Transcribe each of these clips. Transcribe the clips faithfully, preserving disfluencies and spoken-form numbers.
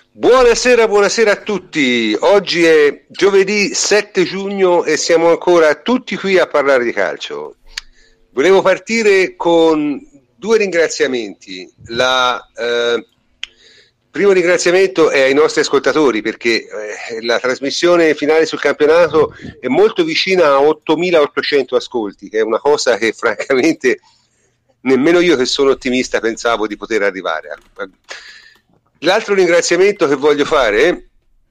Buonasera, buonasera a tutti. Oggi è giovedì sette giugno e siamo ancora tutti qui a parlare di calcio. Volevo partire con due ringraziamenti. La, eh, primo ringraziamento è ai nostri ascoltatori, perché eh, la trasmissione finale sul campionato è molto vicina a ottomilaottocento ascolti, che è una cosa che francamente nemmeno io, che sono ottimista, pensavo di poter arrivare a. L'altro ringraziamento che voglio fare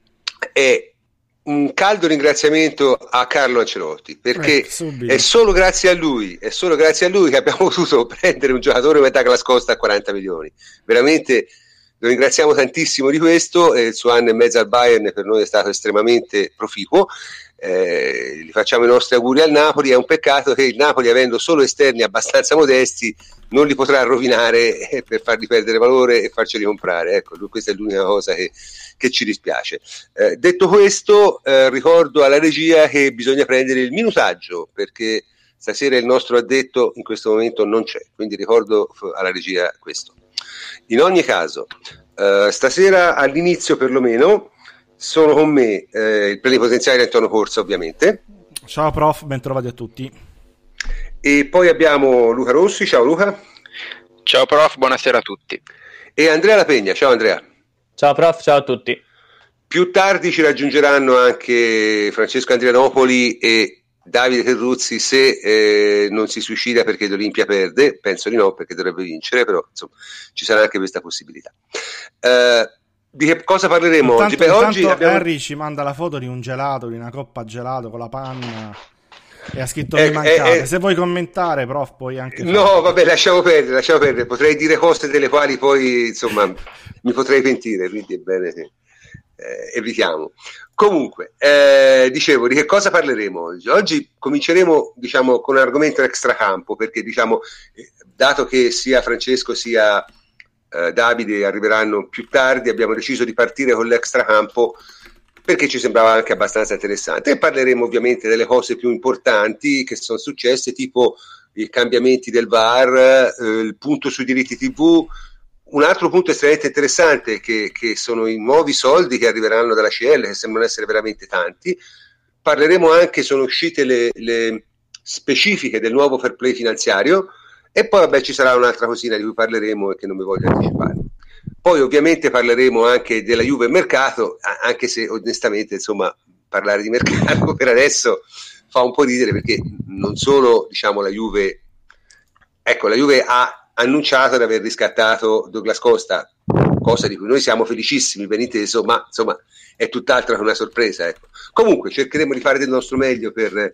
è un caldo ringraziamento a Carlo Ancelotti, perché eh, è solo grazie a lui, è solo grazie a lui che abbiamo potuto prendere un giocatore come Douglas Costa a quaranta milioni. Veramente lo ringraziamo tantissimo di questo, e il suo anno e mezzo al Bayern per noi è stato estremamente proficuo. Eh, gli facciamo i nostri auguri al Napoli. È un peccato che il Napoli, avendo solo esterni abbastanza modesti, non li potrà rovinare eh, per farli perdere valore e farceli comprare. Ecco, questa è l'unica cosa che, che ci dispiace. Eh, detto questo, eh, ricordo alla regia che bisogna prendere il minutaggio, perché stasera il nostro addetto in questo momento non c'è, quindi ricordo alla regia questo. In ogni caso, eh, stasera all'inizio perlomeno sono con me eh, il plenipotenziario Antonio Corsa, ovviamente. Ciao prof, ben trovati a tutti. E poi abbiamo Luca Rossi. Ciao Luca. Ciao prof, buonasera a tutti. E Andrea La Pegna. Ciao Andrea. Ciao prof, ciao a tutti. Più tardi ci raggiungeranno anche Francesco Andrianopoli e Davide Terruzzi, se eh, non si suicida perché l'Olimpia perde. Penso di no, perché dovrebbe vincere, però insomma ci sarà anche questa possibilità. Eh, Di che cosa parleremo intanto, oggi? Beh, oggi abbiamo... Harry ci manda la foto di un gelato, di una coppa gelato con la panna e ha scritto eh, mi mancate. eh, Se vuoi commentare, prof, puoi anche no, fare. vabbè, lasciamo perdere, lasciamo perdere. Potrei dire cose delle quali poi insomma mi potrei pentire, quindi è bene che eh, evitiamo. Comunque, eh, dicevo, di che cosa parleremo oggi? Oggi cominceremo, diciamo, con un argomento extracampo, perché diciamo, eh, dato che sia Francesco sia Uh, Davide arriveranno più tardi, abbiamo deciso di partire con l'extracampo perché ci sembrava anche abbastanza interessante, e parleremo ovviamente delle cose più importanti che sono successe, tipo i cambiamenti del V A R, uh, il punto sui diritti tivù. Un altro punto estremamente interessante che, che sono i nuovi soldi che arriveranno dalla C L, che sembrano essere veramente tanti. Parleremo anche, sono uscite le, le specifiche del nuovo fair play finanziario. E poi vabbè, ci sarà un'altra cosina di cui parleremo e che non mi voglio anticipare. Poi ovviamente parleremo anche della Juve e mercato, anche se onestamente insomma parlare di mercato per adesso fa un po' ridere, perché non solo, diciamo, la Juve, ecco, la Juve ha annunciato di aver riscattato Douglas Costa, cosa di cui noi siamo felicissimi, ben inteso, ma insomma è tutt'altro che una sorpresa, ecco. Comunque cercheremo di fare del nostro meglio per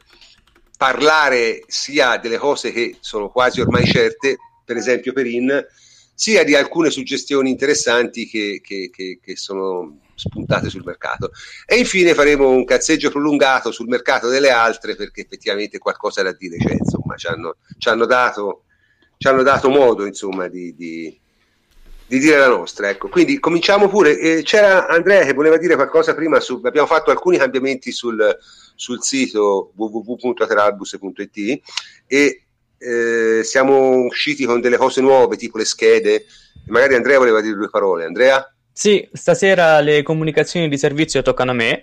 parlare sia delle cose che sono quasi ormai certe, per esempio Perin, sia di alcune suggestioni interessanti che, che, che, che sono spuntate sul mercato. E infine faremo un cazzeggio prolungato sul mercato delle altre, perché effettivamente qualcosa da dire c'è, insomma, ci hanno, ci hanno dato ci hanno dato modo, insomma, di, di, di dire la nostra, ecco. Quindi cominciamo pure. Eh, c'era Andrea che voleva dire qualcosa prima su, abbiamo fatto alcuni cambiamenti sul sul sito w w w punto ateralbus punto i t e eh, siamo usciti con delle cose nuove, tipo le schede. Magari Andrea voleva dire due parole. Andrea? Sì, stasera le comunicazioni di servizio toccano a me.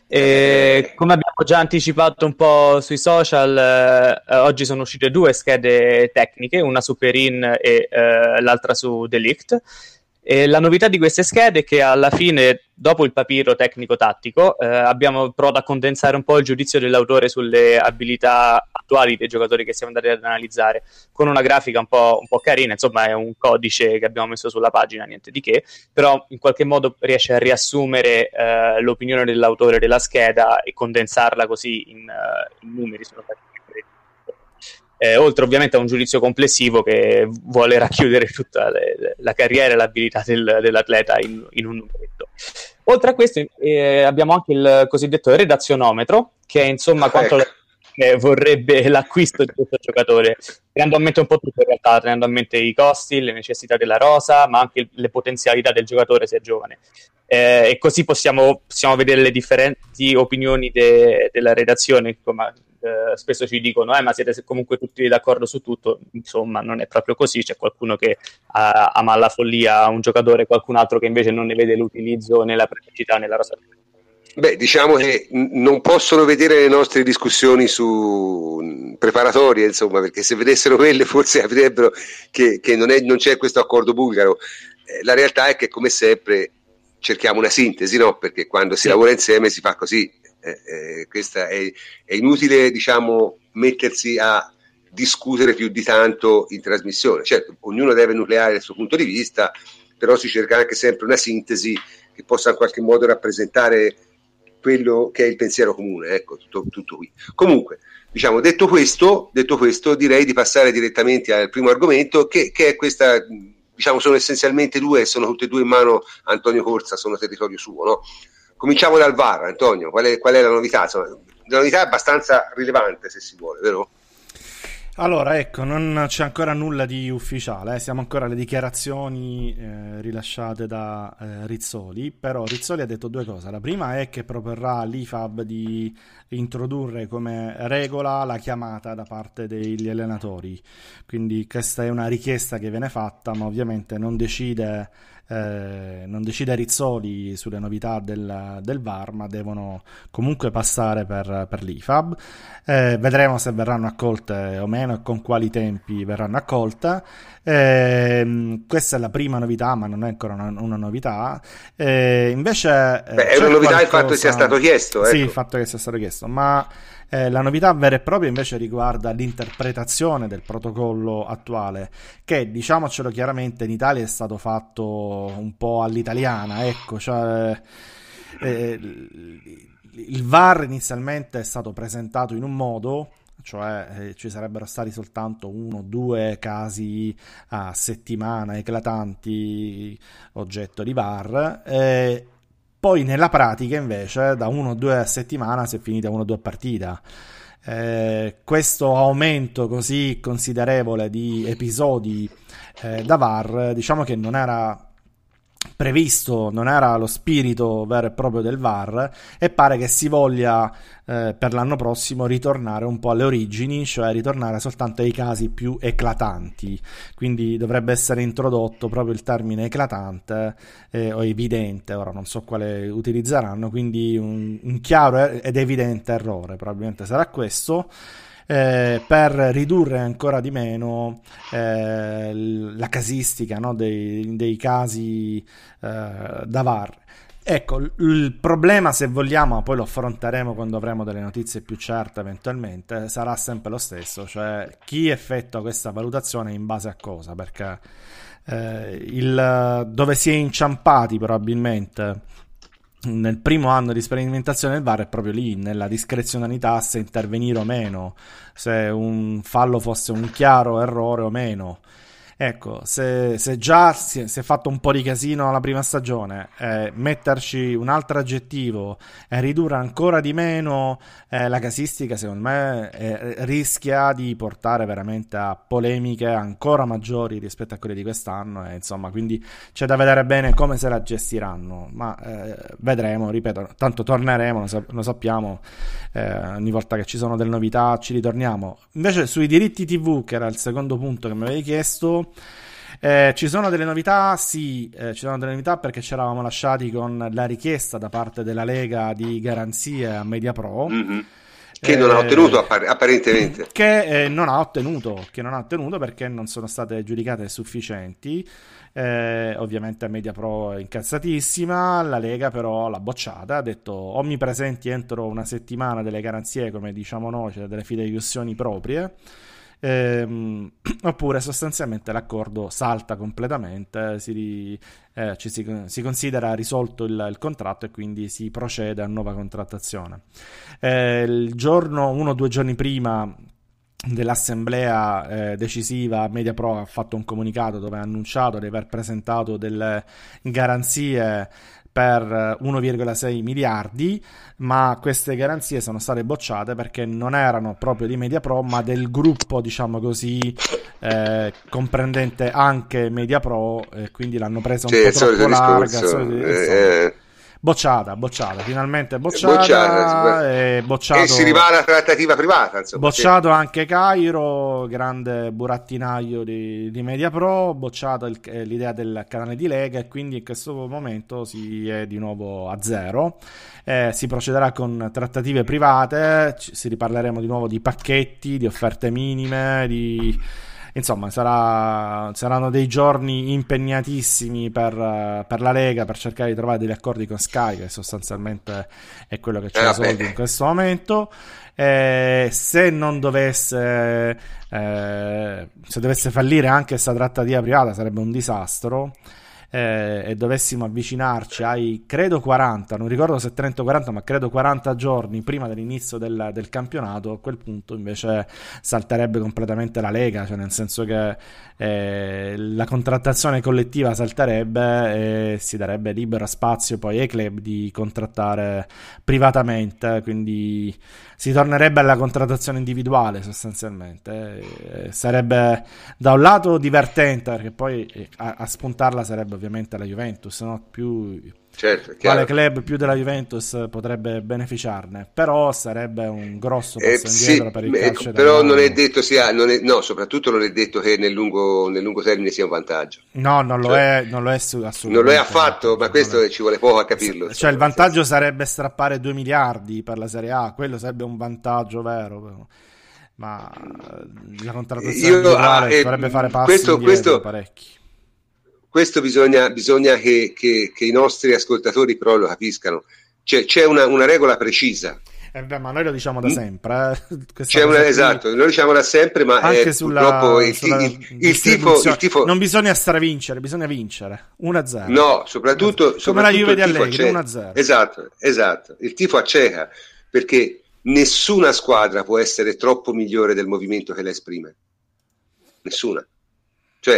E come abbiamo già anticipato un po' sui social, eh, oggi sono uscite due schede tecniche, una su Perin e eh, l'altra su De Ligt. E la novità di queste schede è che alla fine, dopo il papiro tecnico-tattico, eh, abbiamo provato a condensare un po' il giudizio dell'autore sulle abilità attuali dei giocatori che siamo andati ad analizzare, con una grafica un po', un po' carina. Insomma, è un codice che abbiamo messo sulla pagina, niente di che, però in qualche modo riesce a riassumere eh, l'opinione dell'autore della scheda e condensarla così in, uh, in numeri. Sono Eh, oltre ovviamente a un giudizio complessivo che vuole racchiudere tutta le, la carriera e l'abilità del, dell'atleta in, in un numeretto. Oltre a questo eh, abbiamo anche il cosiddetto redazionometro, che è insomma quanto eh, vorrebbe l'acquisto di questo giocatore, tenendo a mente un po' tutto in realtà, tenendo a mente i costi, le necessità della rosa, ma anche le potenzialità del giocatore se è giovane. Eh, e così possiamo, possiamo vedere le differenti opinioni de, della redazione, come eh, spesso ci dicono eh, ma siete comunque tutti d'accordo su tutto, insomma non è proprio così, c'è qualcuno che uh, ama alla follia un giocatore, qualcun altro che invece non ne vede l'utilizzo nella praticità, nella rosa. Beh, diciamo che non possono vedere le nostre discussioni su preparatorie, insomma, perché se vedessero quelle forse capirebbero che, che non, è, non c'è questo accordo bulgaro. Eh, la realtà è che, come sempre, cerchiamo una sintesi, no? Perché quando si sì. lavora insieme si fa così. Eh, eh, questa è, è inutile, diciamo, mettersi a discutere più di tanto in trasmissione. Certo, ognuno deve nucleare il suo punto di vista, però si cerca anche sempre una sintesi che possa in qualche modo rappresentare quello che è il pensiero comune, ecco, tutto, tutto qui. Comunque, diciamo, detto questo, detto questo, direi di passare direttamente al primo argomento, che, che è questa, diciamo, sono essenzialmente due, sono tutte e due in mano Antonio Corsa, sono territorio suo, no? Cominciamo dal V A R, Antonio, qual è, qual è la novità? Insomma, la novità è abbastanza rilevante, se si vuole, vero? Allora, ecco, non c'è ancora nulla di ufficiale, eh? Siamo ancora alle dichiarazioni eh, rilasciate da eh, Rizzoli, però Rizzoli ha detto due cose. La prima è che proporrà l'I F A B di introdurre come regola la chiamata da parte degli allenatori, quindi questa è una richiesta che viene fatta, ma ovviamente non decide... Eh, non decide Rizzoli sulle novità del, del V A R, ma devono comunque passare per, per l'I F A B. Eh, vedremo se verranno accolte o meno e con quali tempi verranno accolte. Eh, questa è la prima novità, ma non è ancora una, una novità. Eh, invece eh, Beh, è una novità qualcosa... il fatto che sia stato chiesto. Ecco. Sì, il fatto che sia stato chiesto, ma Eh, la novità vera e propria invece riguarda l'interpretazione del protocollo attuale, che, diciamocelo chiaramente, in Italia è stato fatto un po' all'italiana, ecco, cioè eh, il V A R inizialmente è stato presentato in un modo, cioè eh, ci sarebbero stati soltanto uno o due casi a settimana eclatanti oggetto di V A R, eh, poi nella pratica invece da uno o due a settimana si è finita uno o due partita. Eh, questo aumento così considerevole di episodi eh, da V A R, diciamo che non era previsto, non era lo spirito vero e proprio del V A R, e pare che si voglia eh, per l'anno prossimo ritornare un po' alle origini, cioè ritornare soltanto ai casi più eclatanti, quindi dovrebbe essere introdotto proprio il termine eclatante eh, o evidente, ora non so quale utilizzeranno, quindi un, un chiaro ed evidente errore, probabilmente sarà questo. Eh, per ridurre ancora di meno eh, la casistica, no, dei, dei casi eh, da V A R. Ecco, il problema, se vogliamo, poi lo affronteremo quando avremo delle notizie più certe eventualmente, sarà sempre lo stesso, cioè chi effettua questa valutazione in base a cosa, perché eh, il, dove si è inciampati probabilmente nel primo anno di sperimentazione del V A R è proprio lì, nella discrezionalità, se intervenire o meno, se un fallo fosse un chiaro errore o meno. Ecco, se, se già si è, si è fatto un po' di casino alla prima stagione, eh, metterci un altro aggettivo e ridurre ancora di meno eh, la casistica, secondo me eh, rischia di portare veramente a polemiche ancora maggiori rispetto a quelle di quest'anno, e insomma, quindi c'è da vedere bene come se la gestiranno, ma eh, vedremo, ripeto, tanto torneremo, lo, sap- lo sappiamo, eh, ogni volta che ci sono delle novità ci ritorniamo. Invece sui diritti tivù, che era il secondo punto che mi avevi chiesto, Eh, ci sono delle novità, sì, eh, ci sono delle novità perché ci eravamo lasciati con la richiesta da parte della Lega di garanzie a MediaPro, mm-hmm. che eh, non ha ottenuto appar- apparentemente che eh, non ha ottenuto che non ha ottenuto perché non sono state giudicate sufficienti. Eh, ovviamente MediaPro è incazzatissima, la Lega però l'ha bocciata, ha detto o mi presenti entro una settimana delle garanzie, come diciamo noi, cioè delle fideiussioni proprie, Ehm, oppure sostanzialmente l'accordo salta completamente, si, eh, ci si, si considera risolto il, il contratto e quindi si procede a nuova contrattazione. Eh, il giorno, uno o due giorni prima dell'assemblea eh, decisiva, MediaPro ha fatto un comunicato dove ha annunciato di aver presentato delle garanzie per uno virgola sei miliardi, ma queste garanzie sono state bocciate perché non erano proprio di MediaPro, ma del gruppo, diciamo così, eh, comprendente anche MediaPro, e quindi l'hanno presa un sì, po' troppo larga. Solito, eh, Bocciata, bocciata, finalmente bocciata, bocciata e, bocciato, e si arriva alla trattativa privata, insomma, bocciato sì. Anche Cairo, grande burattinaio di, di Mediapro, bocciato il, l'idea del canale di Lega, e quindi in questo momento si è di nuovo a zero. Eh, si procederà con trattative private, ci, si riparleremo di nuovo di pacchetti, di offerte minime, di... Insomma, sarà, saranno dei giorni impegnatissimi per, per la Lega, per cercare di trovare degli accordi con Sky, che sostanzialmente è quello che c'è Eh, soldi in questo momento. Eh, se non dovesse eh, se dovesse fallire anche questa trattativa privata, sarebbe un disastro. Eh, e dovessimo avvicinarci ai, credo quaranta, non ricordo se trenta o quaranta, ma credo quaranta giorni prima dell'inizio del, del campionato, a quel punto invece salterebbe completamente la Lega, cioè nel senso che eh, la contrattazione collettiva salterebbe e si darebbe libero spazio poi ai club di contrattare privatamente, quindi si tornerebbe alla contrattazione individuale sostanzialmente. Eh, sarebbe da un lato divertente, perché poi eh, a, a spuntarla sarebbe ovviamente la Juventus, no? Più, certo, quale club più della Juventus potrebbe beneficiarne, però sarebbe un grosso passo eh, indietro sì, per il eh, calcio però italiano. non è detto sia, non è, no, soprattutto non è detto che nel lungo, nel lungo termine sia un vantaggio. No, non lo cioè, è, non lo è assolutamente. Non lo è affatto, ma questo è... ci vuole poco a capirlo. Cioè, il vantaggio sarebbe strappare due miliardi per la Serie A, quello sarebbe un vantaggio vero, però. Ma la contrattazione individuale ah, eh, dovrebbe fare passi questo, indietro questo, parecchi. Questo bisogna, bisogna che, che, che i nostri ascoltatori però lo capiscano. C'è, c'è una, una regola precisa. Eh beh, ma noi lo diciamo da sempre. Eh. C'è una, qui, esatto, noi lo diciamo da sempre, ma anche eh, sulla, purtroppo il, sulla il, il, tifo, il tifo... Non bisogna stravincere, bisogna vincere. uno a zero. No, soprattutto... Come soprattutto la Juve di Allegri, uno a zero. Esatto, esatto. Il tifo acceca, perché nessuna squadra può essere troppo migliore del movimento che la esprime. Nessuna. Cioè,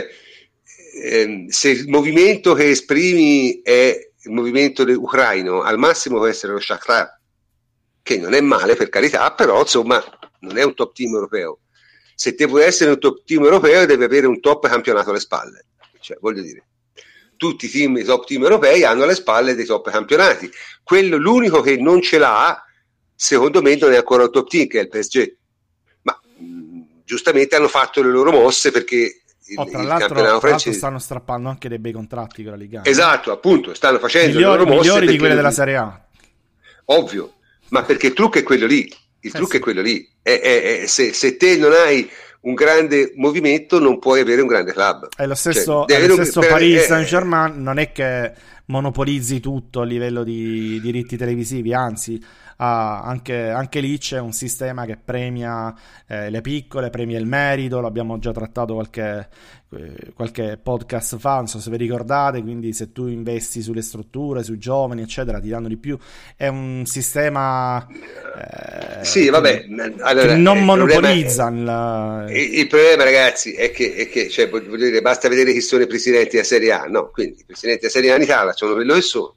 ehm, se il movimento che esprimi è il movimento ucraino, al massimo può essere lo Shakhtar, che non è male per carità, però insomma non è un top team europeo. Se te vuoi essere un top team europeo devi avere un top campionato alle spalle. Cioè, voglio dire, tutti i, team, i top team europei hanno alle spalle dei top campionati. Quello, l'unico che non ce l'ha, secondo me, non è ancora un top team, che è il P S G. Ma mh, giustamente hanno fatto le loro mosse, perché il, oh, tra, il l'altro, campionato tra francese... l'altro stanno strappando anche dei bei contratti con la Liga. Esatto, appunto, stanno facendo migliori, le loro mosse migliori di quelle della Serie A. Ovvio, ma perché il trucco è quello lì. Il eh trucco sì. è quello lì. È, è, è, se, se te non hai un grande movimento, non puoi avere un grande club. È lo stesso, cioè, è lo stesso per, Paris eh, Saint-Germain, non è che monopolizzi tutto a livello di diritti televisivi, anzi ah, anche, anche lì c'è un sistema che premia eh, le piccole, premia il merito, l'abbiamo già trattato qualche, eh, qualche podcast fa, non so se vi ricordate, quindi se tu investi sulle strutture, sui giovani eccetera ti danno di più, è un sistema eh, sì, vabbè, che, allora, che non il monopolizza problema, il, il, il problema ragazzi è che, è che cioè, voglio dire, basta vedere chi sono i presidenti della Serie A, no? Quindi i presidenti della Serie A in Italia sono quello che sono.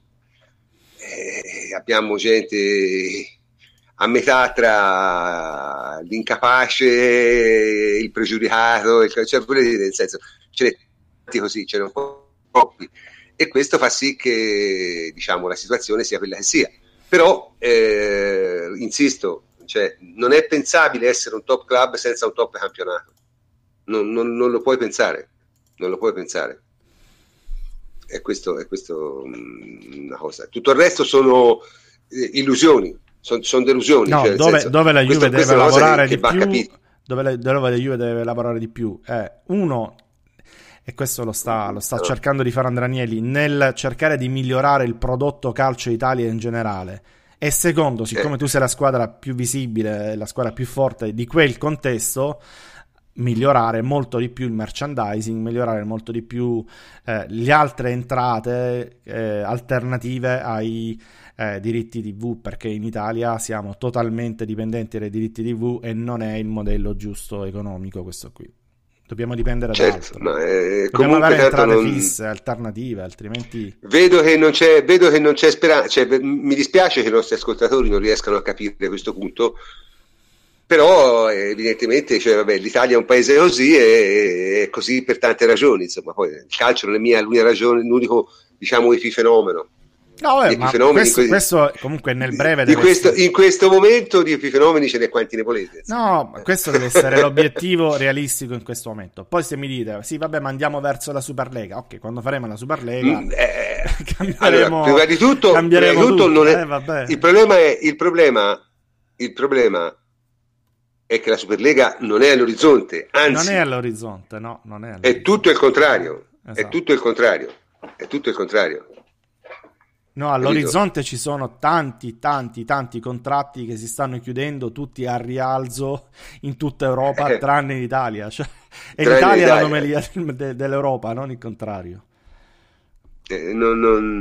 Eh, abbiamo gente a metà tra l'incapace, il pregiudicato, il, cioè, voglio dire, nel senso, ce n'è così, ce n'è un po' troppi, e questo fa sì che, diciamo, la situazione sia quella che sia. Però, eh, insisto, cioè, non è pensabile essere un top club senza un top campionato. Non, non, non lo puoi pensare, non lo puoi pensare. È questo, è questo mh, una cosa. Tutto il resto sono eh, illusioni, sono, sono delusioni. No, cioè, dove, senso, dove la Juve questo, deve lavorare che, di che più, dove la, dove la Juve deve lavorare di più è uno, e questo lo sta, lo sta no. cercando di fare Andrea Agnelli, nel cercare di migliorare il prodotto calcio Italia in generale. E secondo, siccome tu sei la squadra più visibile, la squadra più forte di quel contesto, migliorare molto di più il merchandising, migliorare molto di più eh, le altre entrate eh, alternative ai eh, diritti tivù, perché in Italia siamo totalmente dipendenti dai diritti tivù e non è il modello giusto economico questo qui. Dobbiamo dipendere certo, da altro. Ma eh, dobbiamo avere entrate non... fisse, alternative, altrimenti vedo che non c'è, vedo che non c'è speranza, cioè, mi dispiace che i nostri ascoltatori non riescano a capire questo punto. Però evidentemente cioè, vabbè, l'Italia è un paese così e è così per tante ragioni, insomma, poi il calcio non è mia l'unica ragione, l'unico diciamo epifenomeno. No, vabbè, ma questo, questo comunque nel breve di deve questo, essere... in questo momento di epifenomeni ce n'è quanti ne volete. No, questo deve essere l'obiettivo realistico in questo momento. Poi se mi dite, sì vabbè, ma andiamo verso la Superlega, ok, quando faremo la Superlega mm, eh, cambieremo, allora, prima di tutto, cambieremo prima di tutto tutto. non è, Eh, vabbè. il problema è il problema il problema è che la Superlega non è all'orizzonte, anzi non è all'orizzonte, no, non è all'orizzonte. È tutto il contrario, esatto. è tutto il contrario, è tutto il contrario. No, all'orizzonte ci sono tanti, tanti, tanti contratti che si stanno chiudendo, tutti a rialzo in tutta Europa, Eh. tranne in Italia. Cioè, e Tranne l'Italia è l'Italia. l'anomalia de- dell'Europa, non il contrario. Eh, non,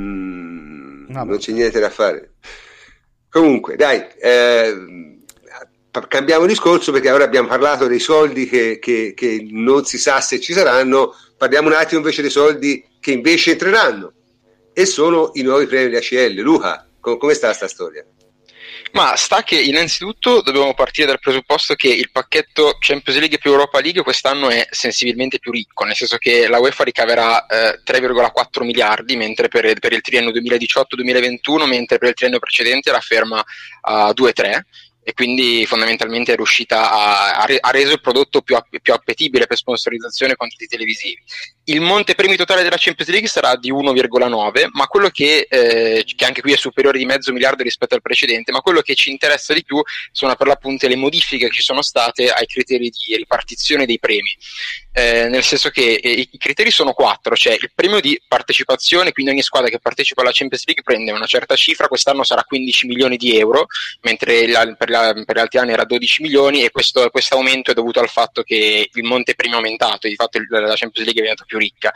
non, Vabbè. non c'è niente da fare. Comunque, dai, eh, cambiamo discorso perché ora abbiamo parlato dei soldi che, che, che non si sa se ci saranno, parliamo un attimo invece dei soldi che invece entreranno. E sono i nuovi premi della A C L. Luca, com- come sta sta storia? Ma sta che innanzitutto dobbiamo partire dal presupposto che il pacchetto Champions League più Europa League quest'anno è sensibilmente più ricco, nel senso che la UEFA ricaverà eh, tre virgola quattro miliardi mentre per, per il triennio duemiladiciotto duemilaventuno, mentre per il triennio precedente era ferma a due tre, e quindi fondamentalmente è riuscita a, a, re, a reso il prodotto più, più appetibile per sponsorizzazione con tutti i televisivi. Il monte premi totale della Champions League sarà di uno virgola nove, ma quello che, eh, che anche qui è superiore di mezzo miliardo rispetto al precedente, ma quello che ci interessa di più sono per l'appunto le modifiche che ci sono state ai criteri di ripartizione dei premi. Eh, nel senso che eh, i criteri sono quattro, c'è il premio di partecipazione, quindi ogni squadra che partecipa alla Champions League prende una certa cifra, quest'anno sarà quindici milioni di euro, mentre la, per, la, per gli altri anni era dodici milioni, e questo aumento è dovuto al fatto che il monte premio è aumentato e di fatto il, la Champions League è diventata più ricca.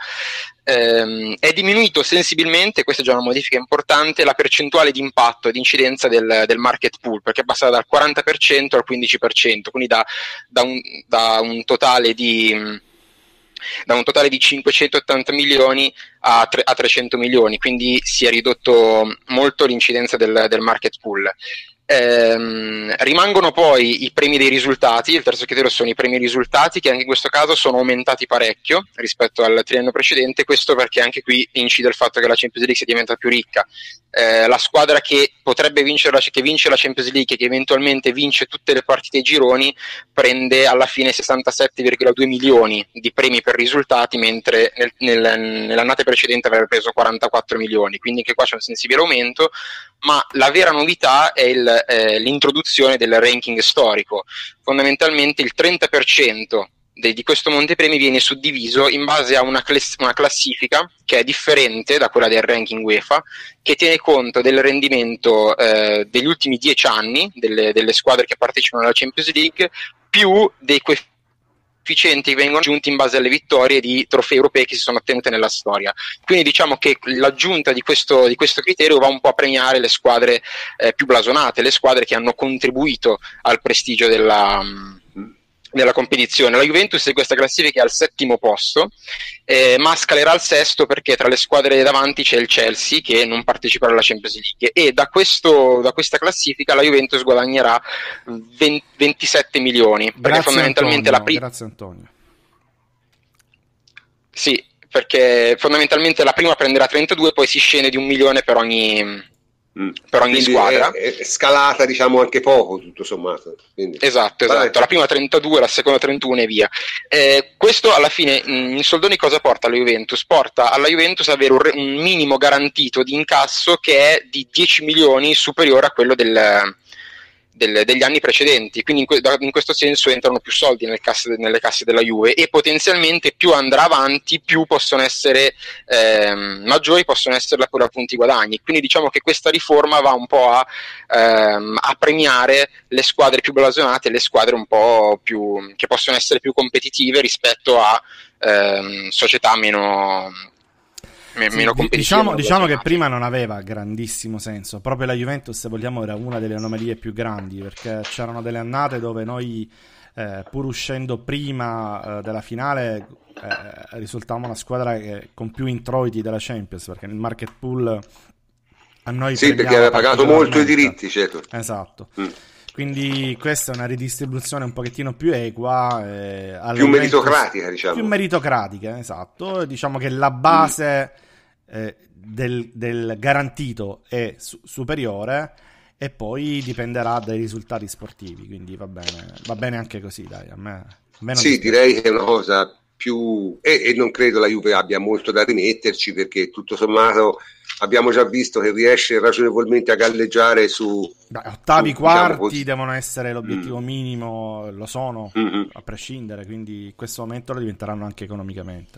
Eh, è diminuito sensibilmente, questa è già una modifica importante, la percentuale di impatto e di incidenza del, del market pool, perché è passata dal quaranta per cento al quindici per cento, quindi da, da, un, da un totale di da un totale di cinquecentottanta milioni a, tre, a trecento milioni, quindi si è ridotto molto l'incidenza del, del market pool. Ehm, rimangono poi i premi dei risultati. Il terzo criterio sono i premi risultati, che anche in questo caso sono aumentati parecchio rispetto al triennio precedente, questo perché anche qui incide il fatto che la Champions League sia diventata più ricca. Eh, la squadra che potrebbe vincere la, che vince la Champions League e che eventualmente vince tutte le partite ai gironi prende alla fine sessantasette virgola due milioni di premi per risultati, mentre nel, nel, nell'annata precedente aveva preso quarantaquattro milioni, quindi anche qua c'è un sensibile aumento. Ma la vera novità è il, eh, l'introduzione del ranking storico. Fondamentalmente il trenta per cento de, di questo montepremi viene suddiviso in base a una, class- una classifica che è differente da quella del ranking UEFA, che tiene conto del rendimento eh, degli ultimi dieci anni delle, delle squadre che partecipano alla Champions League, più dei coefficienti che vengono aggiunti in base alle vittorie di trofei europei che si sono ottenute nella storia. Quindi diciamo che l'aggiunta di questo, di questo criterio va un po' a premiare le squadre eh, più blasonate, le squadre che hanno contribuito al prestigio della, della competizione. La Juventus di questa classifica è al settimo posto, eh, ma scalerà al sesto perché tra le squadre davanti c'è il Chelsea che non parteciperà alla Champions League, e da, questo, da questa classifica la Juventus guadagnerà venti, ventisette milioni, perché Grazie fondamentalmente Antonio, la prima... Grazie Antonio. Sì, perché fondamentalmente la prima prenderà trentadue, poi si scende di un milione per ogni, mm. per ogni squadra. È, è scalata, diciamo, anche poco, tutto sommato. Quindi... Esatto, esatto. Vabbè. La prima trentadue, la seconda trentuno e via. Eh, questo alla fine, in soldoni, cosa porta alla Juventus? Porta alla Juventus avere un, un minimo garantito di incasso che è di dieci milioni superiore a quello del... Del, degli anni precedenti, quindi in, que, da, in questo senso entrano più soldi nelle casse, nelle casse della Juve, e potenzialmente più andrà avanti più possono essere ehm, maggiori possono essere per appunto i guadagni. Quindi diciamo che questa riforma va un po' a, ehm, a premiare le squadre più blasonate, le squadre un po' più che possono essere più competitive rispetto a ehm, società meno Sì, diciamo, diciamo che prima non aveva grandissimo senso, proprio la Juventus, se vogliamo, era una delle anomalie più grandi, perché c'erano delle annate dove noi eh, pur uscendo prima eh, della finale eh, risultavamo una squadra che, con più introiti della Champions, perché nel market pool a noi sì, perché aveva pagato molto i diritti, certo. Esatto. Mm. Quindi questa è una ridistribuzione un pochettino più equa, eh, più meritocratica, diciamo. Più meritocratica, esatto. Diciamo che la base mm. eh, del, del garantito è su- superiore, e poi dipenderà dai risultati sportivi, quindi va bene, va bene anche così, dai, a me, a me non sì, dispiace. direi che è una cosa più, e, e non credo la Juve abbia molto da rimetterci, perché tutto sommato abbiamo già visto che riesce ragionevolmente a galleggiare su Beh, ottavi, su, quarti diciamo così, devono essere l'obiettivo mm. minimo, lo sono, Mm-hmm. a prescindere, quindi in questo momento lo diventeranno anche economicamente.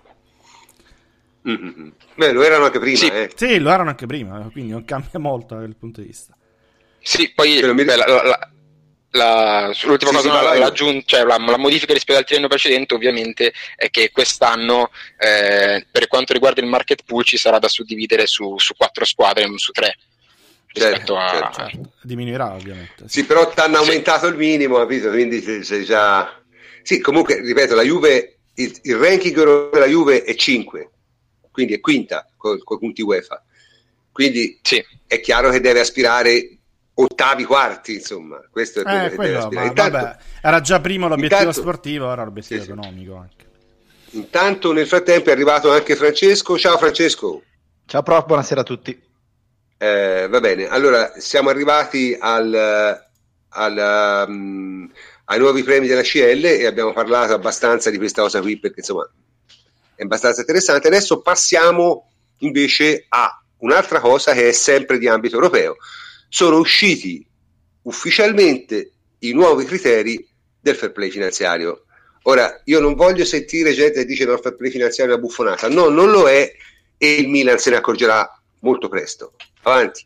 Mm-hmm. Beh, lo erano anche prima, sì. eh. Sì, lo erano anche prima, quindi non cambia molto dal punto di vista. Sì, poi Cioè, mi... beh, la, la, la, l'ultima sì, cosa, sì, no, la, la, cioè, la, la modifica rispetto al triennio precedente ovviamente è che quest'anno eh, per quanto riguarda il market pool ci sarà da suddividere su, su quattro squadre, non su tre, rispetto certo, a... certo. Certo, diminuirà ovviamente. Sì, sì, però ti hanno sì. aumentato il minimo, capito? Quindi sei, sei già... Sì, comunque, ripeto, la Juve, il, il ranking della Juve è cinque, quindi è quinta con i punti UEFA. Quindi sì. è chiaro che deve aspirare ottavi, quarti, insomma. Questo è quello eh, che quello, deve aspirare. ma, Intanto, vabbè, era già prima l'obiettivo intanto, sportivo, ora l'obiettivo sì, sì. economico anche. Intanto nel frattempo è arrivato anche Francesco. Ciao Francesco. Ciao prof, buonasera a tutti. Eh, va bene, allora siamo arrivati al, al, um, ai nuovi premi della C L e abbiamo parlato abbastanza di questa cosa qui, perché insomma è abbastanza interessante. Adesso passiamo invece a un'altra cosa che è sempre di ambito europeo. Sono usciti ufficialmente i nuovi criteri del fair play finanziario. Ora, io non voglio sentire gente che dice che il fair play finanziario è una buffonata. No, non lo è, e il Milan se ne accorgerà molto presto. Avanti.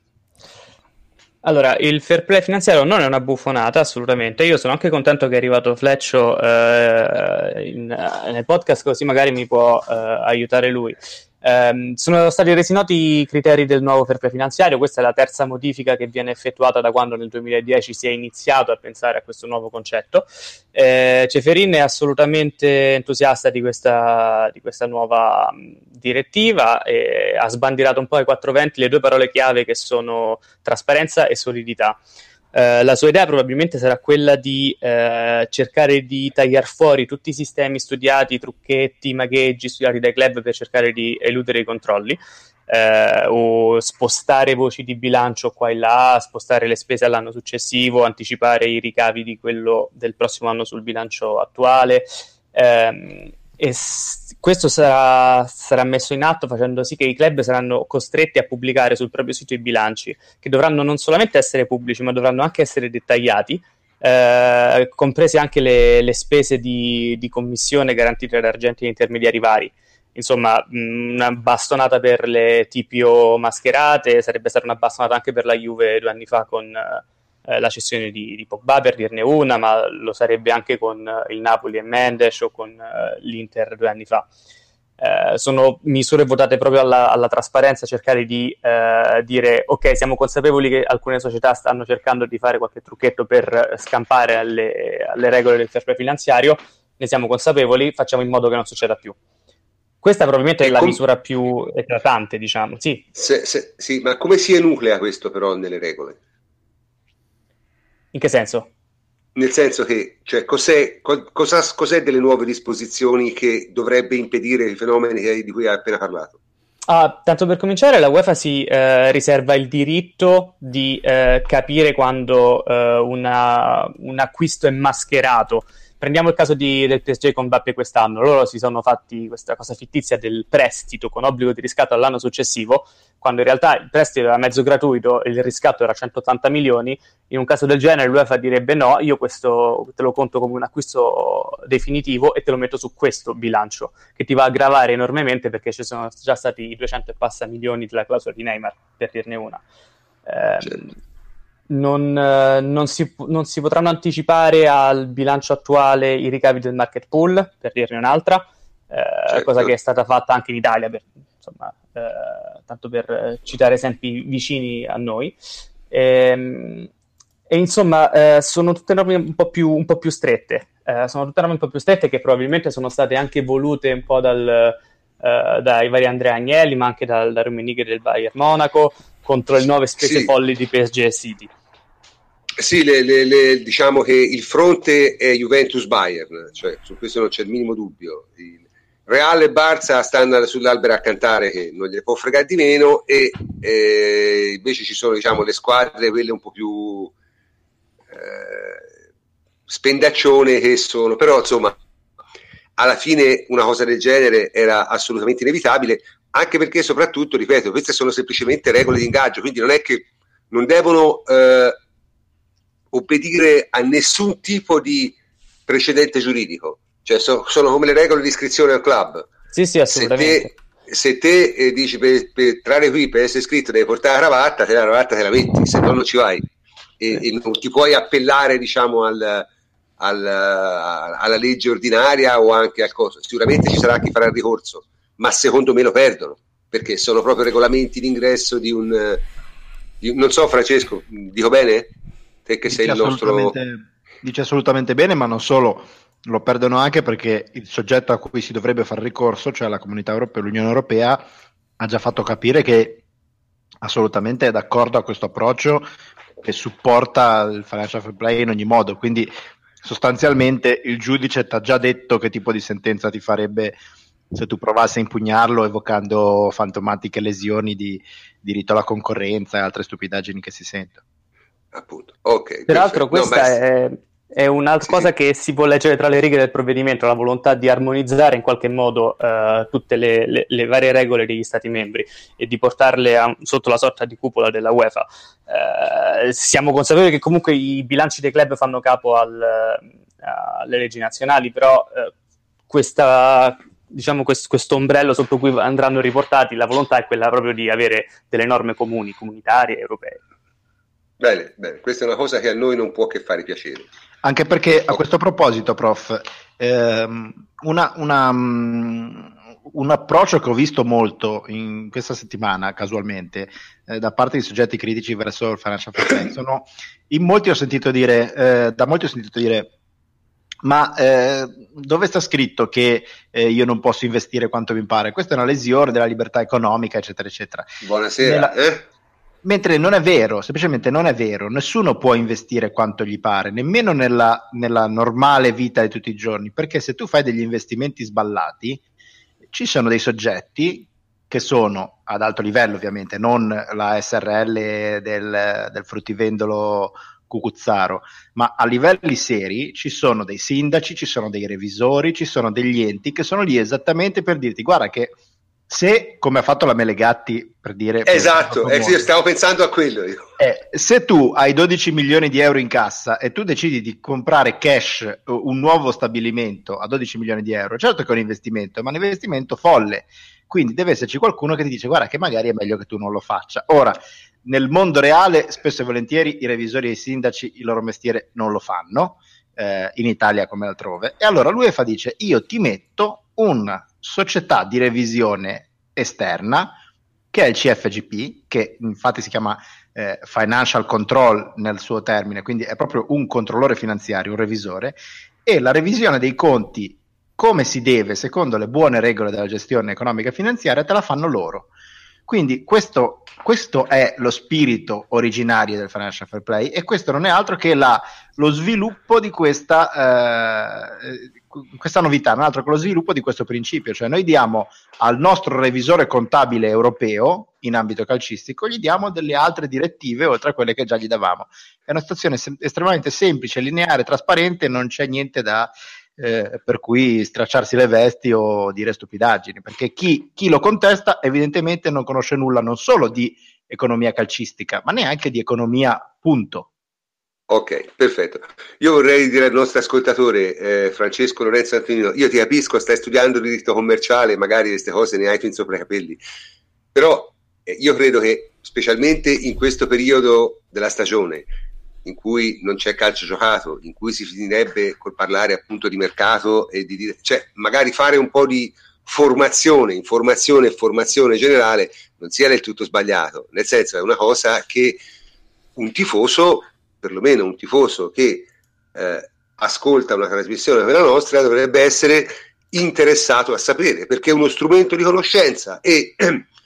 Allora, il fair play finanziario non è una buffonata, assolutamente. Io sono anche contento che è arrivato Fleccio eh, in, nel podcast, così magari mi può eh, aiutare lui. Eh, sono stati resi noti i criteri del nuovo fair play finanziario. Questa è la terza modifica che viene effettuata da quando nel duemiladieci si è iniziato a pensare a questo nuovo concetto. Eh, Ceferin è assolutamente entusiasta di questa, di questa nuova mh, direttiva e ha sbandierato un po' ai quattro venti le due parole chiave che sono trasparenza e solidità. Uh, la sua idea probabilmente sarà quella di uh, cercare di tagliare fuori tutti i sistemi studiati, trucchetti, magheggi studiati dai club per cercare di eludere i controlli, uh, o spostare voci di bilancio qua e là, spostare le spese all'anno successivo, anticipare i ricavi di quello del prossimo anno sul bilancio attuale. Um, e s- questo sarà, sarà messo in atto facendo sì che i club saranno costretti a pubblicare sul proprio sito i bilanci, che dovranno non solamente essere pubblici ma dovranno anche essere dettagliati, eh, comprese anche le, le spese di, di commissione garantite da agenti intermediari vari. Insomma, mh, una bastonata per le T P O mascherate, sarebbe stata una bastonata anche per la Juve due anni fa con eh, la cessione di, di Pogba, per dirne una, ma lo sarebbe anche con eh, il Napoli e Mendes o con eh, l'Inter due anni fa. Eh, sono misure votate proprio alla, alla trasparenza, cercare di eh, dire ok, siamo consapevoli che alcune società stanno cercando di fare qualche trucchetto per scampare alle, alle regole del fair play finanziario, ne siamo consapevoli, facciamo in modo che non succeda più. Questa probabilmente E è la com- misura più eclatante, diciamo. Sì. Se, se, sì, ma come si enuclea questo però nelle regole? In che senso? Nel senso che, cioè, cos'è, co- cosa, cos'è delle nuove disposizioni che dovrebbe impedire i fenomeni che, di cui hai appena parlato? Ah, tanto per cominciare, la UEFA si eh, riserva il diritto di eh, capire quando eh, una, un acquisto è mascherato. Prendiamo il caso di, del P S G con Mbappé quest'anno. Loro si sono fatti questa cosa fittizia del prestito con obbligo di riscatto all'anno successivo, quando in realtà il prestito era mezzo gratuito e il riscatto era centottanta milioni. In un caso del genere l'UEFA direbbe no, io questo te lo conto come un acquisto definitivo e te lo metto su questo bilancio, che ti va a gravare enormemente perché ci sono già stati i duecento e passa milioni della clausola di Neymar, per dirne una. Eh, Certo. Non, eh, non, si, non si potranno anticipare al bilancio attuale i ricavi del market pool, per dirne un'altra, eh, Certo. cosa che è stata fatta anche in Italia, per, insomma, eh, tanto per citare esempi vicini a noi. E, e insomma, eh, sono tutte norme un po' più, un po' più strette, eh, sono tutte norme un po' più strette che probabilmente sono state anche volute un po' dal, eh, dai vari Andrea Agnelli, ma anche dal, da Rummenigge del Bayern Monaco, contro le nuove spese Sì. folli di P S G e City. Sì, le, le, le, diciamo che il fronte è Juventus-Bayern, cioè su questo non c'è il minimo dubbio. Il, Real e Barça stanno sull'albero a cantare, che non gliene può fregare di meno, e eh, invece ci sono, diciamo, le squadre, quelle un po' più eh, spendaccione, che sono, però insomma alla fine una cosa del genere era assolutamente inevitabile, anche perché soprattutto, ripeto, queste sono semplicemente regole di ingaggio, quindi non è che non devono eh, obbedire a nessun tipo di precedente giuridico. Cioè so, sono come le regole di iscrizione al club. Sì, sì, assolutamente. Se te, se te eh, dici per, per entrare qui, per essere iscritto devi portare la cravatta, te la cravatta te la metti, se no non ci vai. E, e non ti puoi appellare, diciamo, al, al, alla legge ordinaria o anche al coso. Sicuramente ci sarà chi farà il ricorso, ma secondo me lo perdono, perché sono proprio regolamenti d'ingresso di un... Di, non so, Francesco, dico bene? Te che sei dice il nostro... Dice assolutamente bene, ma non solo... Lo perdono anche perché il soggetto a cui si dovrebbe fare ricorso, cioè la Comunità Europea, l'Unione Europea, ha già fatto capire che assolutamente è d'accordo a questo approccio, che supporta il financial fair play in ogni modo. Quindi sostanzialmente il giudice ti ha già detto che tipo di sentenza ti farebbe se tu provassi a impugnarlo evocando fantomatiche lesioni di diritto alla concorrenza e altre stupidaggini che si sentono. Appunto. Ok. Peraltro perfetto. questa no, è... È una sì, cosa sì. che si può leggere tra le righe del provvedimento, la volontà di armonizzare in qualche modo uh, tutte le, le, le varie regole degli Stati membri e di portarle a, sotto la sorta di cupola della UEFA. Uh, siamo consapevoli che comunque i bilanci dei club fanno capo al, uh, alle leggi nazionali, però uh, questa, diciamo, quest, questo ombrello sotto cui andranno riportati, la volontà è quella proprio di avere delle norme comuni, comunitarie e europee. Bene, bene, questa è una cosa che a noi non può che fare piacere. Anche perché a questo proposito, prof, ehm, una, una, um, un approccio che ho visto molto in questa settimana, casualmente, eh, da parte di soggetti critici verso il financial fair play, sono, in molti ho sentito dire, eh, da molti ho sentito dire, ma eh, dove sta scritto che eh, io non posso investire quanto mi pare? Questa è una lesione della libertà economica, eccetera, eccetera. Buonasera, Nella... eh? Mentre non è vero, semplicemente non è vero, nessuno può investire quanto gli pare, nemmeno nella, nella normale vita di tutti i giorni, perché se tu fai degli investimenti sballati, ci sono dei soggetti che sono ad alto livello, ovviamente, non la S R L del, del fruttivendolo cucuzzaro, ma a livelli seri ci sono dei sindaci, ci sono dei revisori, ci sono degli enti che sono lì esattamente per dirti guarda che se, come ha fatto la Melegatti, per dire... Esatto, eh, sì, stavo pensando a quello io. Eh, se tu hai dodici milioni di euro in cassa e tu decidi di comprare cash un nuovo stabilimento a dodici milioni di euro, certo che è un investimento, ma è un investimento folle, quindi deve esserci qualcuno che ti dice guarda che magari è meglio che tu non lo faccia. Ora, nel mondo reale, spesso e volentieri i revisori e i sindaci il loro mestiere non lo fanno, eh, in Italia come altrove, e allora l'UEFA dice io ti metto una società di revisione esterna che è il C F G P, che infatti si chiama eh, Financial Control nel suo termine, quindi è proprio un controllore finanziario, un revisore, e la revisione dei conti come si deve secondo le buone regole della gestione economica e finanziaria te la fanno loro. Quindi questo, questo è lo spirito originario del financial fair play e questo non è altro che la, lo sviluppo di questa, eh, questa novità, non altro che lo sviluppo di questo principio, cioè noi diamo al nostro revisore contabile europeo in ambito calcistico, gli diamo delle altre direttive oltre a quelle che già gli davamo. È una situazione sem- estremamente semplice, lineare, trasparente, non c'è niente da... Eh, per cui stracciarsi le vesti o dire stupidaggini, perché chi, chi lo contesta evidentemente non conosce nulla non solo di economia calcistica ma neanche di economia, punto. Ok, perfetto. Io vorrei dire al nostro ascoltatore eh, Francesco Lorenzo Antonino, io ti capisco, stai studiando diritto commerciale, magari queste cose ne hai fin sopra i capelli, però eh, io credo che specialmente in questo periodo della stagione in cui non c'è calcio giocato, in cui si finirebbe col parlare appunto di mercato e di dire, cioè magari fare un po' di formazione, informazione e formazione generale non sia del tutto sbagliato, nel senso è una cosa che un tifoso, perlomeno un tifoso che eh, ascolta una trasmissione come la nostra dovrebbe essere interessato a sapere, perché è uno strumento di conoscenza e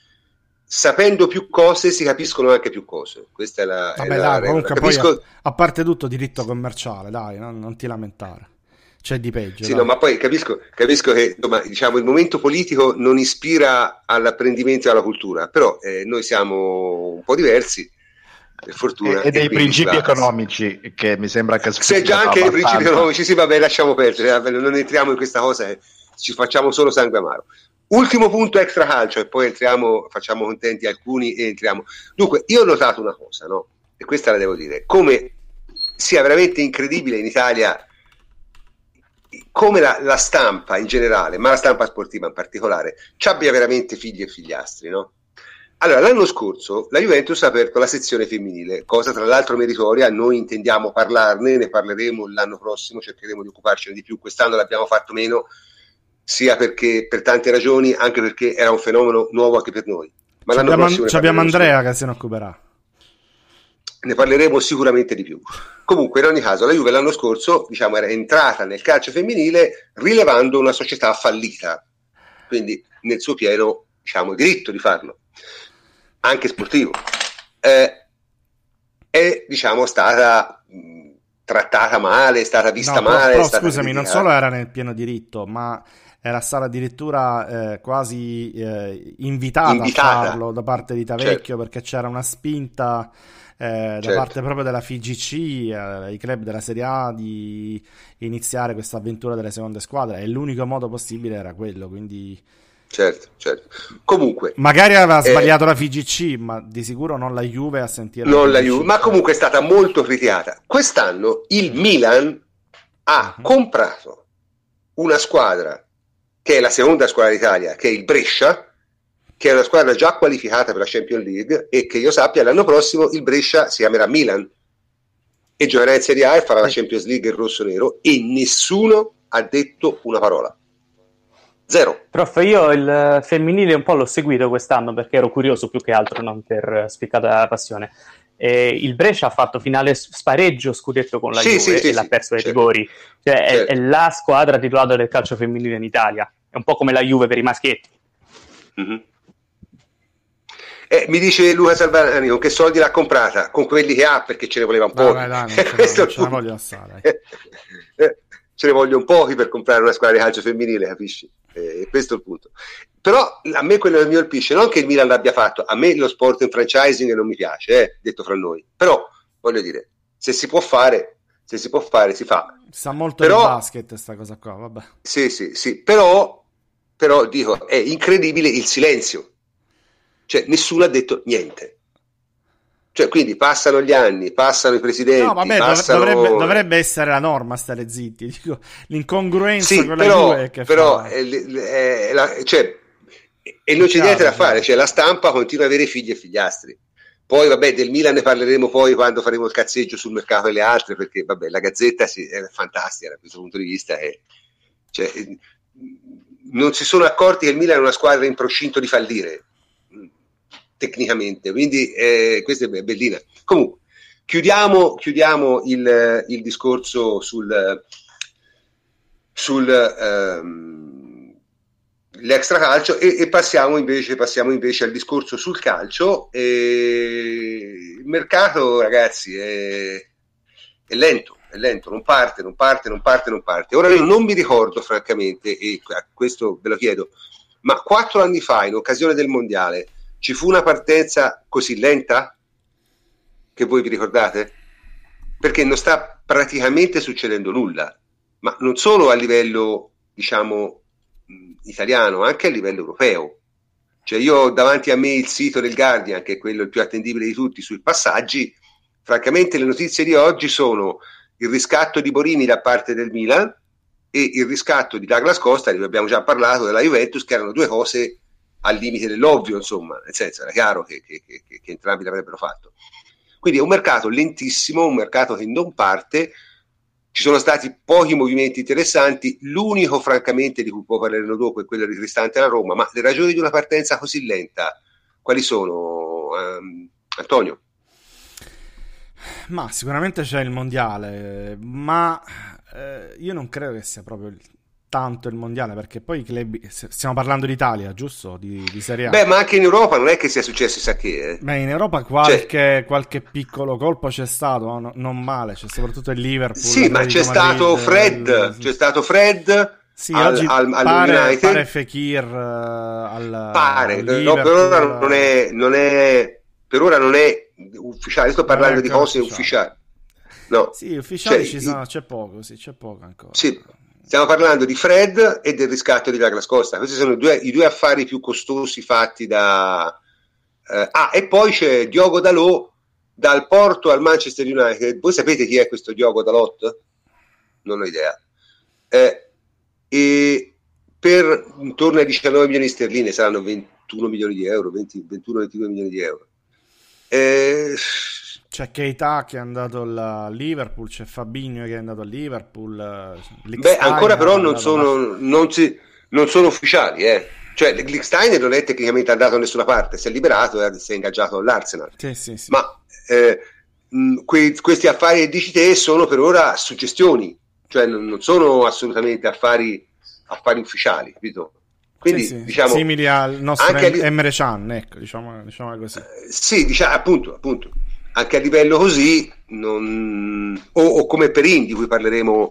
sapendo più cose si capiscono anche più cose. Questa è la, Vabbè, è la dai, regola. comunque Capisco... poi a, a parte tutto diritto commerciale, dai, non, non ti lamentare. c'è di peggio. Sì, no, ma poi capisco, capisco che insomma, diciamo, il momento politico non ispira all'apprendimento e alla cultura, però eh, noi siamo un po' diversi, per fortuna. E, e dei principi va, economici, che mi sembra che... Se già anche i principi economici, sì, vabbè, lasciamo perdere, non entriamo in questa cosa, eh, ci facciamo solo sangue amaro. Ultimo punto extra calcio, e poi entriamo, facciamo contenti alcuni e entriamo. Dunque, io ho notato una cosa, no? E questa la devo dire, come sia veramente incredibile in Italia come la, la stampa in generale, ma la stampa sportiva in particolare, ci abbia veramente figli e figliastri, no? Allora, l'anno scorso la Juventus ha aperto la sezione femminile, cosa tra l'altro meritoria, noi intendiamo parlarne, ne parleremo l'anno prossimo, cercheremo di occuparcene di più, quest'anno l'abbiamo fatto meno, sia perché per tante ragioni, anche perché era un fenomeno nuovo anche per noi. Ma ci l'anno abbiamo, prossimo ci abbiamo Andrea che se ne occuperà. Ne parleremo sicuramente di più. Comunque, in ogni caso, la Juve l'anno scorso, diciamo, era entrata nel calcio femminile rilevando una società fallita, quindi nel suo pieno, diciamo, diritto di farlo, anche sportivo. Eh, è, diciamo, stata mh, trattata male, è stata vista no, male. Però, è stata scusami, criticata. Non solo era nel pieno diritto, ma era stata addirittura eh, quasi eh, invitata, invitata a farlo da parte di Tavecchio, certo. Perché c'era una spinta eh, da certo. parte proprio della F I G C, eh, i club della Serie A, di iniziare questa avventura delle seconde squadre, e l'unico modo possibile era quello, quindi... Certo, certo. Comunque... Magari aveva sbagliato eh, la F I G C, ma di sicuro non la Juve a sentire non la, la Juve, ma comunque è stata molto criticata. Quest'anno il Milan ha uh-huh. comprato una squadra che è la seconda squadra d'Italia, che è il Brescia, che è una squadra già qualificata per la Champions League, e che io sappia l'anno prossimo il Brescia si chiamerà Milan e giocherà in Serie A e farà la Champions League in rosso-nero, e nessuno ha detto una parola. Zero. Prof, io il femminile un po' l'ho seguito quest'anno perché ero curioso più che altro, non per spiccata passione. E il Brescia ha fatto finale spareggio scudetto con la sì, Juve sì, sì, e l'ha sì, perso ai certo. rigori. Cioè certo. è, è la squadra titolata del calcio femminile in Italia. È un po' come la Juve per i maschietti. Mm-hmm. Eh, mi dice Luca Salvani con che soldi l'ha comprata? Con quelli che ha, perché ce ne voleva un po'. Dai, dai, non ce, non ce ne voglio assare. Ce ne vogliono pochi per comprare una squadra di calcio femminile, capisci? Eh, questo è il punto. Però a me quello che mi colpisce, non che il Milan l'abbia fatto, a me lo sport in franchising non mi piace, eh, detto fra noi. Però, voglio dire, se si può fare, se si può fare, si fa. Sa molto però, di basket sta cosa qua, vabbè. Sì, sì, sì, però, però dico, è incredibile il silenzio. Cioè, nessuno ha detto niente. Cioè, quindi passano gli anni, passano i presidenti. No, vabbè, passano... dovrebbe, dovrebbe essere la norma stare zitti. Dico, l'incongruenza sì, con però, la Juve che però fa... è, è, è la, cioè, e non c'è niente da fare. Cioè, la stampa continua ad avere figli e figliastri. Poi, vabbè, del Milan ne parleremo poi quando faremo il cazzeggio sul mercato delle altre, perché, vabbè, la Gazzetta sì, è fantastica da questo punto di vista. È, cioè, non si sono accorti che il Milan è una squadra in proscinto di fallire. Tecnicamente, quindi eh, questa è bellina. Comunque chiudiamo, chiudiamo il, il discorso sul sul ehm, l'extracalcio e, e passiamo invece passiamo invece al discorso sul calcio. E il mercato, ragazzi, è, è lento, è lento, non parte, non parte, non parte, non parte. Ora io non mi ricordo francamente, e questo ve lo chiedo, ma quattro anni fa, in occasione del mondiale, ci fu una partenza così lenta? Che voi vi ricordate? Perché non sta praticamente succedendo nulla, ma non solo a livello, diciamo, italiano, anche a livello europeo. Cioè, io ho davanti a me il sito del Guardian, che è quello il più attendibile di tutti sui passaggi. Francamente le notizie di oggi sono il riscatto di Borini da parte del Milan e il riscatto di Douglas Costa, di cui abbiamo già parlato, della Juventus, che erano due cose al limite dell'ovvio, insomma, nel senso era chiaro che, che, che, che entrambi l'avrebbero fatto. Quindi è un mercato lentissimo, un mercato che non parte, ci sono stati pochi movimenti interessanti, l'unico francamente di cui può parleremo dopo è quello di Cristante alla Roma, ma le ragioni di una partenza così lenta quali sono, um, Antonio? Ma sicuramente c'è il mondiale, ma eh, io non credo che sia proprio il, tanto il mondiale, perché poi i club, stiamo parlando d'Italia, giusto? Di, di Serie A. Beh, ma anche in Europa non è che sia successo chissà che. Eh. Beh, in Europa qualche, cioè, qualche piccolo colpo c'è stato, no? Non male, c'è soprattutto il Liverpool. Sì, ma c'è stato Madrid, Fred, il... c'è stato Fred sì, al, oggi al, pare, United. Pare Fekir uh, al Pare, al no, per ora non è, non è per ora non è ufficiale, sto parlando di cose ufficiali. No. Sì, ufficiali cioè, ci sono, c'è poco, sì, c'è poco ancora. Sì. Stiamo parlando di Fred e del riscatto di Douglas Costa. Questi sono i due, i due affari più costosi fatti da... Eh, ah, e poi c'è Diogo Dalot dal Porto al Manchester United. Voi sapete chi è questo Diogo Dalot? Non ho idea. Eh, e per intorno ai diciannove milioni di sterline saranno ventuno milioni di euro, venti, ventuno ventidue milioni di euro. Eh, C'è Keita che è andato al Liverpool, c'è Fabinho che è andato al Liverpool. Beh, ancora però non sono, non, si, non sono ufficiali, eh. Cioè Lichtsteiner non è tecnicamente andato da nessuna parte, si è liberato e si è ingaggiato all'Arsenal. Sì, sì, sì. Ma eh, mh, que- questi affari che dici te sono per ora suggestioni, cioè non, non sono assolutamente affari, affari ufficiali, capito? Quindi, sì, sì, diciamo, simili al nostro anche em- Emre Can, ecco, diciamo, diciamo così. Eh, sì, diciamo, appunto, appunto. Anche a livello così, non... o, o come per Indy, di cui parleremo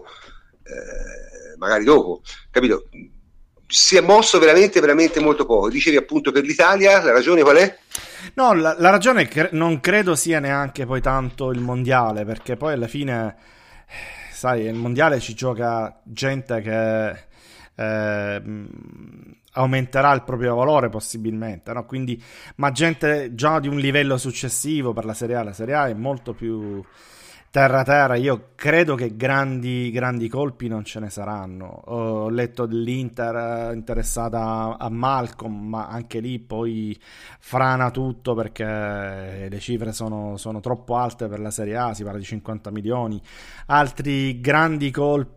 eh, magari dopo, capito? Si è mosso veramente, veramente molto poco. Dicevi appunto per l'Italia, la ragione qual è? No, la, la ragione cre- non credo sia neanche poi tanto il mondiale, perché poi alla fine, sai, il mondiale ci gioca gente che... Eh, aumenterà il proprio valore possibilmente, no? Quindi, ma gente già di un livello successivo per la Serie A, la Serie A è molto più terra terra. Io credo che grandi grandi colpi non ce ne saranno. Ho letto dell'Inter interessata a Malcolm, ma anche lì poi frana tutto perché le cifre sono, sono troppo alte per la Serie A, si parla di cinquanta milioni. Altri grandi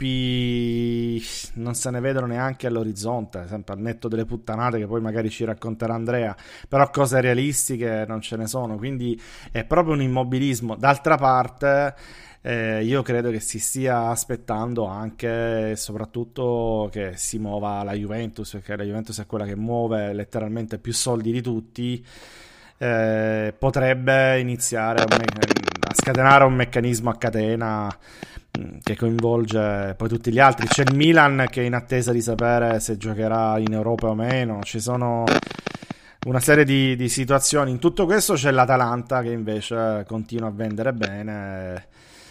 colpi non se ne vedono neanche all'orizzonte, sempre al netto delle puttanate che poi magari ci racconterà Andrea, però cose realistiche non ce ne sono, quindi è proprio un immobilismo. D'altra parte eh, io credo che si stia aspettando anche e soprattutto che si muova la Juventus, perché la Juventus è quella che muove letteralmente più soldi di tutti. Eh, potrebbe iniziare a, me- a scatenare un meccanismo a catena mh, che coinvolge poi tutti gli altri. C'è il Milan che è in attesa di sapere se giocherà in Europa o meno, ci sono una serie di, di situazioni. In tutto questo c'è l'Atalanta che invece continua a vendere bene,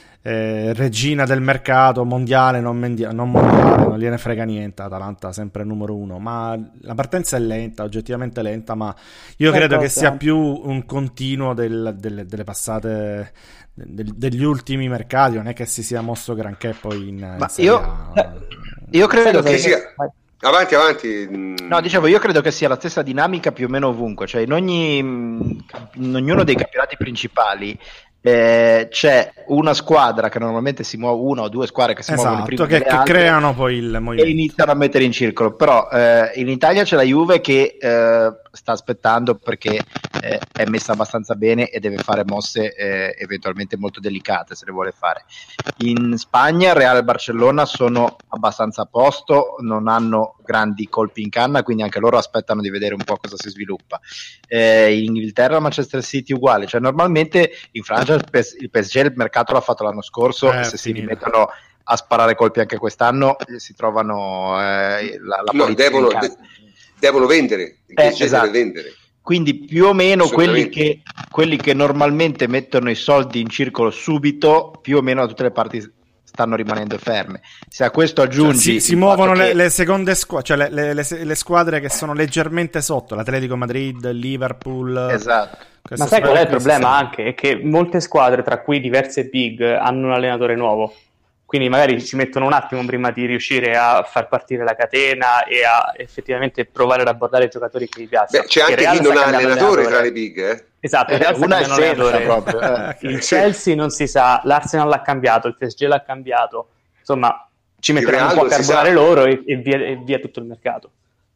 eh, regina del mercato mondiale, non, mendia- non mondiale, non gliene frega niente. Atalanta sempre numero uno, ma la partenza è lenta, oggettivamente lenta, ma io credo che sia più un continuo del, delle, delle passate, del, degli ultimi mercati. Non è che si sia mosso granché poi in, in Serie A. io, io credo che sia avanti avanti no dicevo io credo che sia la stessa dinamica più o meno ovunque, cioè in ogni in ognuno dei campionati principali eh, c'è una squadra che normalmente si muove, una o due squadre che si esatto, muovono prima che, che altre, creano poi il movimento e iniziano a mettere in circolo. Però eh, in Italia c'è la Juve che eh, sta aspettando perché eh, è messa abbastanza bene e deve fare mosse eh, eventualmente molto delicate se le vuole fare. In Spagna Real e Barcellona sono abbastanza a posto, non hanno grandi colpi in canna, quindi anche loro aspettano di vedere un po' cosa si sviluppa. Eh, in Inghilterra Manchester City uguale, cioè normalmente in Francia il P S G il mercato l'ha fatto l'anno scorso, eh, se si finita. rimettono a sparare colpi anche quest'anno si trovano eh, la, la no, devono, de- devono vendere il P S G eh, esatto. deve vendere. Quindi più o meno quelli che, quelli che normalmente mettono i soldi in circolo subito, più o meno da tutte le parti stanno rimanendo ferme. Se a questo aggiungi cioè, si, si muovono le, che... le seconde squadre, cioè le, le, le, le squadre che sono leggermente sotto, l'Atletico Madrid, il Liverpool. Esatto. Ma sai qual è il problema anche? È che molte squadre, tra cui diverse big, hanno un allenatore nuovo. Quindi magari ci mettono un attimo prima di riuscire a far partire la catena e a effettivamente provare ad abbordare i giocatori che gli piacciono. Beh, c'è anche chi non ha allenatore tra le big, eh? Esatto, eh, una è allenatore proprio. Eh. Il Chelsea non si sa, l'Arsenal l'ha cambiato, il P S G l'ha cambiato. Insomma, ci metteranno un po' a carbonare loro e, e, via, e via tutto il mercato.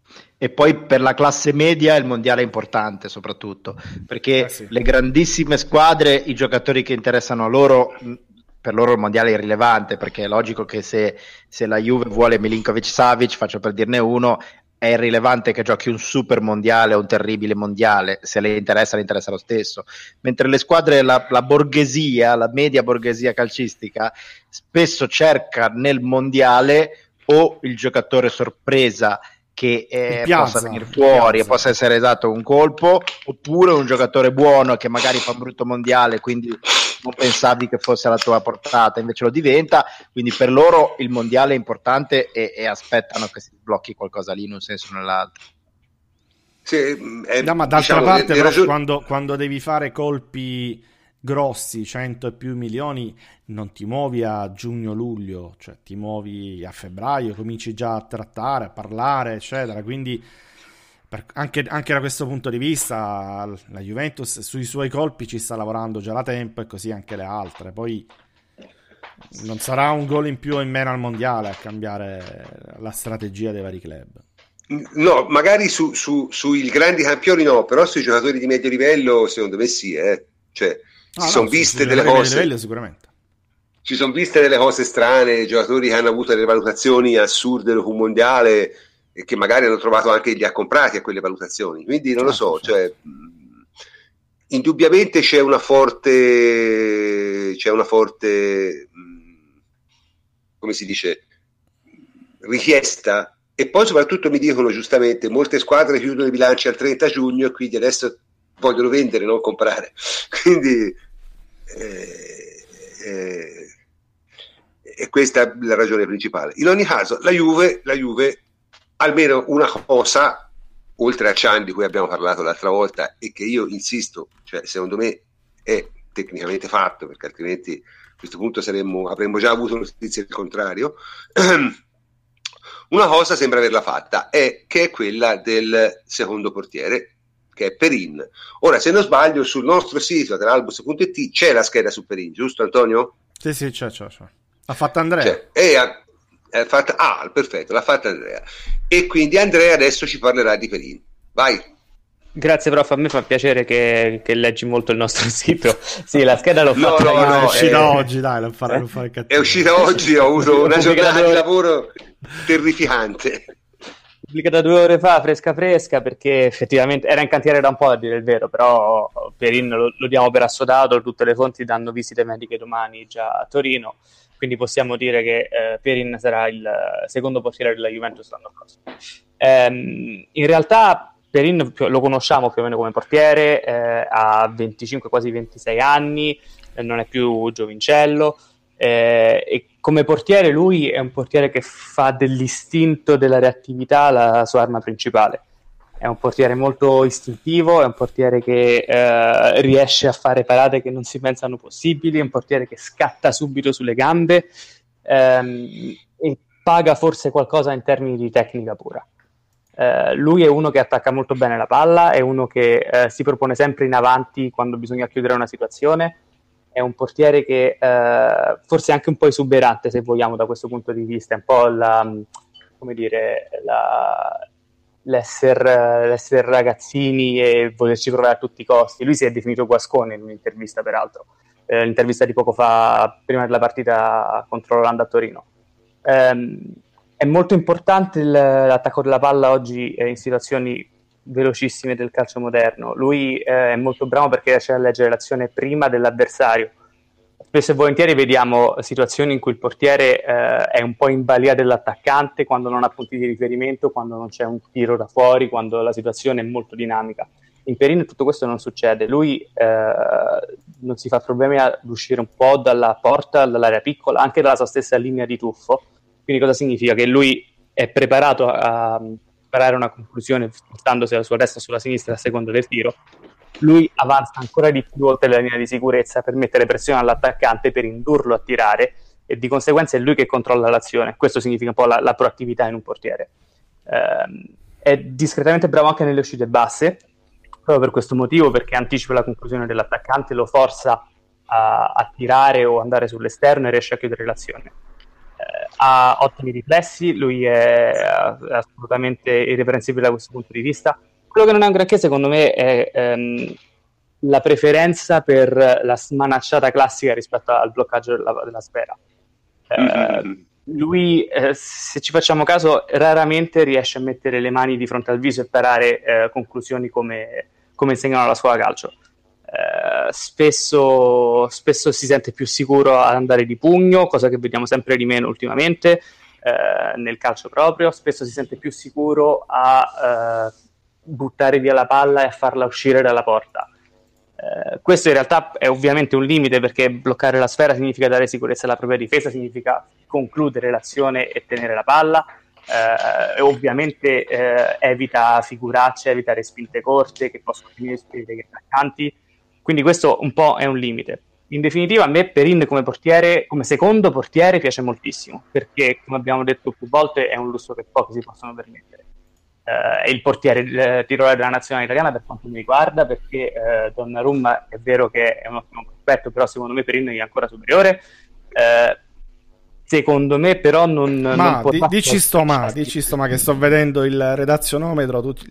E poi per la classe media il mondiale è importante soprattutto, perché eh sì. le grandissime squadre, i giocatori che interessano a loro per loro il mondiale è irrilevante, perché è logico che se, se la Juve vuole Milinkovic-Savic, faccio per dirne uno, è irrilevante che giochi un super mondiale o un terribile mondiale, se le interessa, le interessa lo stesso. Mentre le squadre, la, la borghesia, la media borghesia calcistica, spesso cerca nel mondiale o il giocatore sorpresa che eh, piazza, possa venire fuori e possa essere dato un colpo, oppure un giocatore buono che magari fa un brutto mondiale, quindi non pensavi che fosse alla tua portata, invece lo diventa. Quindi per loro il mondiale è importante e, e aspettano che si sblocchi qualcosa lì in un senso o nell'altro. Sì, è, no, ma d'altra diciamo, parte però, ragioni... quando, quando devi fare colpi grossi, cento e più milioni, non ti muovi a giugno-luglio, cioè ti muovi a febbraio, cominci già a trattare, a parlare, eccetera. Quindi per, anche, anche da questo punto di vista la Juventus sui suoi colpi ci sta lavorando già da tempo, e così anche le altre. Poi non sarà un gol in più o in meno al mondiale a cambiare la strategia dei vari club. No, magari su, su, sui grandi campioni no, però sui giocatori di medio livello secondo me sì, eh. Cioè No, si no, sono viste delle cose livello, sicuramente. ci sono viste delle cose strane, giocatori che hanno avuto delle valutazioni assurde dopo un mondiale e che magari hanno trovato anche li ha comprati a quelle valutazioni, quindi non certo, lo so, certo. Cioè mh, indubbiamente c'è una forte c'è una forte mh, come si dice richiesta, e poi soprattutto mi dicono giustamente molte squadre chiudono i bilanci al trenta giugno e quindi adesso vogliono vendere, non comprare, quindi eh, eh, e questa è la ragione principale. In ogni caso la Juve, la Juve almeno una cosa, oltre a Can di cui abbiamo parlato l'altra volta e che io insisto, cioè secondo me è tecnicamente fatto, perché altrimenti a questo punto saremmo, avremmo già avuto notizie del contrario. Una cosa sembra averla fatta, è che è quella del secondo portiere, che è Perin. Ora, se non sbaglio, sul nostro sito dell'albus punto it c'è la scheda su Perin, giusto Antonio? Sì, sì, c'è, c'è, c'è. L'ha fatta Andrea. C'è. E ha, ha fatta, ah, perfetto, l'ha fatta Andrea. E quindi Andrea adesso ci parlerà di Perin. Vai. Grazie prof, a me fa piacere che, che leggi molto il nostro sito. Sì, la scheda l'ho no, fatta no, no, è uscita è... oggi, dai, non fare, non fare cattivo. È uscita oggi, ho avuto una giornata di lavoro terrificante. Pubblicata due ore fa, fresca fresca, perché effettivamente era in cantiere da un po', a dire il vero, però Perin lo, lo diamo per assodato, tutte le fonti danno visite mediche domani già a Torino, quindi possiamo dire che eh, Perin sarà il secondo portiere della Juventus l'anno prossimo. Ehm, in realtà Perin lo conosciamo più o meno come portiere, eh, ha venticinque, quasi ventisei anni, eh, non è più giovincello, eh, e come portiere lui è un portiere che fa dell'istinto, della reattività la sua arma principale. È un portiere molto istintivo, è un portiere che eh, riesce a fare parate che non si pensano possibili, è un portiere che scatta subito sulle gambe ehm, e paga forse qualcosa in termini di tecnica pura. Eh, lui è uno che attacca molto bene la palla, è uno che eh, si propone sempre in avanti quando bisogna chiudere una situazione. È un portiere che eh, forse è anche un po' esuberante, se vogliamo, da questo punto di vista, è un po' la, come dire, la, l'essere, l'essere ragazzini e volerci provare a tutti i costi. Lui si è definito guascone in un'intervista, peraltro, eh, l'intervista di poco fa, prima della partita contro l'Olanda a Torino. Eh, è molto importante il, l'attacco della palla oggi in situazioni velocissime del calcio moderno. Lui eh, è molto bravo perché riesce a leggere l'azione prima dell'avversario. Spesso e volentieri vediamo situazioni in cui il portiere eh, è un po' in balia dell'attaccante quando non ha punti di riferimento, quando non c'è un tiro da fuori, quando la situazione è molto dinamica. In Perin tutto questo non succede. Lui eh, non si fa problemi ad uscire un po' dalla porta, dall'area piccola, anche dalla sua stessa linea di tuffo. Quindi cosa significa? Che lui è preparato a sparare una conclusione portandosi sulla destra o sulla sinistra a seconda del tiro. Lui avanza ancora di più oltre la linea di sicurezza per mettere pressione all'attaccante, per indurlo a tirare, e di conseguenza è lui che controlla l'azione. Questo significa un po' la, la proattività in un portiere. Eh, è discretamente bravo anche nelle uscite basse, proprio per questo motivo, perché anticipa la conclusione dell'attaccante, lo forza a, a tirare o andare sull'esterno e riesce a chiudere l'azione. Eh, ha ottimi riflessi, lui è assolutamente irreprensibile da questo punto di vista. Quello che non è un granché, secondo me, è ehm, la preferenza per la smanacciata classica rispetto al bloccaggio della, della sfera. Eh, mm-hmm. Lui, eh, se ci facciamo caso, raramente riesce a mettere le mani di fronte al viso e parare eh, conclusioni come, come insegnano alla scuola calcio. Eh, spesso, spesso si sente più sicuro ad andare di pugno, cosa che vediamo sempre di meno ultimamente eh, nel calcio proprio. Spesso si sente più sicuro a eh, buttare via la palla e a farla uscire dalla porta. Eh, questo in realtà è ovviamente un limite, perché bloccare la sfera significa dare sicurezza alla propria difesa, significa concludere l'azione e tenere la palla, eh, e ovviamente eh, evita figuracce, evita respinte corte che possono finire sui degli attaccanti, quindi questo un po' è un limite. In definitiva, a me Perin come portiere, come secondo portiere, piace moltissimo, perché come abbiamo detto più volte è un lusso che pochi si possono permettere. Uh, è il portiere il titolare della nazionale italiana per quanto mi riguarda, perché uh, Donnarumma è vero che è un ottimo prospetto, però secondo me Perin è ancora superiore. Uh, secondo me però non, ma non di, dici sto ma dici sto ma che sto vedendo il redazionometro tutti...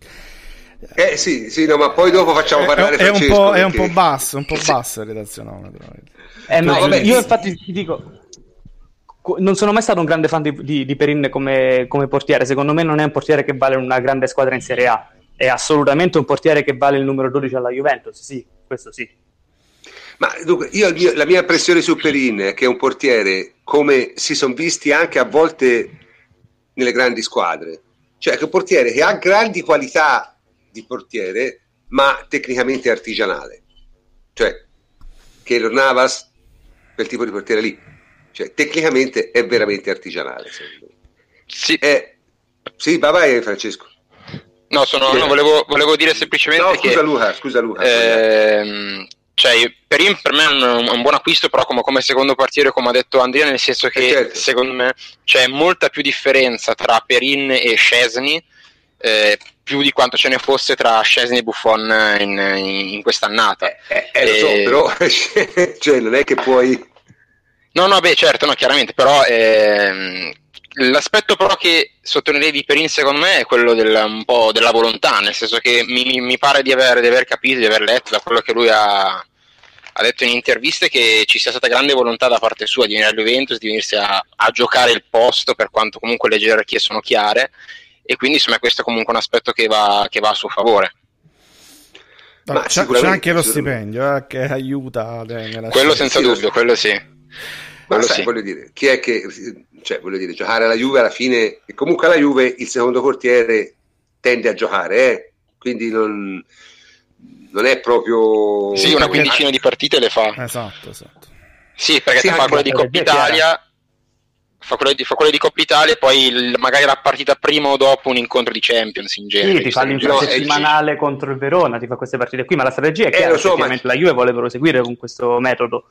eh sì sì no, ma poi dopo facciamo parlare è, è Francesco, un po', perché... è un po' basso un po' basso il redazionometro, eh, no, no, vabbè, io infatti ti dico, non sono mai stato un grande fan di, di, di Perin come, come portiere. Secondo me non è un portiere che vale una grande squadra in Serie A, è assolutamente un portiere che vale il numero dodici alla Juventus, sì, questo sì. Ma dunque, io, io la mia impressione su Perin è che è un portiere come si sono visti anche a volte nelle grandi squadre, cioè che è un portiere che ha grandi qualità di portiere ma tecnicamente artigianale, cioè Keylor Navas, quel tipo di portiere lì, cioè tecnicamente è veramente artigianale. Sì, è... sì, va vai Francesco. No, sono, no volevo, volevo dire semplicemente no, che scusa Luca, scusa Luca. Ehm, cioè, Perin per me è un, un buon acquisto, però come, come secondo portiere, come ha detto Andrea, nel senso che eh certo. secondo me c'è molta più differenza tra Perin e Szczesny, eh, più di quanto ce ne fosse tra Szczesny e Buffon in, in, in quest'annata. Eh, eh, lo so, però cioè, non è che puoi... No, no, beh, certo, no, chiaramente, però ehm, l'aspetto però che sottolineerei di Perin secondo me è quello del, un po' della volontà, nel senso che mi, mi pare di aver, di aver capito, di aver letto da quello che lui ha, ha detto in interviste, che ci sia stata grande volontà da parte sua di venire alla Juventus, di venirsi a, a giocare il posto, per quanto comunque le gerarchie sono chiare, e quindi insomma questo è comunque un aspetto che va, che va a suo favore. Ma c'è, c'è anche lo stipendio eh, che aiuta nella quello senza sì, dubbio, quello sì. Ma sai, sì. voglio dire, chi è che, cioè, voglio dire, giocare alla Juve alla fine, e comunque alla Juve il secondo portiere tende a giocare, eh? Quindi non, non è proprio... Sì, una quindicina di partite le fa. Esatto, esatto. Sì, perché sì, fa quella di Coppa Italia, fa quella di, fa quella di Coppa Italia e poi il, magari la partita prima o dopo un incontro di Champions in genere. Sì, ti fa l'infrasettimanale no, contro il Verona, ti fa queste partite qui, ma la strategia è chiara, eh, lo so, effettivamente ma... la Juve vuole proseguire con questo metodo.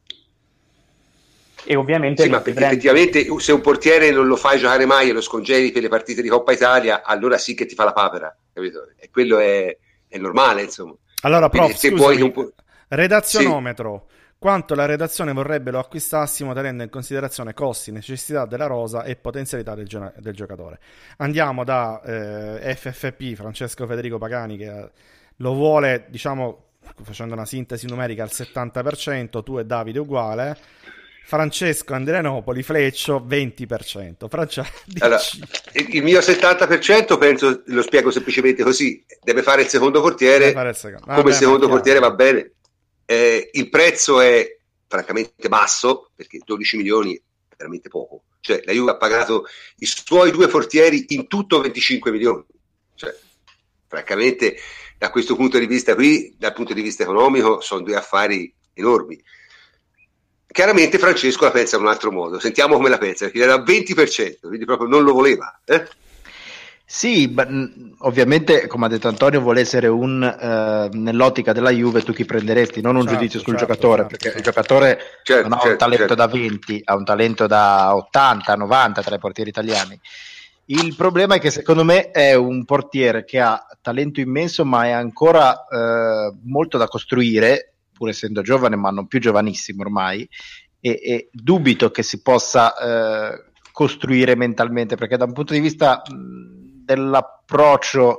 E ovviamente sì, ma perché effettivamente se un portiere non lo fai giocare mai e lo scongeli per le partite di Coppa Italia, allora sì che ti fa la papera, capito? E quello è, è normale, insomma. Allora, prof, se scusami, puoi... redazionometro, sì. Quanto la redazione vorrebbe lo acquistassimo tenendo in considerazione costi, necessità della rosa e potenzialità del, gio- del giocatore. Andiamo da eh, F F P, Francesco Federico Pagani, che lo vuole, diciamo, facendo una sintesi numerica, al settanta per cento, tu e Davide uguale. Francesco Andrianopoli, Fleccio venti per cento. Francia, allora, il mio settanta per cento penso, lo spiego semplicemente così, deve fare il secondo portiere, il secondo. Ah, come beh, il secondo portiere va bene. Eh, il prezzo è francamente basso, perché dodici milioni è veramente poco, cioè la Juve ha pagato i suoi due portieri in tutto venticinque milioni, cioè francamente da questo punto di vista qui, dal punto di vista economico, sono due affari enormi. Chiaramente Francesco la pensa in un altro modo, sentiamo come la pensa, perché era venti per cento, quindi proprio non lo voleva. Eh? Sì, ovviamente, come ha detto Antonio, vuole essere un eh, nell'ottica della Juve, tu chi prenderesti, non un certo, giudizio sul certo, giocatore, certo, perché certo. il giocatore certo, non ha certo, un talento certo. da venti, ha un talento da ottanta, novanta tra i portieri italiani. Il problema è che secondo me è un portiere che ha talento immenso, ma è ancora eh, molto da costruire, pur essendo giovane, ma non più giovanissimo ormai, e, e dubito che si possa eh, costruire mentalmente, perché da un punto di vista mh, dell'approccio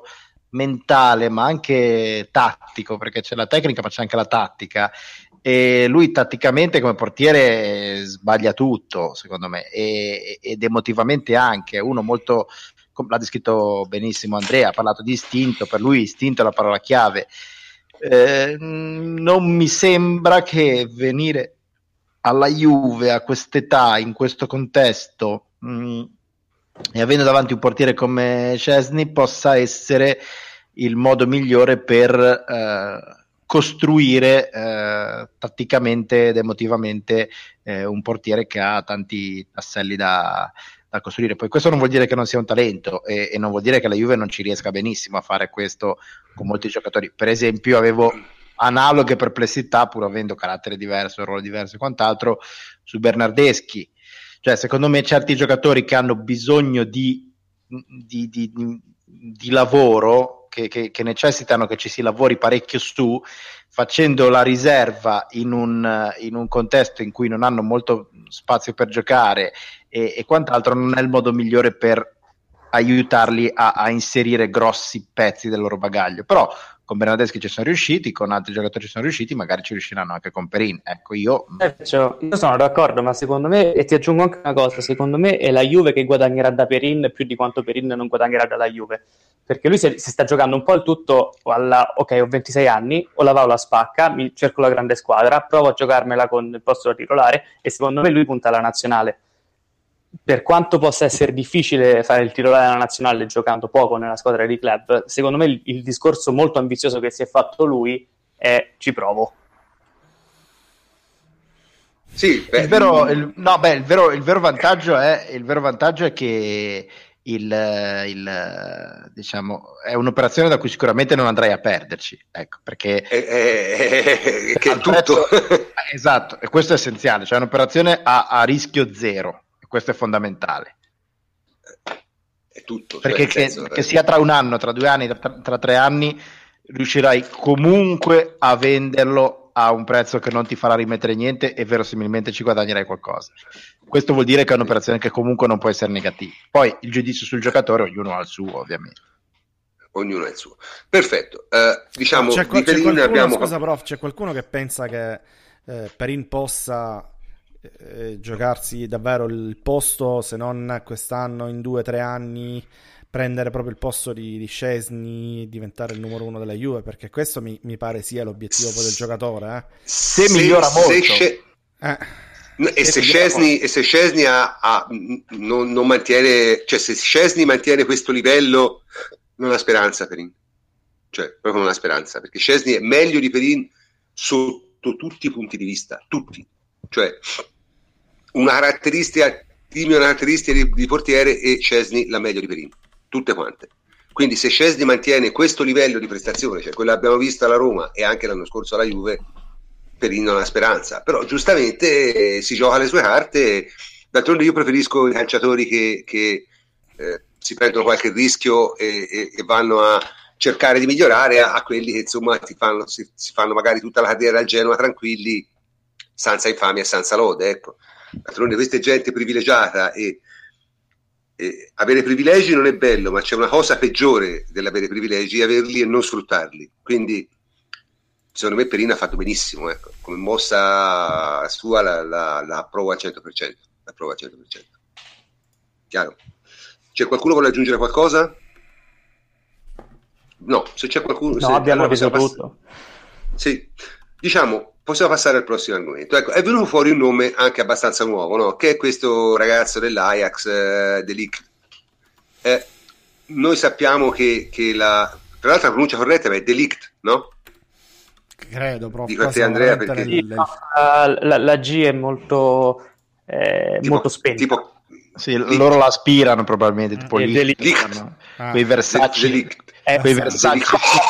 mentale ma anche tattico, perché c'è la tecnica ma c'è anche la tattica, e lui tatticamente come portiere sbaglia tutto secondo me, e, ed emotivamente anche, uno molto, l'ha descritto benissimo Andrea, ha parlato di istinto, per lui istinto è la parola chiave. Eh, non mi sembra che venire alla Juve a quest'età, in questo contesto, mh, e avendo davanti un portiere come Szczesny, possa essere il modo migliore per eh, costruire eh, tatticamente ed emotivamente eh, un portiere che ha tanti tasselli da, da costruire. Poi questo non vuol dire che non sia un talento, e, e non vuol dire che la Juve non ci riesca benissimo a fare questo con molti giocatori. Per esempio avevo analoghe perplessità, pur avendo carattere diverso, ruolo diverso e quant'altro, su Bernardeschi. Cioè, secondo me certi giocatori che hanno bisogno di, di, di, di, di lavoro, che, che, che necessitano che ci si lavori parecchio su, facendo la riserva in un, in un contesto in cui non hanno molto spazio per giocare e, e quant'altro, non è il modo migliore per aiutarli a, a inserire grossi pezzi del loro bagaglio. Però con Bernardeschi ci sono riusciti, con altri giocatori ci sono riusciti, magari ci riusciranno anche con Perin. Ecco, io... Perciò, io sono d'accordo, ma secondo me, e ti aggiungo anche una cosa, secondo me è la Juve che guadagnerà da Perin più di quanto Perin non guadagnerà dalla Juve, perché lui si, si sta giocando un po' il tutto alla, ok, ho ventisei anni, o la va o la spacca, mi cerco la grande squadra, provo a giocarmela con il posto da titolare, e secondo me lui punta alla nazionale. Per quanto possa essere difficile fare il titolare della nazionale giocando poco nella squadra di club, secondo me il, il discorso molto ambizioso che si è fatto lui è ci provo. Sì, beh, il vero, il, no, beh, il vero, il vero vantaggio è il vero vantaggio è che il, il diciamo è un'operazione da cui sicuramente non andrai a perderci, ecco, perché è, è, è, che è tutto prezzo, esatto, e questo è essenziale, cioè un'operazione a, a rischio zero. Questo è fondamentale, è tutto, perché cioè, che, senso, che sia tra un anno, tra due anni, tra, tra tre anni, riuscirai comunque a venderlo a un prezzo che non ti farà rimettere niente e verosimilmente ci guadagnerai qualcosa. Questo vuol dire che è un'operazione che comunque non può essere negativa. Poi il giudizio sul giocatore ognuno ha il suo, ovviamente. Ognuno ha il suo. Perfetto. Uh, diciamo c'è, di c'è Perin qualcuno, abbiamo... scusa prof, c'è qualcuno che pensa che eh, Perin possa Eh, giocarsi davvero il posto, se non quest'anno, in due o tre anni prendere proprio il posto di, di Szczesny e diventare il numero uno della Juve, perché questo mi, mi pare sia l'obiettivo poi del giocatore, eh. se, se migliora molto se sce... eh. e, se Szczesny, e se Szczesny ha, ha, non, non mantiene, cioè se Szczesny mantiene questo livello, non ha speranza Perin, cioè proprio non ha speranza, perché Szczesny è meglio di Perin sotto tutti i punti di vista, tutti. Cioè una caratteristica dimmi una caratteristica di, di portiere e Szczesny la meglio di Perin, tutte quante. Quindi se Szczesny mantiene questo livello di prestazione, cioè quello che abbiamo visto alla Roma e anche l'anno scorso alla Juve, Perin non ha speranza, però giustamente eh, si gioca le sue carte. D'altronde io preferisco i calciatori che, che eh, si prendono qualche rischio e, e, e vanno a cercare di migliorare a, a quelli che insomma ti fanno, si, si fanno magari tutta la carriera al Genoa tranquilli, senza infamia e senza lode, ecco. D'altronde questa è gente privilegiata e, e avere privilegi non è bello, ma c'è una cosa peggiore dell'avere privilegi, averli e non sfruttarli. Quindi secondo me Perin ha fatto benissimo, ecco. Come mossa sua la, la, la approvo al cento per cento, la approvo al cento per cento. Chiaro? C'è qualcuno che vuole aggiungere qualcosa? No, se c'è qualcuno... No, se, abbiamo allora visto pass- tutto. Sì, diciamo... Possiamo passare al prossimo argomento. Ecco, è venuto fuori un nome anche abbastanza nuovo, no? Che è questo ragazzo dell'Ajax, eh, De Ligt. Eh, noi sappiamo che, che la... Tra l'altro la pronuncia corretta è De Ligt, no? Credo, proprio. Dico a te Andrea perché... Sì, no, la, la, la G è molto, eh, tipo, molto spenta. Tipo... Sì, loro la aspirano probabilmente, tipo Eh, Ligt, Ligt. Ah. Quei Versace, De Ligt. Eh, quei sì. Versace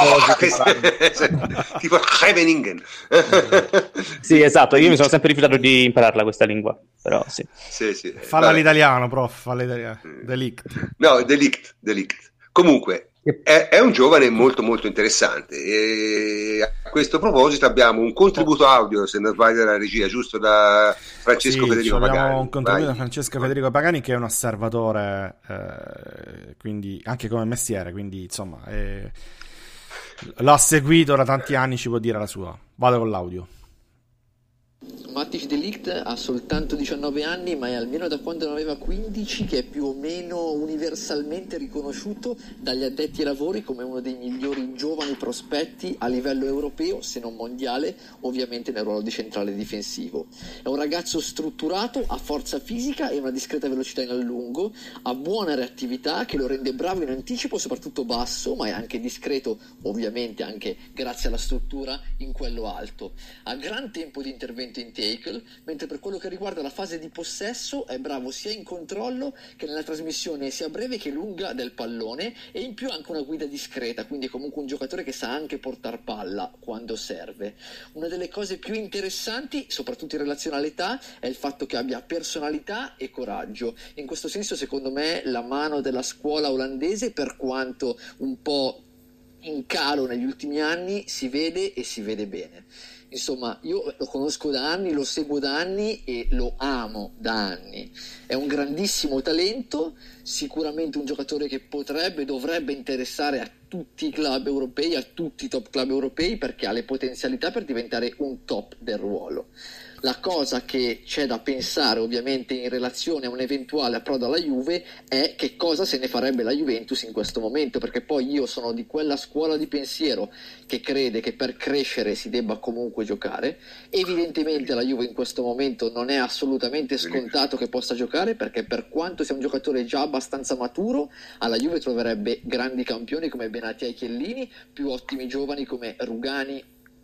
tipo Scheveningen. Sì, esatto, io mi sono sempre rifiutato di impararla questa lingua, però sì. Sì, sì. Falla Vabbè. all'italiano, prof, falla all'italiano. De Ligt. No, De Ligt, De Ligt. Comunque, è, è un giovane molto molto interessante, e a questo proposito abbiamo un contributo audio, se non sbaglio, della regia, giusto, da Francesco sì, Federico abbiamo Pagani. un contributo Vai. da Francesco Federico Pagani, che è un osservatore, eh, quindi anche come mestiere, quindi insomma è... l'ha seguito da tanti anni, ci può dire la sua. Vado con l'audio. Matthijs de Ligt ha soltanto diciannove anni, ma è almeno da quando ne aveva quindici che è più o meno universalmente riconosciuto dagli addetti ai lavori come uno dei migliori giovani prospetti a livello europeo, se non mondiale, ovviamente nel ruolo di centrale difensivo. È un ragazzo strutturato, ha forza fisica e una discreta velocità in allungo, ha buona reattività che lo rende bravo in anticipo, soprattutto basso, ma è anche discreto, ovviamente anche grazie alla struttura, in quello alto. Ha gran tempo di intervento in tackle, mentre per quello che riguarda la fase di possesso è bravo sia in controllo che nella trasmissione sia breve che lunga del pallone, e in più anche una guida discreta, quindi è comunque un giocatore che sa anche portar palla quando serve. Una delle cose più interessanti, soprattutto in relazione all'età, è il fatto che abbia personalità e coraggio. In questo senso, secondo me, la mano della scuola olandese, per quanto un po' in calo negli ultimi anni, si vede e si vede bene. Insomma, io lo conosco da anni, lo seguo da anni e lo amo da anni. È un grandissimo talento, sicuramente un giocatore che potrebbe, dovrebbe interessare a tutti i club europei, a tutti i top club europei, perché ha le potenzialità per diventare un top del ruolo. La cosa che c'è da pensare ovviamente in relazione a un eventuale approdo alla Juve è che cosa se ne farebbe la Juventus in questo momento, perché poi io sono di quella scuola di pensiero che crede che per crescere si debba comunque giocare. Evidentemente la Juve in questo momento non è assolutamente scontato che possa giocare, perché per quanto sia un giocatore già abbastanza maturo, alla Juve troverebbe grandi campioni come Benatia e Chiellini, più ottimi giovani come Rugani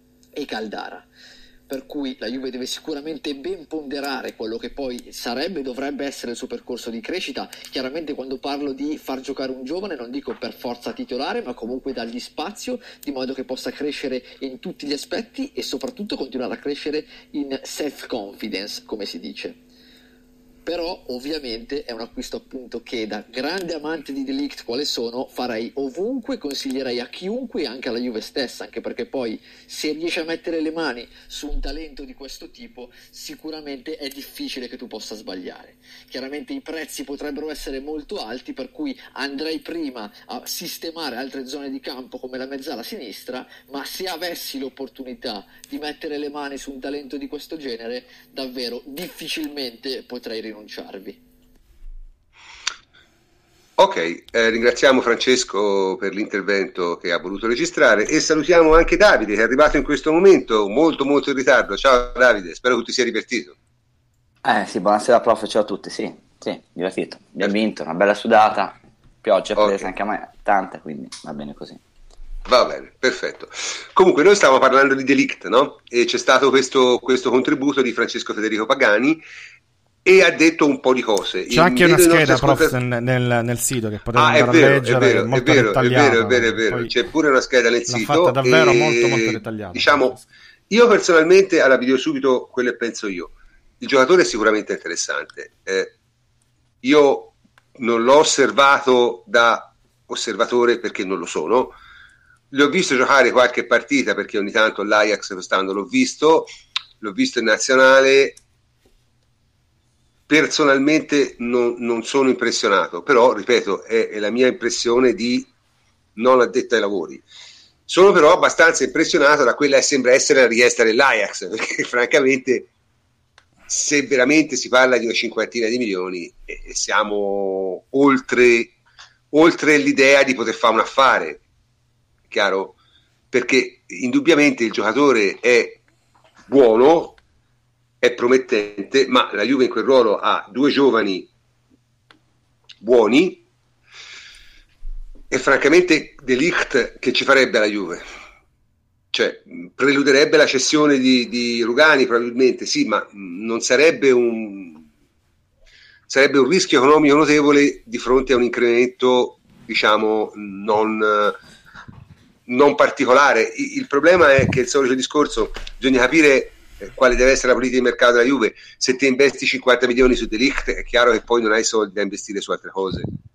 e Caldara. Per cui la Juve deve sicuramente ben ponderare quello che poi sarebbe, dovrebbe essere il suo percorso di crescita. Chiaramente quando parlo di far giocare un giovane non dico per forza titolare, ma comunque dargli spazio di modo che possa crescere in tutti gli aspetti e soprattutto continuare a crescere in self-confidence, come si dice. Però ovviamente è un acquisto appunto che, da grande amante di De Ligt quale sono, farei ovunque, consiglierei a chiunque, anche alla Juve stessa, anche perché poi se riesci a mettere le mani su un talento di questo tipo sicuramente è difficile che tu possa sbagliare. Chiaramente i prezzi potrebbero essere molto alti, per cui andrei prima a sistemare altre zone di campo come la mezzala sinistra, ma se avessi l'opportunità di mettere le mani su un talento di questo genere davvero difficilmente potrei rinunciarvi. Ok, eh, ringraziamo Francesco per l'intervento che ha voluto registrare e salutiamo anche Davide, che è arrivato in questo momento molto molto in ritardo. Ciao Davide, spero che ti sia divertito. Eh sì, buonasera prof, ciao a tutti, sì, sì, divertito, abbiamo vinto, una bella sudata, pioggia presa okay. Anche a me, tanta, quindi va bene così. Va bene, perfetto. Comunque noi stavamo parlando di De Ligt, no? E c'è stato questo, questo contributo di Francesco Federico Pagani e ha detto un po' di cose. C'è anche una scheda prof nel, nel, nel sito che potete ah, andare è vero, a leggere, è vero, è molto è vero, dettagliata. È vero, è vero, è vero. Poi c'è pure una scheda nel l'ha sito. fatta davvero e, molto molto dettagliata. Diciamo, io personalmente, alla video subito, quello che penso io. Il giocatore è sicuramente interessante. Eh, io non l'ho osservato da osservatore perché non lo sono. L'ho visto giocare qualche partita perché ogni tanto l'Ajax quest'anno l'ho visto, l'ho visto in nazionale. Personalmente non, non sono impressionato, però ripeto, è, è la mia impressione di non addetto ai lavori. Sono però abbastanza impressionato da quella che sembra essere la richiesta dell'Ajax, perché francamente se veramente si parla di una cinquantina di milioni e, e siamo oltre, oltre l'idea di poter fare un affare, chiaro? Perché indubbiamente il giocatore è buono, è promettente, ma la Juve in quel ruolo ha due giovani buoni e francamente De Ligt che ci farebbe alla Juve? Cioè, preluderebbe la cessione di, di Rugani probabilmente, sì, ma non sarebbe un sarebbe un rischio economico notevole di fronte a un incremento, diciamo, non, non particolare. Il problema è che il solito discorso, bisogna capire quale deve essere la politica di mercato della Juve. Se ti investi cinquanta milioni su De Ligt è chiaro che poi non hai soldi da investire su altre cose,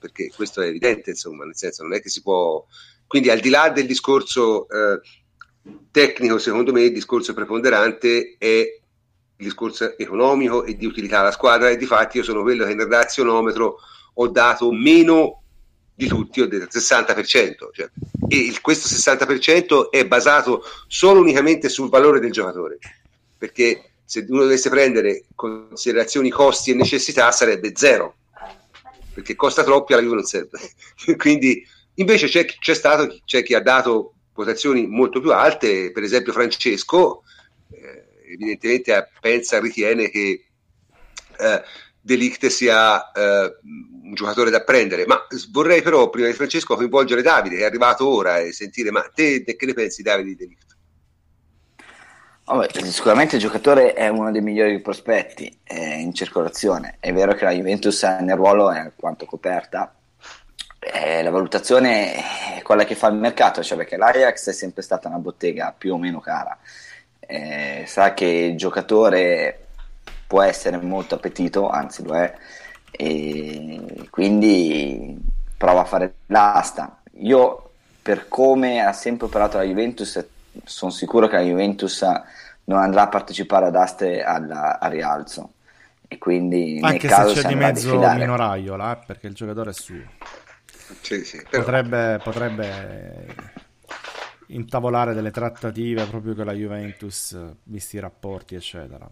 perché questo è evidente, insomma, nel senso non è che si può... Quindi al di là del discorso eh, tecnico, secondo me il discorso preponderante è il discorso economico e di utilità alla squadra, e difatti io sono quello che nel razionometro ho dato meno di tutti, ho detto il sessanta per cento, cioè, e il, questo sessanta per cento è basato solo unicamente sul valore del giocatore, perché se uno dovesse prendere considerazioni costi e necessità sarebbe zero, perché costa troppo e alla Juve non serve. Quindi invece c'è, c'è stato c'è chi ha dato quotazioni molto più alte, per esempio Francesco eh, evidentemente pensa, ritiene che eh, De Ligt sia eh, un giocatore da prendere, ma vorrei però prima di Francesco coinvolgere Davide, che è arrivato ora, e sentire, ma te, te che ne pensi, Davide, di De Ligt? Oh, sicuramente il giocatore è uno dei migliori prospetti eh, in circolazione. È vero che la Juventus nel ruolo è alquanto coperta, eh, la valutazione è quella che fa il mercato, cioè perché l'Ajax è sempre stata una bottega più o meno cara, eh, sa che il giocatore può essere molto appetito, anzi lo è, e quindi prova a fare l'asta. Io, per come ha sempre operato la Juventus, sono sicuro che la Juventus non andrà a partecipare ad aste alla, al rialzo, e quindi anche nel caso se c'è di mezzo Minoraiola, eh, perché il giocatore è suo, sì, sì, però... potrebbe, potrebbe intavolare delle trattative proprio con la Juventus, visti i rapporti eccetera.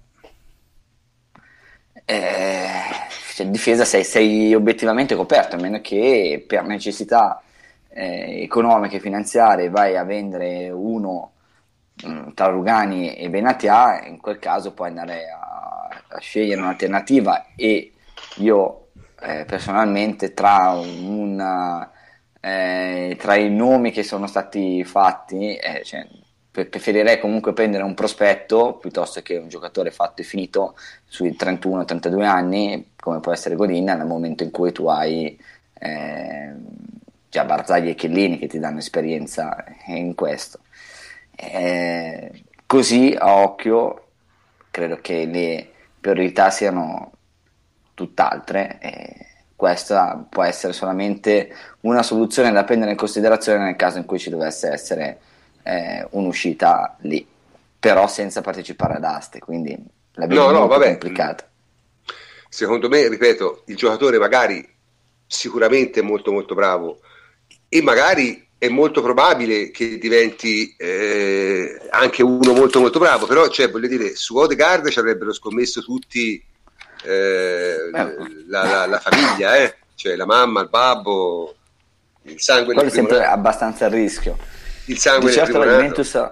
Eh, cioè, difesa sei, sei obiettivamente coperto, a meno che per necessità eh, economiche e finanziarie vai a vendere uno mh, tra Rugani e Benatia, in quel caso puoi andare a, a scegliere un'alternativa, e io eh, personalmente tra un eh, tra i nomi che sono stati fatti eh, cioè, preferirei comunque prendere un prospetto piuttosto che un giocatore fatto e finito sui trentuno trentadue anni, come può essere Godin, nel momento in cui tu hai eh, già Barzagli e Chiellini che ti danno esperienza in questo. Eh, così a occhio credo che le priorità siano tutt'altre, e questa può essere solamente una soluzione da prendere in considerazione nel caso in cui ci dovesse essere eh, un'uscita lì, però senza partecipare ad aste, quindi la vedo no, no, molto vabbè. complicata. Secondo me, ripeto, il giocatore magari sicuramente è molto molto bravo, e magari è molto probabile che diventi eh, anche uno molto molto bravo, però cioè, voglio dire, su Odegaard ci avrebbero scommesso tutti eh, la, la, la famiglia, eh? Cioè la mamma, il babbo, il sangue quello del è sempre abbastanza a rischio. Il sangue di del certo la Juventus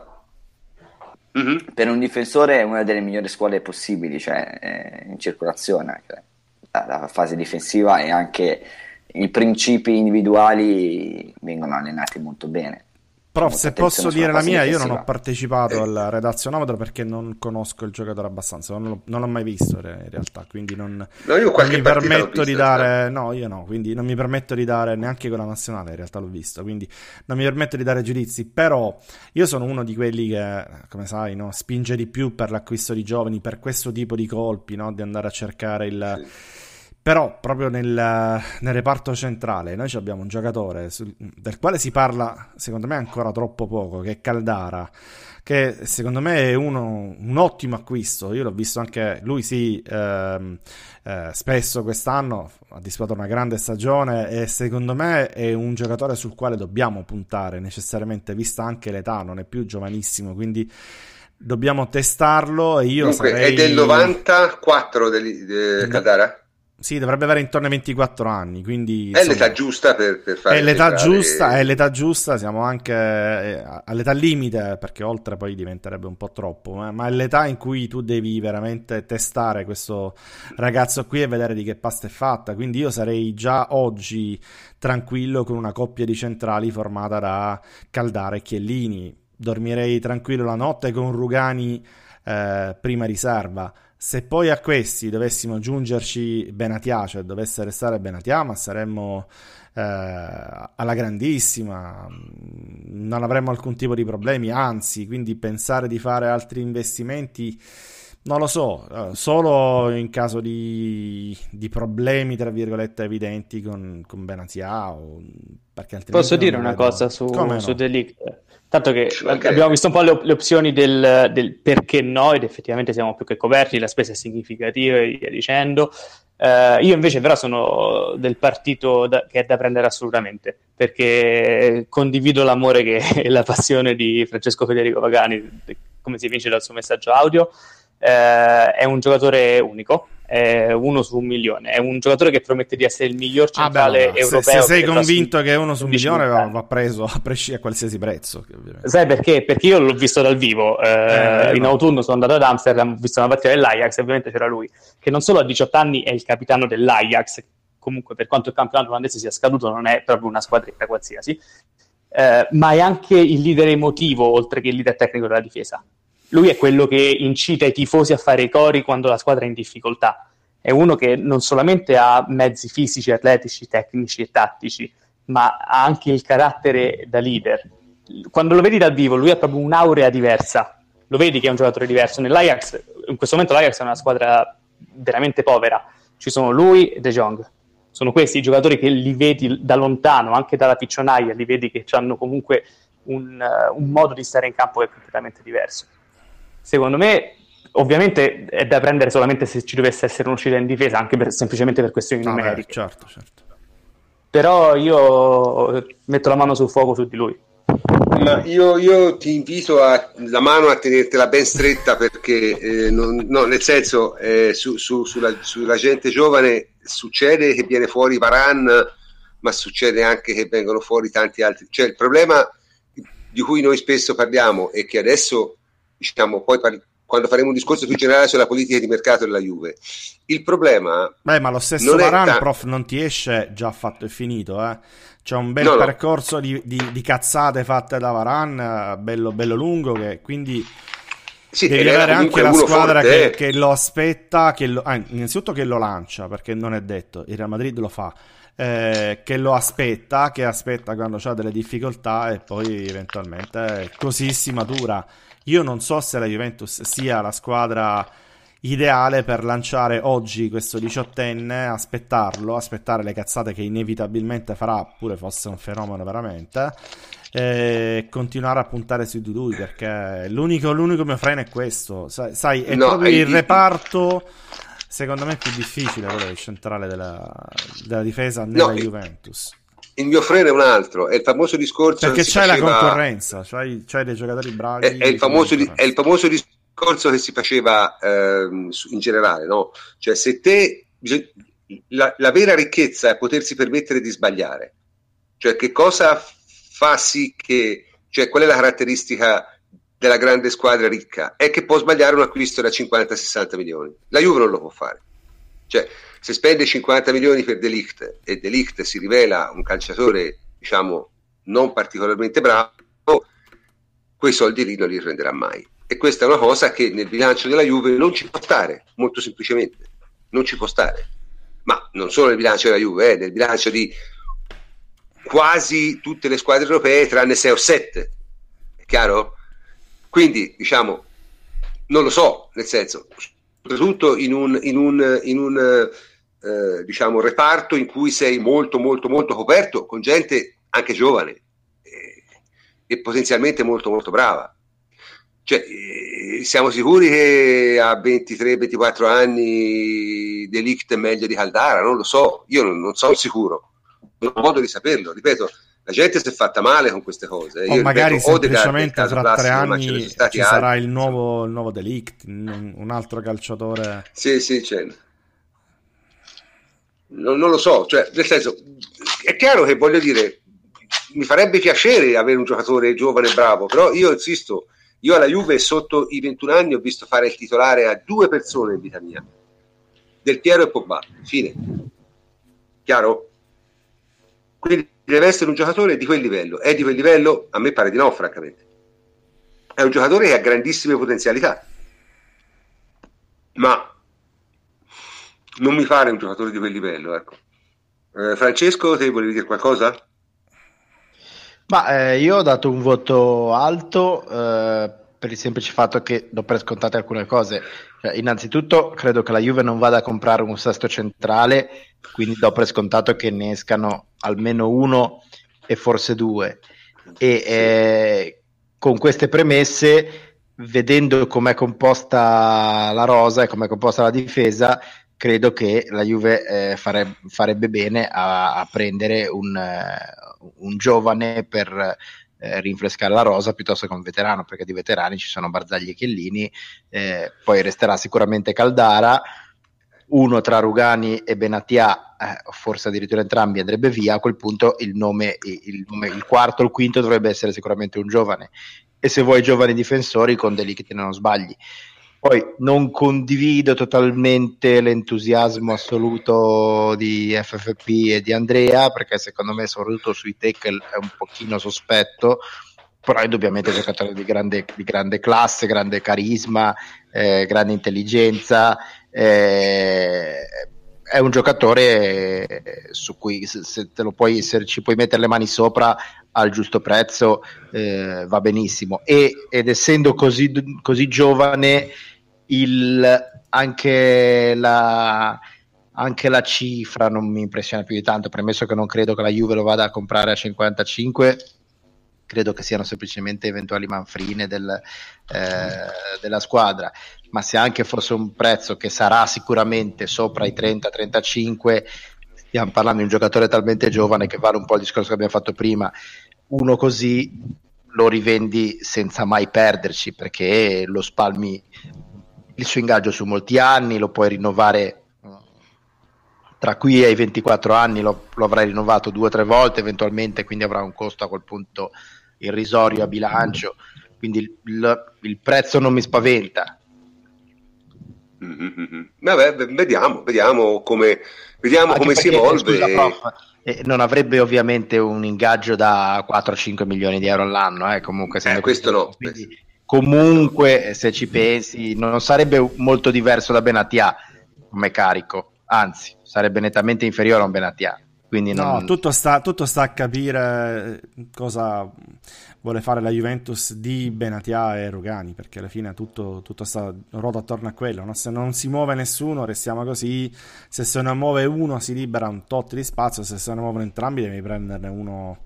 mm-hmm. per un difensore è una delle migliori squadre possibili, cioè eh, in circolazione, cioè, la, la fase difensiva e anche i principi individuali vengono allenati molto bene. Prof, se posso dire la mia, difensiva. Io non ho partecipato al redazionometro perché non conosco il giocatore abbastanza, non l'ho, non l'ho mai visto in realtà, quindi non, no, io non mi permetto visto, di dare, sta. no io no, quindi non mi permetto di dare neanche con la nazionale, in realtà l'ho visto, quindi non mi permetto di dare giudizi, però io sono uno di quelli che, come sai, no, spinge di più per l'acquisto di giovani, per questo tipo di colpi, no, di andare a cercare il... Sì. Però proprio nel, nel reparto centrale noi abbiamo un giocatore sul, del quale si parla secondo me ancora troppo poco, che è Caldara, che secondo me è uno, un ottimo acquisto. Io l'ho visto anche lui sì ehm, eh, spesso quest'anno, ha disputato una grande stagione e secondo me è un giocatore sul quale dobbiamo puntare necessariamente, vista anche l'età, non è più giovanissimo, quindi dobbiamo testarlo. E io Dunque, sarei... è del novantaquattro di de Caldara? Sì, dovrebbe avere intorno ai ventiquattro anni, quindi... È insomma, l'età giusta per, per fare... È l'età giusta, è l'età giusta, siamo anche all'età limite, perché oltre poi diventerebbe un po' troppo, ma, ma è l'età in cui tu devi veramente testare questo ragazzo qui e vedere di che pasta è fatta, quindi io sarei già oggi tranquillo con una coppia di centrali formata da Caldara e Chiellini, dormirei tranquillo la notte con Rugani eh, prima riserva. Se poi a questi dovessimo aggiungerci Benatia, cioè dovesse restare Benatia, ma saremmo eh, alla grandissima, non avremmo alcun tipo di problemi, anzi, quindi pensare di fare altri investimenti Non lo so, eh, solo in caso di, di problemi, tra virgolette, evidenti con, con Benatia. O, perché altrimenti Posso non dire lo una vedo. cosa su, Come su no? The Ligt? Tanto che Ci mancherebbe. abbiamo visto un po' le, le opzioni del, del perché no, ed effettivamente siamo più che coperti, la spesa è significativa e via dicendo. Eh, io invece però sono del partito da, che è da prendere assolutamente, perché condivido l'amore che, e la passione di Francesco Federico Pagani, come si vince dal suo messaggio audio. Eh, è un giocatore unico, è uno su un milione, è un giocatore che promette di essere il miglior Ah, beh, centrale allora, se, europeo. se sei per i convinto prossimi che è uno su un undici milione va, anni. va preso a prescindere a qualsiasi prezzo. che ovviamente- Sai perché? Perché io l'ho visto dal vivo, eh, Eh, in no. autunno sono andato ad Amsterdam, ho visto una partita dell'Ajax e ovviamente c'era lui, che non solo a diciotto anni è il capitano dell'Ajax, comunque per quanto il campionato olandese sia scaduto non è proprio una squadretta qualsiasi, eh, ma è anche il leader emotivo oltre che il leader tecnico della difesa. Lui è quello che incita i tifosi a fare i cori quando la squadra è in difficoltà. È uno che non solamente ha mezzi fisici, atletici, tecnici e tattici, ma ha anche il carattere da leader. Quando lo vedi dal vivo, lui ha proprio un'aurea diversa. Lo vedi che è un giocatore diverso. Nell'Ajax, in questo momento l'Ajax è una squadra veramente povera. Ci sono lui e De Jong. Sono questi i giocatori che li vedi da lontano, anche dalla piccionaia, li vedi che hanno comunque un, uh, un modo di stare in campo che è completamente diverso. Secondo me, ovviamente, è da prendere solamente se ci dovesse essere un'uscita in difesa, anche per, semplicemente per questioni Ah, beh, numeriche. certo, certo. Però io metto la mano sul fuoco su di lui. Ma io, io ti invito a, la mano a tenertela ben stretta perché eh, non, no, nel senso eh, su, su, sulla, sulla gente giovane succede che viene fuori Varane, ma succede anche che vengono fuori tanti altri. Cioè il problema di cui noi spesso parliamo e che adesso diciamo poi parli, quando faremo un discorso più generale sulla politica di mercato della Juve, il problema Beh, ma lo stesso non è Varane, ta- prof, non ti esce già fatto e finito, eh. C'è un bel No, no. percorso di, di, di cazzate fatte da Varane, bello, bello lungo, che quindi sì, devi ed era avere anche comunque la uno squadra forte, che, eh. che lo aspetta, che lo, ah, innanzitutto che lo lancia, perché non è detto, il Real Madrid lo fa, eh, che lo aspetta, che aspetta quando c'ha delle difficoltà e poi eventualmente così si matura. Io non so se la Juventus sia la squadra ideale per lanciare oggi questo diciottenne, aspettarlo, aspettare le cazzate che inevitabilmente farà, pure fosse un fenomeno veramente, e continuare a puntare su di lui, perché l'unico, l'unico mio freno è questo, sai, sai è No, proprio è- il reparto secondo me più difficile, quello del centrale della, della difesa nella No, Juventus, il mio freno è un altro, è il famoso discorso perché che si c'hai la faceva- concorrenza, c'hai, c'hai dei giocatori bravi, è, è il famoso, di- concorrenza. è il famoso discorso che si faceva ehm, su- in generale, no? Cioè se te bisog- la, la vera ricchezza è potersi permettere di sbagliare, cioè che cosa fa sì che, cioè qual è la caratteristica della grande squadra ricca? È che può sbagliare un acquisto da cinquanta sessanta milioni. La Juve non lo può fare, cioè se spende cinquanta milioni per De Ligt e De Ligt si rivela un calciatore diciamo non particolarmente bravo, quei soldi lì non li renderà mai. E questa è una cosa che nel bilancio della Juve non ci può stare, molto semplicemente. Non ci può stare. Ma non solo nel bilancio della Juve, eh, nel bilancio di quasi tutte le squadre europee, tranne sei o sette. È chiaro? Quindi, diciamo, non lo so, nel senso, soprattutto in un, in un, in un eh, diciamo, reparto in cui sei molto, molto, molto coperto, con gente anche giovane eh, e potenzialmente molto, molto brava. Cioè, eh, siamo sicuri che a ventitré ventiquattro anni De Ligt è meglio di Caldara? Non lo so, io non, non sono sicuro, non ho modo di saperlo, ripeto, la gente si è fatta male con queste cose. O Io magari ripeto, Odegaard è il semplicemente caso tra tre classico, ma ce ne anni sono stati ci sarà altri, il nuovo, il nuovo De Ligt, un, un altro calciatore. Sì, sì, c'è. Non, non lo so, cioè, nel senso, è chiaro che voglio dire, mi farebbe piacere avere un giocatore giovane e bravo, però io insisto, io alla Juve sotto i ventuno anni ho visto fare il titolare a due persone in vita mia, Del Piero e Pogba, fine. Chiaro? Quindi deve essere un giocatore di quel livello. È di quel livello? A me pare di no, francamente. È un giocatore che ha grandissime potenzialità, ma non mi pare un giocatore di quel livello, ecco. Eh, Francesco, te volevi dire qualcosa? Ma eh, io ho dato un voto alto eh, per il semplice fatto che do per scontate alcune cose. Cioè, innanzitutto credo che la Juve non vada a comprare un sesto centrale, quindi do per scontato che ne escano almeno uno e forse due. E eh, con queste premesse, vedendo com'è composta la rosa e com'è composta la difesa, credo che la Juve eh, fare, farebbe bene a, a prendere un, uh, un giovane per eh, rinfrescare la rosa piuttosto che un veterano, perché di veterani ci sono Barzagli e Chiellini, eh, poi resterà sicuramente Caldara, uno tra Rugani e Benatia, eh, forse addirittura entrambi andrebbe via. A quel punto il nome, il, nome, il quarto o il quinto dovrebbe essere sicuramente un giovane, e se vuoi giovani difensori con De Ligt non sbagli. Poi non condivido totalmente l'entusiasmo assoluto di F F P e di Andrea, perché secondo me soprattutto sui tackle è un pochino sospetto, però è indubbiamente un giocatore di grande, di grande classe, grande carisma, eh, grande intelligenza, eh, è un giocatore su cui se, se te lo puoi, se ci puoi mettere le mani sopra al giusto prezzo, eh, va benissimo. E, ed essendo così, così giovane, il, anche la anche la cifra non mi impressiona più di tanto, premesso che non credo che la Juve lo vada a comprare a cinquantacinque, credo che siano semplicemente eventuali manfrine del, eh, della squadra. Ma se anche fosse un prezzo che sarà sicuramente sopra i trenta trentacinque, stiamo parlando di un giocatore talmente giovane che vale un po' il discorso che abbiamo fatto prima. Uno così lo rivendi senza mai perderci, perché lo spalmi il suo ingaggio su molti anni, lo puoi rinnovare tra qui ai ventiquattro anni, lo, lo avrai rinnovato due o tre volte eventualmente, quindi avrà un costo a quel punto irrisorio a bilancio, quindi il, il, il prezzo non mi spaventa. Mm-hmm. Vabbè, vediamo, vediamo come, vediamo come si evolve. Scusa, prof, eh, non avrebbe ovviamente un ingaggio da quattro cinque milioni di euro all'anno, eh, comunque eh, questo no. Quindi, comunque, se ci pensi, non sarebbe molto diverso da Benatia come carico, anzi, sarebbe nettamente inferiore a un Benatia. Quindi non... No, tutto sta, tutto sta a capire cosa vuole fare la Juventus di Benatia e Rugani, perché alla fine tutto, tutto sta ruota attorno a quello, no? Se non si muove nessuno restiamo così, se se ne muove uno si libera un tot di spazio, se se ne muovono entrambi devi prenderne uno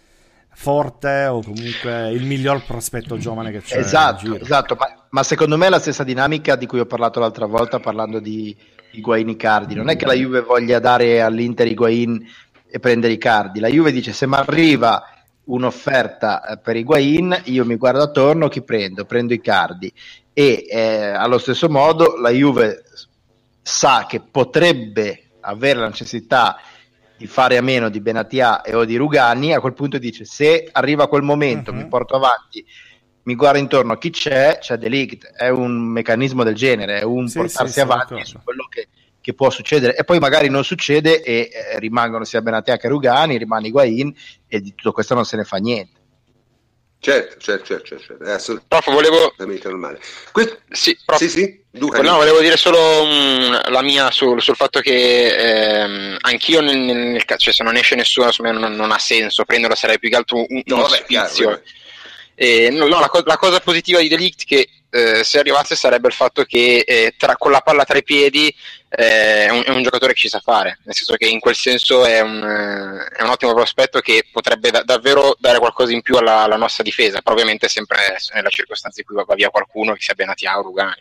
forte o comunque il miglior prospetto giovane che c'è. Esatto, in giro. esatto, ma, ma secondo me è la stessa dinamica di cui ho parlato l'altra volta parlando di Higuain Icardi. Non è che la Juve voglia dare all'Inter Higuain e prendere Icardi, la Juve dice: se mi arriva un'offerta per Higuain io mi guardo attorno, chi prendo? Prendo Icardi. E eh, allo stesso modo la Juve sa che potrebbe avere la necessità di fare a meno di Benatia e o di Rugani. A quel punto dice: se arriva quel momento, uh-huh. mi porto avanti, mi guardo intorno a chi c'è, c'è De Ligt. È un meccanismo del genere, è un sì, portarsi sì, avanti su quello che, che può succedere, e poi magari non succede e eh, rimangono sia Benatia che Rugani, rimane Higuain, e di tutto questo non se ne fa niente. Certo, certo, certo, certo. È assolutamente volevo... normale. Questo... Sì, prof... sì, sì. Dunque, no, volevo dire solo um, la mia sul, sul fatto che ehm, anch'io nel, nel caso, cioè se non esce nessuno, insomma, non, non ha senso prenderlo, sarebbe più che altro un, no, uno vabbè, spizio. chiaro, Eh, no, no, la, co- la cosa positiva di De Ligt che eh, se arrivasse sarebbe il fatto che eh, tra, con la palla tra i piedi eh, è, un, è un giocatore che ci sa fare, nel senso che in quel senso è un, eh, è un ottimo prospetto che potrebbe da- davvero dare qualcosa in più alla, alla nostra difesa, però ovviamente sempre nella circostanza in cui va via qualcuno, che sia Benatia o Rugani.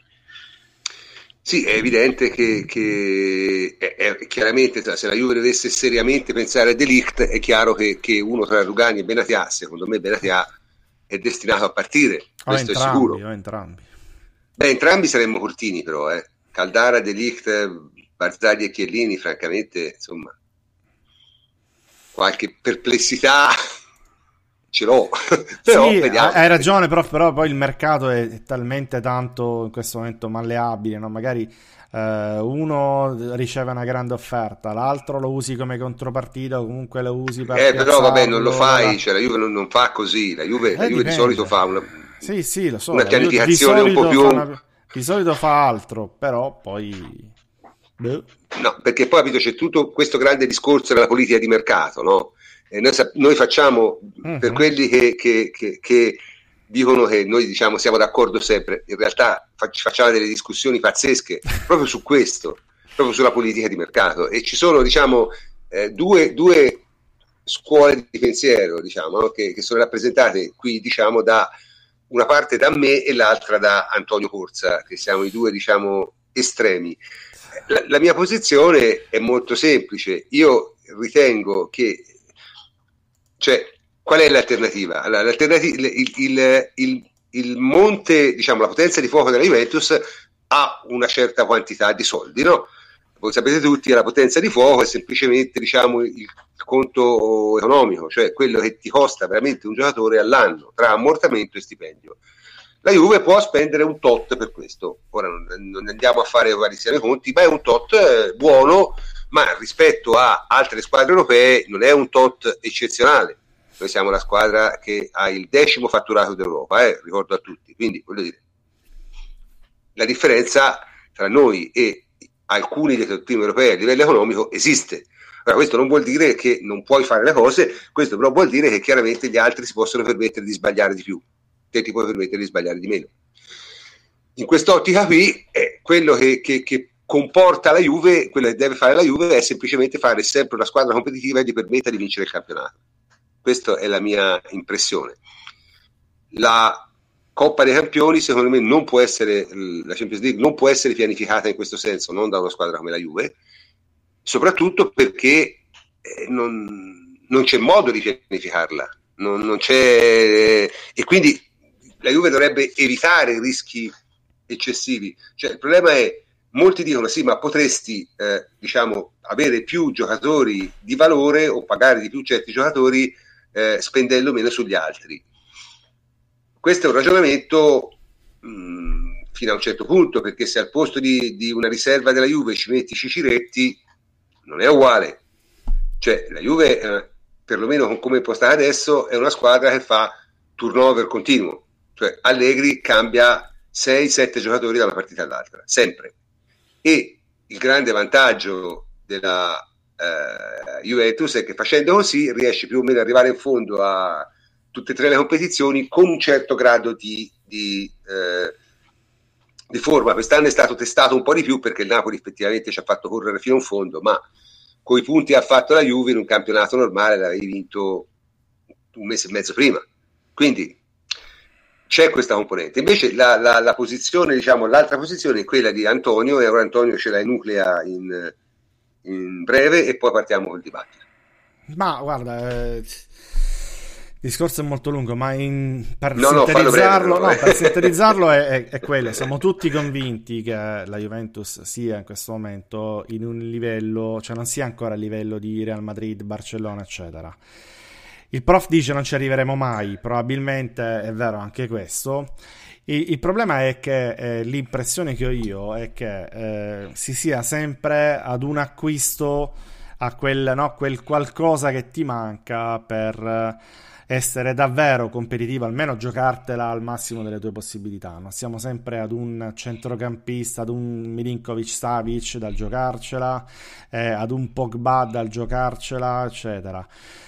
Sì, è evidente che, che è, è, chiaramente se la Juve dovesse seriamente pensare a De Ligt, è chiaro che, che uno tra Rugani e Benatia, secondo me Benatia è destinato a partire, questo entrambi, è sicuro. O entrambi. Beh, entrambi saremmo cortini però, eh. Caldara, De Ligt, Barzagli e Chiellini, francamente, insomma, qualche perplessità ce l'ho. Però sì, vediamo. Hai ragione, prof, però poi il mercato è, è talmente tanto in questo momento malleabile, no? Magari eh, uno riceve una grande offerta, l'altro lo usi come contropartita o comunque lo usi per eh però vabbè, non lo fai, cioè la Juve non, non fa così, la Juve, eh, la Juve di solito fa una, sì, sì, lo so, una pianificazione un po' più una, di solito fa altro, però poi beh. No, perché poi capito, c'è tutto questo grande discorso della politica di mercato, no? E noi, noi facciamo uh-huh. per quelli che, che, che, che dicono che noi diciamo siamo d'accordo sempre, in realtà fac- facciamo delle discussioni pazzesche proprio su questo, proprio sulla politica di mercato, e ci sono diciamo eh, due, due scuole di pensiero diciamo, no? che, che sono rappresentate qui diciamo da una parte da me e l'altra da Antonio Corsa, che siamo i due diciamo estremi. La, la mia posizione è molto semplice, io ritengo che, cioè, qual è l'alternativa? L'alternativa il, il, il, il monte, diciamo, la potenza di fuoco della Juventus ha una certa quantità di soldi, no? Voi sapete tutti che la potenza di fuoco è semplicemente, diciamo, il conto economico, cioè quello che ti costa veramente un giocatore all'anno tra ammortamento e stipendio. La Juve può spendere un tot per questo, ora non, non andiamo a fare vari siano i conti, ma è un tot eh, buono, ma rispetto a altre squadre europee non è un tot eccezionale. Noi siamo la squadra che ha il decimo fatturato d'Europa, eh, ricordo a tutti, quindi voglio dire, la differenza tra noi e alcuni dei team europei a livello economico esiste. Ora, questo non vuol dire che non puoi fare le cose, questo però vuol dire che chiaramente gli altri si possono permettere di sbagliare di più, te ti puoi permettere di sbagliare di meno. In quest'ottica qui, eh, quello che, che, che comporta la Juve, quello che deve fare la Juve è semplicemente fare sempre una squadra competitiva e gli permetta di vincere il campionato. Questa è la mia impressione. La Coppa dei Campioni secondo me non può essere, la Champions League non può essere pianificata in questo senso, non da una squadra come la Juve, soprattutto perché eh, non, non c'è modo di pianificarla, non, non c'è, e quindi la Juve dovrebbe evitare rischi eccessivi. Cioè, il problema è, molti dicono sì, ma potresti eh, diciamo avere più giocatori di valore o pagare di più certi giocatori eh, spendendo meno sugli altri. Questo è un ragionamento mh, fino a un certo punto, perché se al posto di, di una riserva della Juve ci metti Ciciretti non è uguale. Cioè la Juve eh, perlomeno come è impostata adesso è una squadra che fa turnover continuo, cioè Allegri cambia sei sette giocatori da una partita all'altra sempre, e il grande vantaggio della eh, Juventus è che facendo così riesce più o meno ad arrivare in fondo a tutte e tre le competizioni con un certo grado di, di, eh, di forma. Quest'anno è stato testato un po' di più perché il Napoli effettivamente ci ha fatto correre fino in fondo, ma con i punti che ha fatto la Juve in un campionato normale l'avevi vinto un mese e mezzo prima, quindi c'è questa componente. Invece la, la, la posizione, diciamo, l'altra posizione è quella di Antonio, e ora Antonio ce la enuclea in, in breve e poi partiamo col dibattito. Ma guarda, eh, il discorso è molto lungo, ma in, per, no, sintetizzarlo, no, breve, no, per sintetizzarlo è, è, è quello. Siamo tutti convinti che la Juventus sia in questo momento in un livello, cioè non sia ancora a livello di Real Madrid, Barcellona, eccetera. Il prof dice non ci arriveremo mai, probabilmente è vero anche questo. Il, il problema è che eh, l'impressione che ho io è che eh, si sia sempre ad un acquisto, a quel, no, quel qualcosa che ti manca per essere davvero competitivo, almeno giocartela al massimo delle tue possibilità. Non siamo sempre ad un centrocampista, ad un Milinkovic-Savic dal giocarcela, eh, ad un Pogba dal giocarcela, eccetera.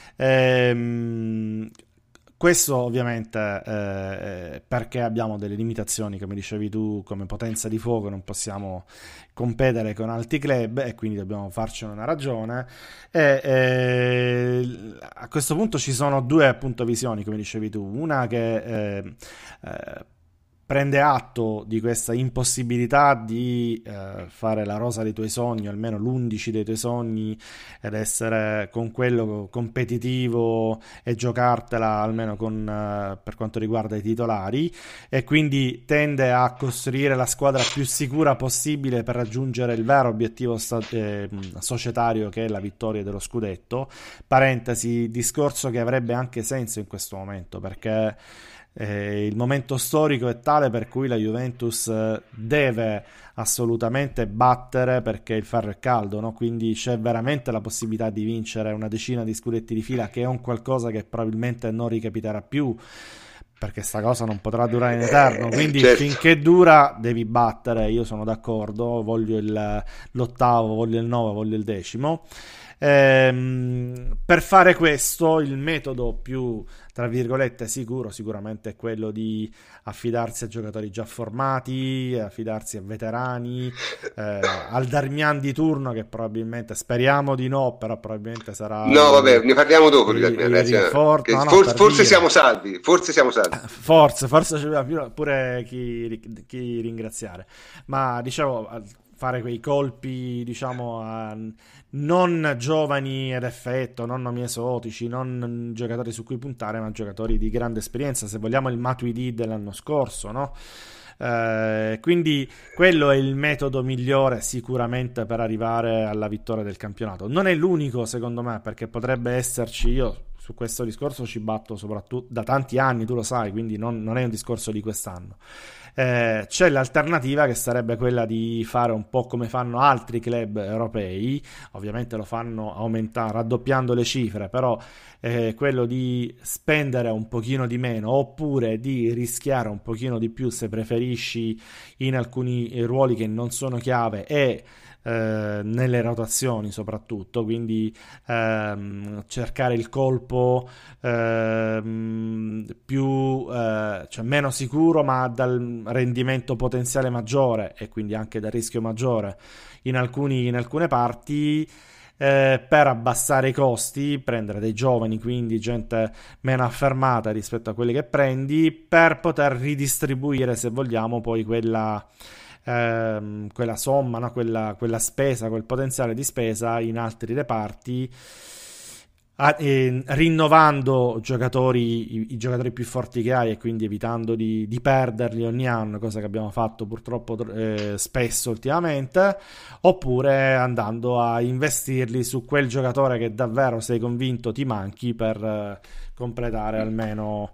Ehm, questo ovviamente eh, perché abbiamo delle limitazioni, come dicevi tu, come potenza di fuoco non possiamo competere con altri club e quindi dobbiamo farcene una ragione, e eh, a questo punto ci sono due appunto visioni, come dicevi tu, una che eh, eh, prende atto di questa impossibilità di eh, fare la rosa dei tuoi sogni, almeno l'undici dei tuoi sogni, ed essere con quello competitivo e giocartela almeno con eh, per quanto riguarda i titolari, e quindi tende a costruire la squadra più sicura possibile per raggiungere il vero obiettivo sta- eh, societario, che è la vittoria dello scudetto. Parentesi, discorso che avrebbe anche senso in questo momento, perché Eh, il momento storico è tale per cui la Juventus eh, deve assolutamente battere, perché il ferro è caldo, no? Quindi c'è veramente la possibilità di vincere una decina di scudetti di fila, che è un qualcosa che probabilmente non ricapiterà più, perché sta cosa non potrà durare in eterno, quindi certo, finché dura devi battere. Io sono d'accordo, voglio il, l'ottavo, voglio il nove, voglio il decimo. Ehm, per fare questo il metodo più, tra virgolette, sicuro sicuramente è quello di affidarsi a giocatori già formati, affidarsi a veterani, eh, al Darmian di turno, che probabilmente, speriamo di no, però probabilmente sarà no vabbè, ne parliamo dopo il, di Darmian, il cioè, rinforzo, no, no, forse, per forse dire. siamo salvi forse siamo salvi forse forse c'è pure chi, chi ringraziare, ma dicevo, fare quei colpi, diciamo, a non giovani ed effetto, non nomi esotici, non giocatori su cui puntare, ma giocatori di grande esperienza, se vogliamo il Matuidi dell'anno scorso, no? Eh, quindi quello è il metodo migliore sicuramente per arrivare alla vittoria del campionato. Non è l'unico, secondo me, perché potrebbe esserci, io su questo discorso ci batto soprattutto da tanti anni, tu lo sai, quindi non, non è un discorso di quest'anno. Eh, c'è l'alternativa, che sarebbe quella di fare un po' come fanno altri club europei, ovviamente lo fanno aumentando, raddoppiando le cifre, però eh, quello di spendere un pochino di meno, oppure di rischiare un pochino di più, se preferisci, in alcuni ruoli che non sono chiave e Eh, nelle rotazioni soprattutto, quindi ehm, cercare il colpo ehm, più eh, cioè meno sicuro ma dal rendimento potenziale maggiore e quindi anche dal rischio maggiore in alcuni in alcune parti, eh, per abbassare i costi, prendere dei giovani, quindi gente meno affermata rispetto a quelli che prendi, per poter ridistribuire, se vogliamo, poi quella Ehm, quella somma, no? quella, quella spesa, quel potenziale di spesa in altri reparti, a, eh, rinnovando giocatori, i, i giocatori più forti che hai, e quindi evitando di, di perderli ogni anno, cosa che abbiamo fatto purtroppo eh, spesso ultimamente, oppure andando a investirli su quel giocatore che davvero sei convinto ti manchi, per eh, completare almeno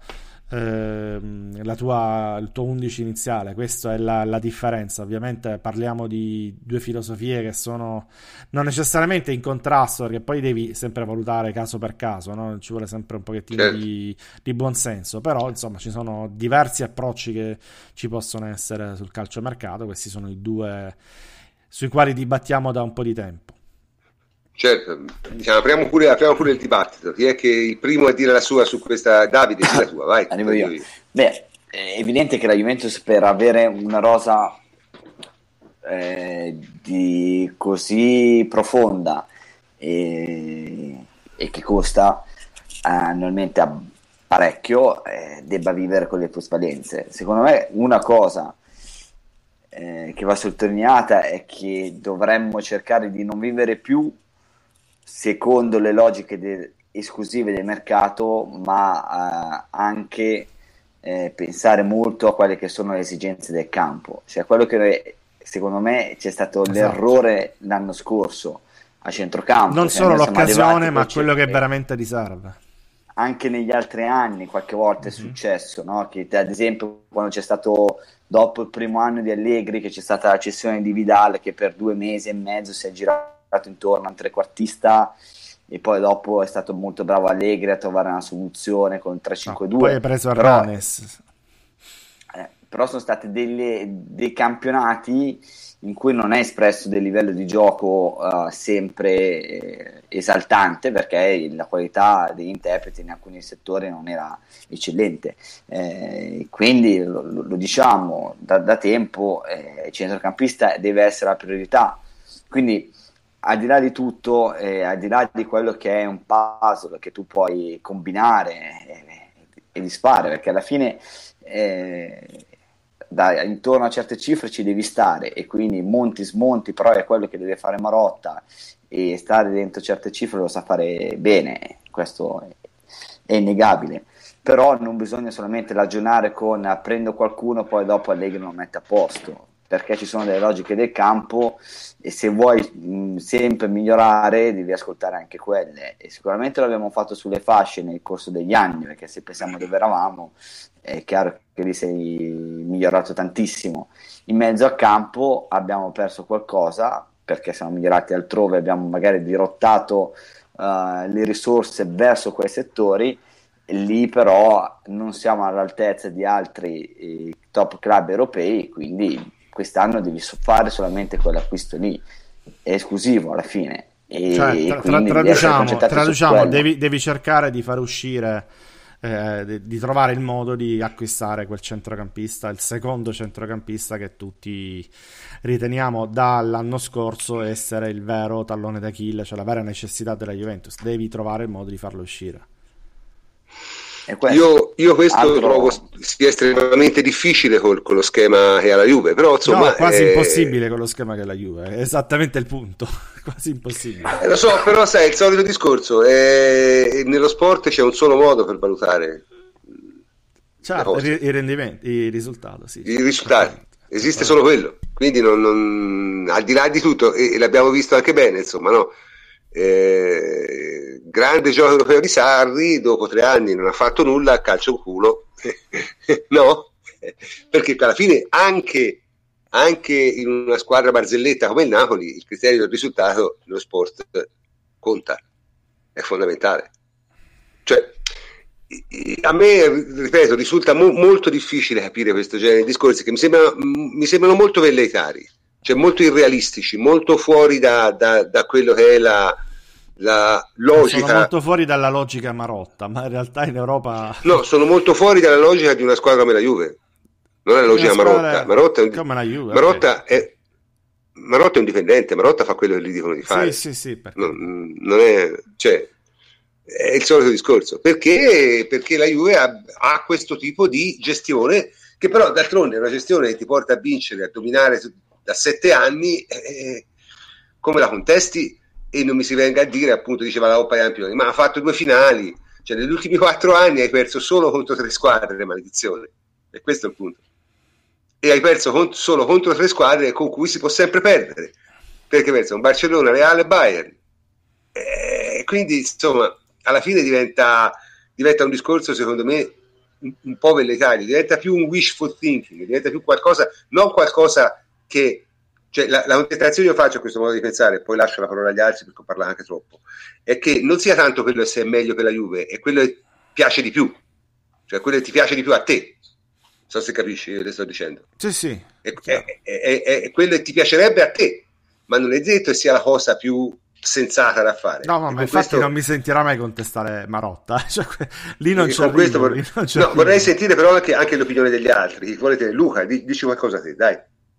la tua, il tuo undici iniziale. Questa è la, la differenza. Ovviamente parliamo di due filosofie che sono non necessariamente in contrasto, perché poi devi sempre valutare caso per caso, no? Ci vuole sempre un pochettino certo. di, di buonsenso, però insomma ci sono diversi approcci che ci possono essere sul calciomercato. Questi sono i due sui quali dibattiamo da un po' di tempo. Certo, diciamo, apriamo pure, apriamo pure il dibattito. Chi è che il primo a dire la sua su questa? Davide, di la tua, vai. Arrivo io. io. Beh, è evidente che la Juventus, per avere una rosa eh, di così profonda e, e che costa eh, annualmente parecchio, eh, debba vivere con le plusvalenze. Secondo me una cosa eh, che va sottolineata è che dovremmo cercare di non vivere più secondo le logiche de- esclusive del mercato, ma eh, anche eh, pensare molto a quelle che sono le esigenze del campo. Cioè, quello che secondo me c'è stato esatto. l'errore l'anno scorso a centrocampo, non solo l'occasione, ma quello che veramente riserva. Anche negli altri anni qualche volta mm-hmm. è successo, no? Che ad esempio quando c'è stato, dopo il primo anno di Allegri, che c'è stata la cessione di Vidal, che per due mesi e mezzo si è girato intorno a un trequartista, e poi dopo è stato molto bravo Allegri a trovare una soluzione con tre cinque due. No, poi hai preso Arranes. Eh, però sono stati delle, dei campionati in cui non è espresso del livello di gioco uh, sempre eh, esaltante, perché la qualità degli interpreti in alcuni settori non era eccellente, eh, quindi lo, lo diciamo da, da tempo, eh, il centrocampista deve essere la priorità. Quindi al di là di tutto, eh, al di là di quello che è un puzzle che tu puoi combinare e, e disfare, perché alla fine eh, da, intorno a certe cifre ci devi stare, e quindi monti smonti, però è quello che deve fare Marotta, e stare dentro certe cifre lo sa fare bene, questo è, è innegabile. Però non bisogna solamente ragionare con prendo qualcuno poi dopo Allegri non mette a posto, perché ci sono delle logiche del campo, e se vuoi mh, sempre migliorare devi ascoltare anche quelle, e sicuramente l'abbiamo fatto sulle fasce nel corso degli anni, perché se pensiamo dove eravamo è chiaro che lì sei migliorato tantissimo. In mezzo al campo abbiamo perso qualcosa, perché siamo migliorati altrove, abbiamo magari dirottato uh, le risorse verso quei settori, e lì però non siamo all'altezza di altri eh, top club europei, quindi quest'anno devi fare solamente quell'acquisto lì, è esclusivo alla fine, E cioè, tra, tra, traduciamo, traduciamo devi, devi cercare di far uscire, eh, di, di trovare il modo di acquistare quel centrocampista, il secondo centrocampista che tutti riteniamo dall'anno scorso essere il vero tallone d'Achille, cioè la vera necessità della Juventus. Devi trovare il modo di farlo uscire. Io, io questo altro... trovo sia estremamente difficile col, con lo schema che ha la Juve, però insomma no, quasi è... impossibile con lo schema che ha la Juve, è esattamente il punto. Quasi impossibile. Eh, lo so, però sai, il solito discorso, è... nello sport c'è un solo modo per valutare, certo, i, i rendimenti, i risultati, sì, i risultati, esiste solo quello, quindi non, non... al di là di tutto, e, e l'abbiamo visto anche bene, insomma, no? Eh, grande gioco europeo di Sarri, dopo tre anni non ha fatto nulla, a calcio un culo no? Perché alla fine anche, anche in una squadra barzelletta come il Napoli il criterio del risultato nello sport conta, è fondamentale. Cioè, a me, ripeto, risulta mo- molto difficile capire questo genere di discorsi che mi sembrano, mi sembrano molto velleitari, cioè molto irrealistici, molto fuori da, da, da quello che è la, la logica. Sono molto fuori dalla logica Marotta, ma in realtà in Europa... No, sono molto fuori dalla logica di una squadra come la Juve. Non è la logica Marotta. Marotta, è un, come la Juve, Marotta, okay. è, Marotta è un dipendente, Marotta fa quello che gli dicono di fare. Sì, sì, sì. Perché... Non, non è... Cioè, è il solito discorso. Perché? Perché la Juve ha, ha questo tipo di gestione che però d'altronde è una gestione che ti porta a vincere, a dominare da sette anni, eh, come la contesti? E non mi si venga a dire, appunto, diceva la Coppa dei Campioni, ma ha fatto due finali, cioè negli ultimi quattro anni hai perso solo contro tre squadre, maledizione, e questo è il punto, e hai perso con, solo contro tre squadre con cui si può sempre perdere, perché pensa un Barcellona, Real e Bayern, e quindi insomma alla fine diventa, diventa un discorso secondo me un, un po' velleitario, diventa più un wishful thinking, diventa più qualcosa, non qualcosa che, cioè la, la contestazione che io faccio a questo modo di pensare, poi lascio la parola agli altri perché ho parlato anche troppo, è che non sia tanto quello se è meglio che la Juve, è quello che piace di più, cioè quello che ti piace di più a te, non so se capisci che le sto dicendo. Sì, sì. È, è, è, è, è quello che ti piacerebbe a te, ma non è detto che sia la cosa più sensata da fare. No, ma infatti questo... non mi sentirà mai contestare Marotta, cioè, lì non c'è questo vor... no, vorrei arrivo. Sentire però anche, anche l'opinione degli altri. Volete, Luca, dici qualcosa a te, dai.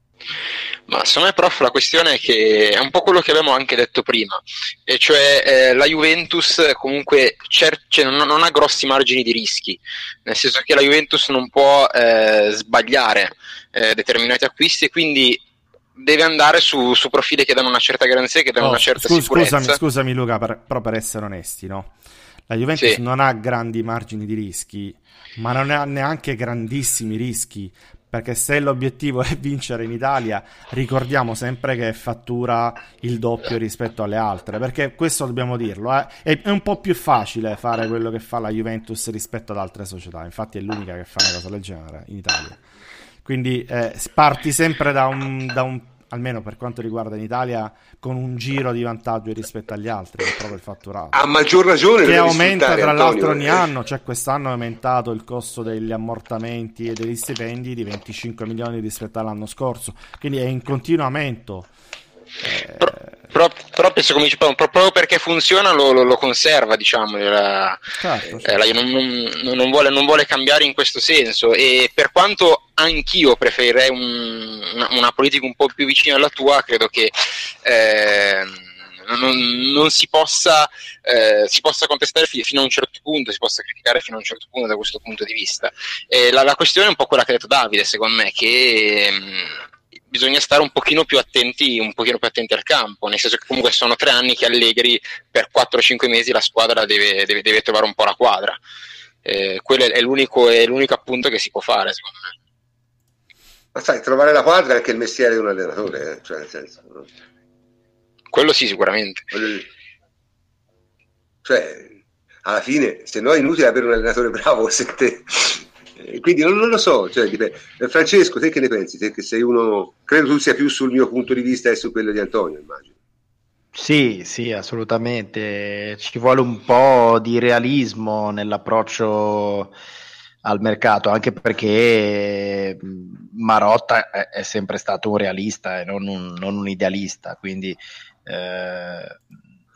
Ma secondo me, prof, la questione è che è un po' quello che abbiamo anche detto prima, e cioè eh, la Juventus comunque cer- cioè, non, non ha grossi margini di rischi, nel senso che la Juventus non può eh, sbagliare eh, determinati acquisti, e quindi deve andare su, su profili che danno una certa garanzia, che danno oh, una certa scus- sicurezza. Scusami, scusami Luca, per, però per essere onesti, no? La Juventus sì. non ha grandi margini di rischi, ma non ha neanche grandissimi rischi, perché se l'obiettivo è vincere in Italia, ricordiamo sempre che fattura il doppio rispetto alle altre, perché questo dobbiamo dirlo, eh? è, è un po' più facile fare quello che fa la Juventus rispetto ad altre società, infatti è l'unica che fa una cosa del genere in Italia. Quindi eh, parti sempre da un, da un, almeno per quanto riguarda in Italia, con un giro di vantaggio rispetto agli altri, che è proprio il fatturato. A maggior ragione che aumenta tra Antonio, l'altro ogni eh. anno, cioè quest'anno è aumentato il costo degli ammortamenti e degli stipendi di venticinque milioni rispetto all'anno scorso, quindi è in continuo aumento. Eh... Però, però, però penso, come dicevo, proprio perché funziona lo, lo, lo conserva, diciamo, la, certo, certo. Eh, la, non, non, non, vuole, non vuole cambiare in questo senso, e per quanto anch'io preferirei un, una, una politica un po' più vicina alla tua, credo che eh, non, non si possa eh, si possa contestare fino a un certo punto, si possa criticare fino a un certo punto da questo punto di vista. E la, la questione è un po' quella che ha detto Davide, secondo me, che mh, bisogna stare un pochino più attenti, un pochino più attenti al campo, nel senso che comunque sono tre anni che Allegri per quattro cinque mesi la squadra deve, deve, deve trovare un po' la quadra. Eh, quello è l'unico, è l'unico appunto che si può fare, secondo me. Ma sai, trovare la quadra è anche il mestiere di un allenatore, eh? Cioè nel senso, no? Quello sì, sicuramente. Cioè, alla fine, se no è inutile avere un allenatore bravo se te... Quindi non, non lo so, cioè, Francesco, te che ne pensi? Te che sei uno, credo tu sia più sul mio punto di vista e su quello di Antonio, immagino. Sì, sì, assolutamente. Ci vuole un po' di realismo nell'approccio al mercato, anche perché Marotta è, è sempre stato un realista e non un, non un idealista, quindi eh,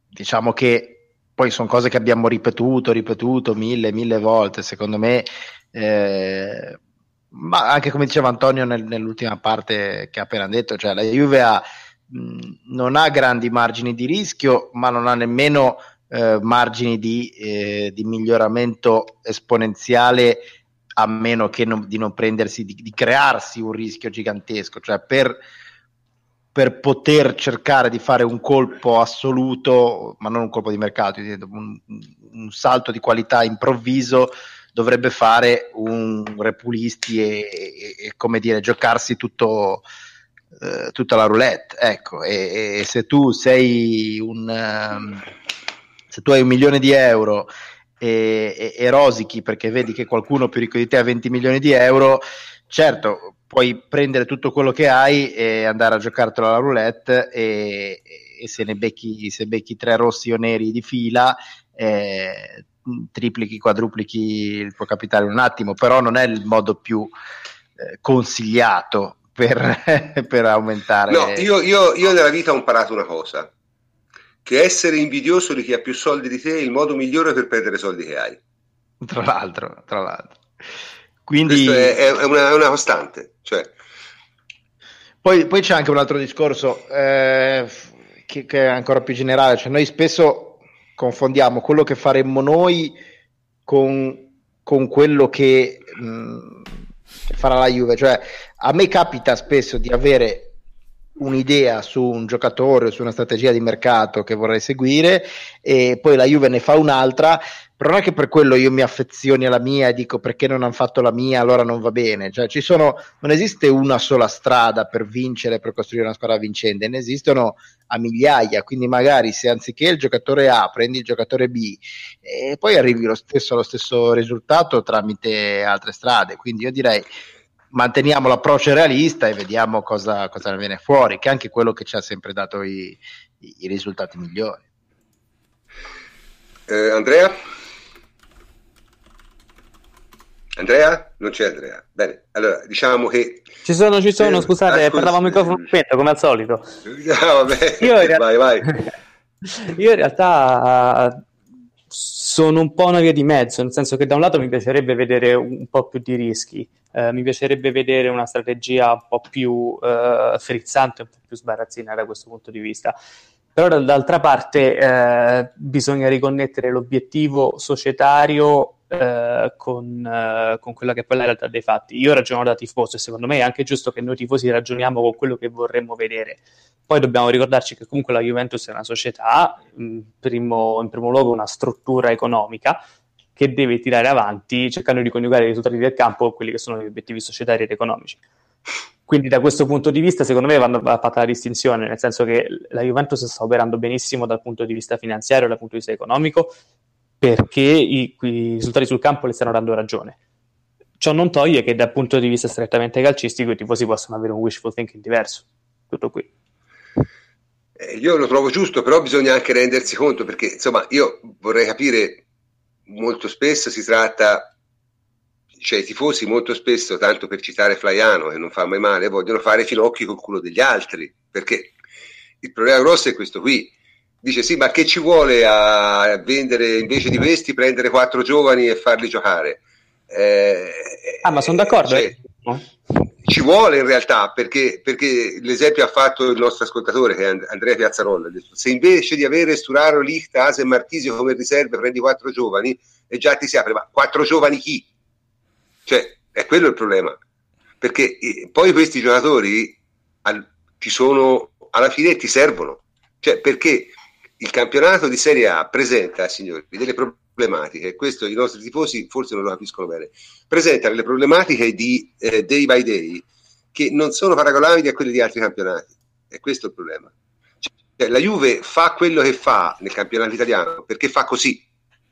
diciamo che poi sono cose che abbiamo ripetuto, ripetuto mille, mille volte, secondo me, eh, ma anche come diceva Antonio nel, nell'ultima parte che ha appena detto, cioè la Juve ha, mh, non ha grandi margini di rischio, ma non ha nemmeno eh, margini di, eh, di miglioramento esponenziale, a meno che non, di non prendersi, di, di crearsi un rischio gigantesco, cioè per, per poter cercare di fare un colpo assoluto, ma non un colpo di mercato, un, un salto di qualità improvviso, dovrebbe fare un Repulisti e, e, e come dire, giocarsi tutto, eh, tutta la roulette, ecco, e, e se tu sei un um, se tu hai un milione di euro e, e, e rosichi perché vedi che qualcuno più ricco di te ha venti milioni di euro, certo puoi prendere tutto quello che hai e andare a giocartelo alla roulette, e, e se ne becchi, se becchi tre rossi o neri di fila, eh, triplichi, quadruplichi il tuo capitale in un attimo, però non è il modo più eh, consigliato per, per aumentare. No, io, io, io nella vita ho imparato una cosa, che essere invidioso di chi ha più soldi di te è il modo migliore per perdere soldi che hai. Tra l'altro, tra l'altro. Quindi questo è, è, una, è una costante, cioè. Poi, poi c'è anche un altro discorso eh, che, che è ancora più generale, cioè noi spesso confondiamo quello che faremmo noi con, con quello che, mh, che farà la Juve, cioè a me capita spesso di avere un'idea su un giocatore o su una strategia di mercato che vorrei seguire e poi la Juve ne fa un'altra, però non è che per quello io mi affezioni alla mia e dico perché non hanno fatto la mia allora non va bene, cioè ci sono, non esiste una sola strada per vincere, per costruire una squadra vincente, ne esistono a migliaia, quindi magari se anziché il giocatore A prendi il giocatore B e poi arrivi lo stesso allo stesso risultato tramite altre strade, quindi io direi manteniamo l'approccio realista e vediamo cosa, cosa ne viene fuori, che è anche quello che ci ha sempre dato i, i, i risultati migliori. eh, Andrea? Andrea? Non c'è Andrea. Bene, allora diciamo che ci sono, ci sono, eh, scusate, ah, parlavo a microfono spento come al solito. Ah, vabbè. Io in realtà, vai, vai. Io in realtà sono un po' una via di mezzo, nel senso che da un lato mi piacerebbe vedere un po' più di rischi, eh, mi piacerebbe vedere una strategia un po' più eh, frizzante, un po' più sbarazzina da questo punto di vista. Però dall'altra parte eh, bisogna riconnettere l'obiettivo societario eh, con, eh, con quella che è poi la realtà dei fatti. Io ragiono da tifoso e secondo me è anche giusto che noi tifosi ragioniamo con quello che vorremmo vedere. Poi dobbiamo ricordarci che comunque la Juventus è una società, in primo, in primo luogo una struttura economica che deve tirare avanti cercando di coniugare i risultati del campo con quelli che sono gli obiettivi societari ed economici. Quindi da questo punto di vista secondo me va fatta la distinzione, nel senso che la Juventus sta operando benissimo dal punto di vista finanziario e dal punto di vista economico perché i, i risultati sul campo le stanno dando ragione. Ciò non toglie che dal punto di vista strettamente calcistico i tifosi possono avere un wishful thinking diverso. Tutto qui. Eh, io lo trovo giusto, però bisogna anche rendersi conto, perché insomma io vorrei capire, molto spesso si tratta, cioè i tifosi molto spesso, tanto per citare Flaiano che non fa mai male, vogliono fare finocchi col culo degli altri, perché il problema grosso è questo qui. Dice sì, ma che ci vuole a vendere, invece di questi prendere quattro giovani e farli giocare? Eh, ah ma sono d'accordo, cioè, eh? Ci vuole in realtà, perché, perché l'esempio ha fatto il nostro ascoltatore che è Andrea Piazzarolla, ha detto, se invece di avere Sturaro, Ligt, Ase e Marchisio come riserve prendi quattro giovani e già ti si apre, ma quattro giovani chi? Cioè è quello il problema, perché eh, poi questi giocatori al, ci sono, alla fine ti servono, cioè perché il campionato di Serie A presenta, signori, delle problematiche, questo i nostri tifosi forse non lo capiscono bene, presenta delle problematiche di eh, day by day che non sono paragonabili a quelle di altri campionati, e questo è il problema. Cioè, la Juve fa quello che fa nel campionato italiano perché fa così,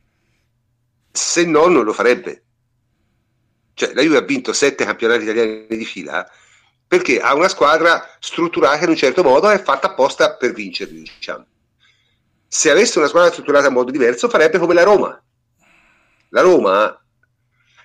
se no non lo farebbe. Cioè la Juve ha vinto sette campionati italiani di fila perché ha una squadra strutturata in un certo modo e è fatta apposta per vincerli, diciamo. Se avesse una squadra strutturata in modo diverso farebbe come la Roma. La Roma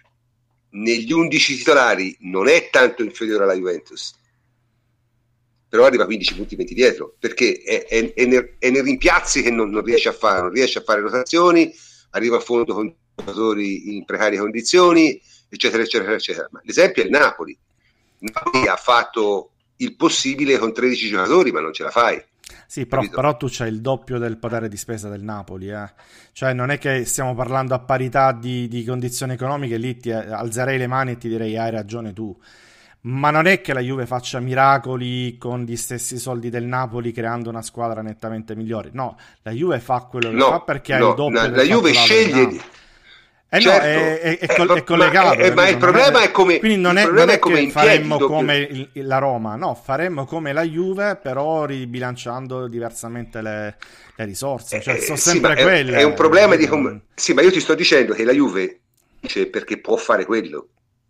negli undici titolari non è tanto inferiore alla Juventus, però arriva quindici punti venti dietro, perché è, è, è, nei, è nei rimpiazzi che non, non riesce a fare, non riesce a fare rotazioni, arriva a fondo con giocatori in precarie condizioni, eccetera, eccetera, eccetera. Ma l'esempio è il Napoli. Il Napoli ha fatto il possibile con tredici giocatori, ma non ce la fai. Sì, però, però tu c'hai il doppio del potere di spesa del Napoli, eh. Cioè non è che stiamo parlando a parità di, di condizioni economiche, lì ti alzerei le mani e ti direi hai ragione tu, ma non è che la Juve faccia miracoli con gli stessi soldi del Napoli creando una squadra nettamente migliore. No, la Juve fa quello che no, fa perché no, ha il doppio no, del la Juve sceglie di... Eh certo, no, è, è, è, eh, col- è collegato. Ma, eh, ma il problema è, è come quindi non è, non è, è come che faremmo doppio... come il, la Roma, no, faremmo come la Juve, però ribilanciando diversamente le, le risorse. Cioè, eh, sono sì, sempre quelle. È, è un problema di com- sì, ma io ti sto dicendo che la Juve vince perché può fare quello.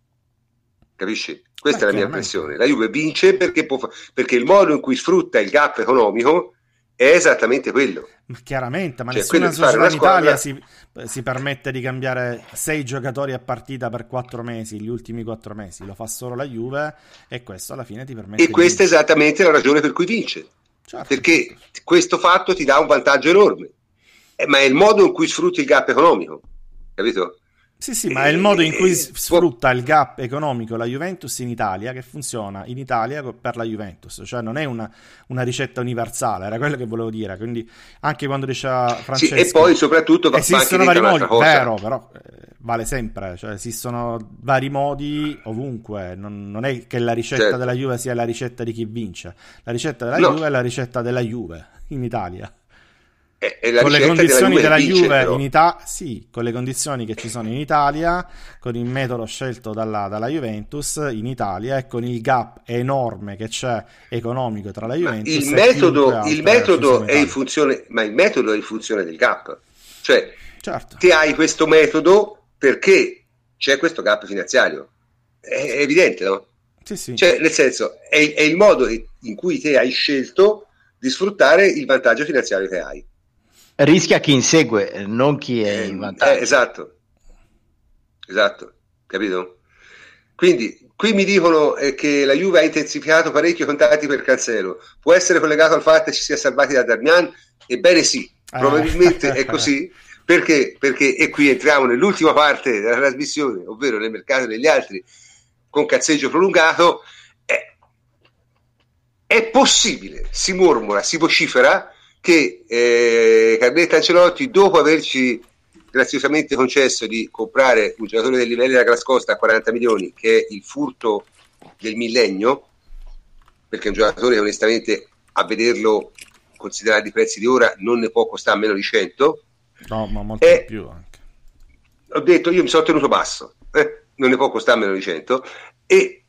Capisci? Questa Beh, è la mia impressione. La Juve vince perché può fa- perché il modo in cui sfrutta il gap economico è esattamente quello. Chiaramente, ma cioè, nessuna società in squadra... Italia si, si permette di cambiare sei giocatori a partita per quattro mesi, gli ultimi quattro mesi. Lo fa solo la Juve e questo alla fine ti permette e di questa è vincere. esattamente la ragione per cui vince. Certo, perché certo. questo fatto ti dà un vantaggio enorme, eh, ma è il modo in cui sfrutti il gap economico, capito? Sì, sì, ma è il modo in cui sfrutta il gap economico la Juventus in Italia, che funziona in Italia per la Juventus, cioè non è una, una ricetta universale, era quello che volevo dire. Quindi anche quando diceva Francesco, sì, e poi soprattutto va esistono vari modi, vero, però eh, vale sempre, cioè esistono vari modi ovunque, non, non è che la ricetta certo. della Juve sia la ricetta di chi vince, la ricetta della no. Juve è la ricetta della Juve in Italia. È la con le condizioni della Juve, della Juve in Italia, sì, con le condizioni che ci sono in Italia, con il metodo scelto dalla, dalla Juventus in Italia e con il gap enorme che c'è economico tra la Juventus il e metodo, il metodo è in Italia. funzione, ma il metodo è in funzione del gap, cioè certo. te hai questo metodo perché c'è questo gap finanziario, è, è evidente, no? Sì, sì. Cioè, nel senso, è, è il modo in cui te hai scelto di sfruttare il vantaggio finanziario che hai. Rischia chi insegue, non chi è Eh, in vantaggio. Eh, esatto, esatto, capito? Quindi qui mi dicono eh, che la Juve ha intensificato parecchio i contatti per Cancelo. Può essere collegato al fatto che ci sia salvati da Darmian? Ebbene sì, probabilmente è così, perché, perché e qui entriamo nell'ultima parte della trasmissione, ovvero nel mercato degli altri con cazzeggio prolungato. È, è possibile, si mormora, si vocifera che eh, Carletto Ancelotti, dopo averci graziosamente concesso di comprare un giocatore del livello della Glass Costa a quaranta milioni, che è il furto del millennio, perché è un giocatore che onestamente a vederlo considerati i prezzi di ora non ne può costare meno di cento, no, ma molto e di più anche. Ho detto, io mi sono tenuto basso, eh, non ne può costare meno di cento, e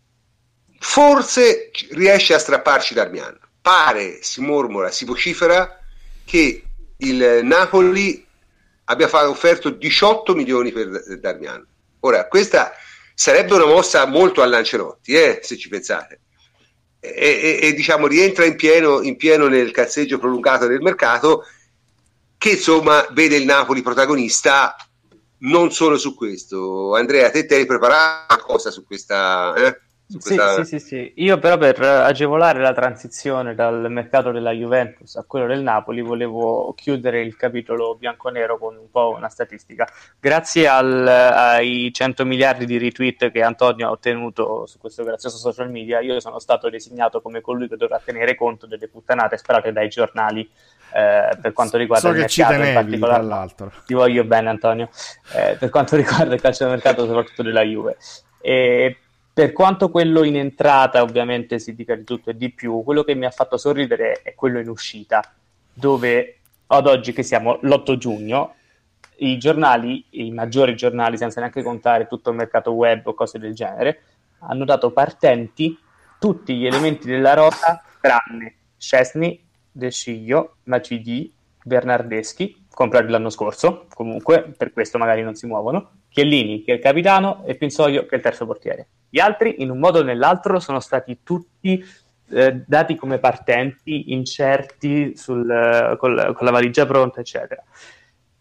forse riesce a strapparci Darmian. Pare, si mormora, si vocifera che il Napoli abbia fatto offerto diciotto milioni per Darmian. Ora, questa sarebbe una mossa molto all'Ancelotti, eh, se ci pensate, e, e, e diciamo rientra in pieno, in pieno nel cazzeggio prolungato del mercato, che insomma vede il Napoli protagonista non solo su questo. Andrea, te ti hai preparato qualcosa su questa... Eh? Sì, sì, sì, sì. Io però per agevolare la transizione dal mercato della Juventus a quello del Napoli volevo chiudere il capitolo bianconero con un po' una statistica. Grazie al, ai cento miliardi di retweet che Antonio ha ottenuto su questo grazioso social media, io sono stato designato come colui che dovrà tenere conto delle puttanate sperate dai giornali eh, per quanto riguarda so il che mercato. ci tenevi, in particolare, tra l'altro. Ti voglio bene, Antonio. Eh, per quanto riguarda il calcio del mercato, soprattutto della Juve. E per quanto quello in entrata ovviamente si dica di tutto e di più, quello che mi ha fatto sorridere è quello in uscita, dove ad oggi che siamo l'otto giugno, i giornali, i maggiori giornali, senza neanche contare tutto il mercato web o cose del genere, hanno dato partenti tutti gli elementi della rosa tranne Szczesny, De Sciglio, Matuidi, Bernardeschi, comprati l'anno scorso, comunque per questo magari non si muovono, Chiellini che è il capitano e Pinsoglio che è il terzo portiere. Gli altri in un modo o nell'altro sono stati tutti eh, dati come partenti, incerti sul, col, con la valigia pronta, eccetera.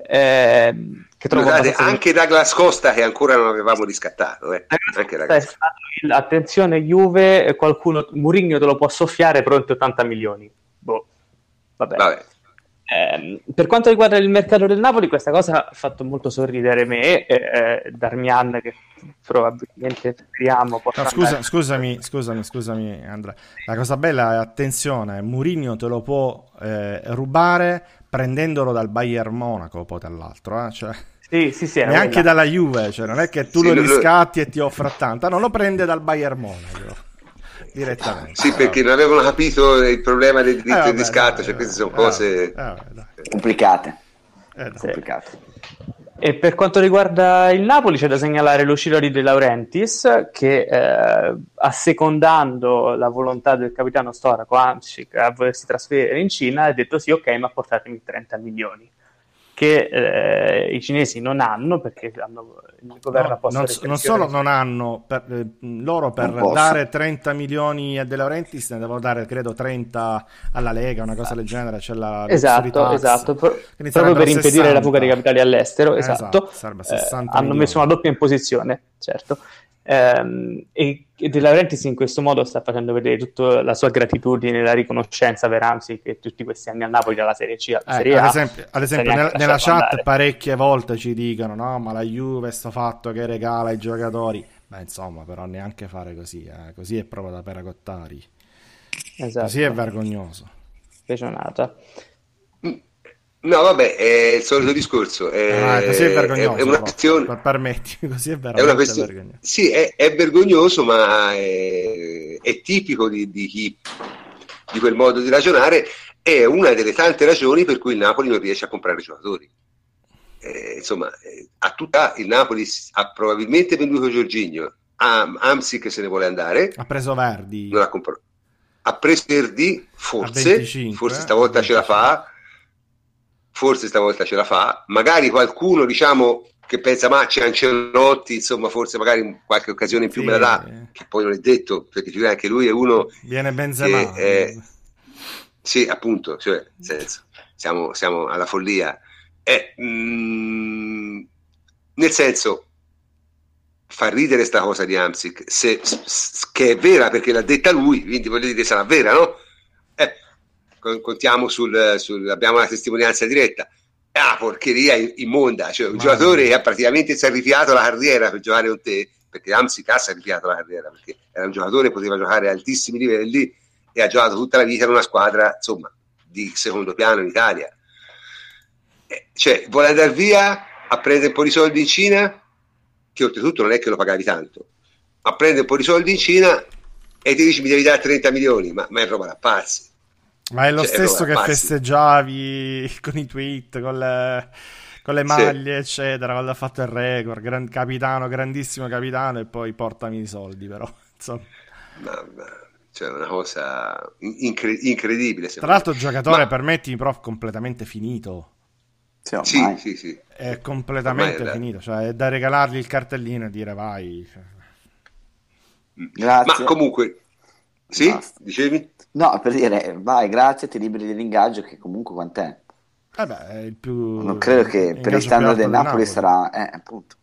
eh, che trovo Scusate, abbastanza... anche Douglas Costa che ancora non avevamo riscattato, eh. Anche è stato il, attenzione Juve, qualcuno, Mourinho te lo può soffiare pronto ottanta milioni. Boh, vabbè. Vabbè. Eh, per quanto riguarda il mercato del Napoli, questa cosa ha fatto molto sorridere me, eh, Darmian, che probabilmente speriamo possa no, scusa, andare... scusami, scusami, scusami Andrea. La cosa bella è, attenzione, Mourinho te lo può eh, rubare prendendolo dal Bayern Monaco, poi dall'altro, eh? Cioè, sì, sì, sì, neanche quella. dalla Juve, cioè non è che tu sì, lo lo... riscatti e ti offra tanto, non lo prende dal Bayern Monaco direttamente. Sì, perché non avevano capito il problema del diritto Eh, vabbè, di riscatto, dai, cioè queste sono eh, cose eh, vabbè, dai. complicate. Eh, dai. complicate. E per quanto riguarda il Napoli c'è da segnalare l'uscita di De Laurentiis che eh, assecondando la volontà del capitano storico Hamsik a volersi trasferire in Cina ha detto sì, ok, ma portatemi trenta milioni che eh, i cinesi non hanno perché hanno, il governo No, ha posto non, restrizioni. non solo non hanno per, eh, loro per dare trenta milioni a De Laurentiis ne devono dare credo trenta alla Lega, una cosa del genere, c'è la esatto, esatto pro- proprio per impedire sessanta. La fuga dei capitali all'estero, Eh, esatto, esatto eh, hanno milioni. messo una doppia imposizione, certo. Ehm, e, e De Laurentiis in questo modo sta facendo vedere tutta la sua gratitudine, la riconoscenza per Hamsik che tutti questi anni al Napoli dalla Serie C alla eh, Serie ad A esempio, ad esempio nella, nella chat andare. Parecchie volte ci dicono no ma la Juve sto fatto che regala ai giocatori, beh insomma però neanche fare così, eh. Così è proprio da peracottari, esatto. Così è vergognoso, Pecionata. no vabbè è il solito discorso è, ah, così è vergognoso, è, è una questione per permetti, così è veramente è una questione, vergognoso. Sì, è, è vergognoso ma è, è tipico di, di chi di quel modo di ragionare, è una delle tante ragioni per cui il Napoli non riesce a comprare giocatori. Eh, insomma, eh, a tutta il Napoli ha probabilmente venduto Jorginho, Am, Hamsik se ne vuole andare, ha preso Verdi, non ha comprato, ha preso Verdi, forse, venticinque, forse stavolta ce la fa, forse stavolta ce la fa, magari qualcuno diciamo che pensa ma c'è Ancelotti, insomma forse magari in qualche occasione in più sì, me la dà, che poi non è detto, perché anche lui è uno viene Benzema che, eh, sì appunto, cioè nel senso, siamo, siamo alla follia, eh, mm, nel senso fa ridere sta cosa di Hamsik se, s- che è vera perché l'ha detta lui, quindi voglio dire sarà vera, no? Eh, contiamo sul, sul abbiamo una testimonianza diretta. Ah, porcheria immonda, cioè un Ma giocatore mia. che ha praticamente sacrificato la carriera per giocare con te, perché Hamsik ha sacrificato la carriera, perché era un giocatore che poteva giocare a altissimi livelli e ha giocato tutta la vita in una squadra, insomma, di secondo piano in Italia. Eh, cioè, vuole andare via a prendere un po' di soldi in Cina, che oltretutto non è che lo pagavi tanto, a prendere un po' di soldi in Cina e ti dici mi devi dare trenta milioni, ma, ma è proprio da pazzi. Ma è lo cioè, stesso è che pazzi. festeggiavi con i tweet, con le, con le maglie, sì. eccetera, quando ha fatto il record, gran capitano, grandissimo capitano, e poi portami i soldi, però, insomma. Ma, ma, cioè, una cosa incre- incredibile. Tra l'altro, il giocatore, ma... permettimi, prof, completamente finito. Sì, sì, sì, sì. È completamente è finito, cioè è da regalargli il cartellino e dire vai. Grazie. Ma comunque, sì, Basta. dicevi? No, per dire, vai, grazie, ti liberi dell'ingaggio che comunque quant'è? Eh beh, è il più... Non credo che per il standard del Napoli, Napoli sarà... Eh, appunto.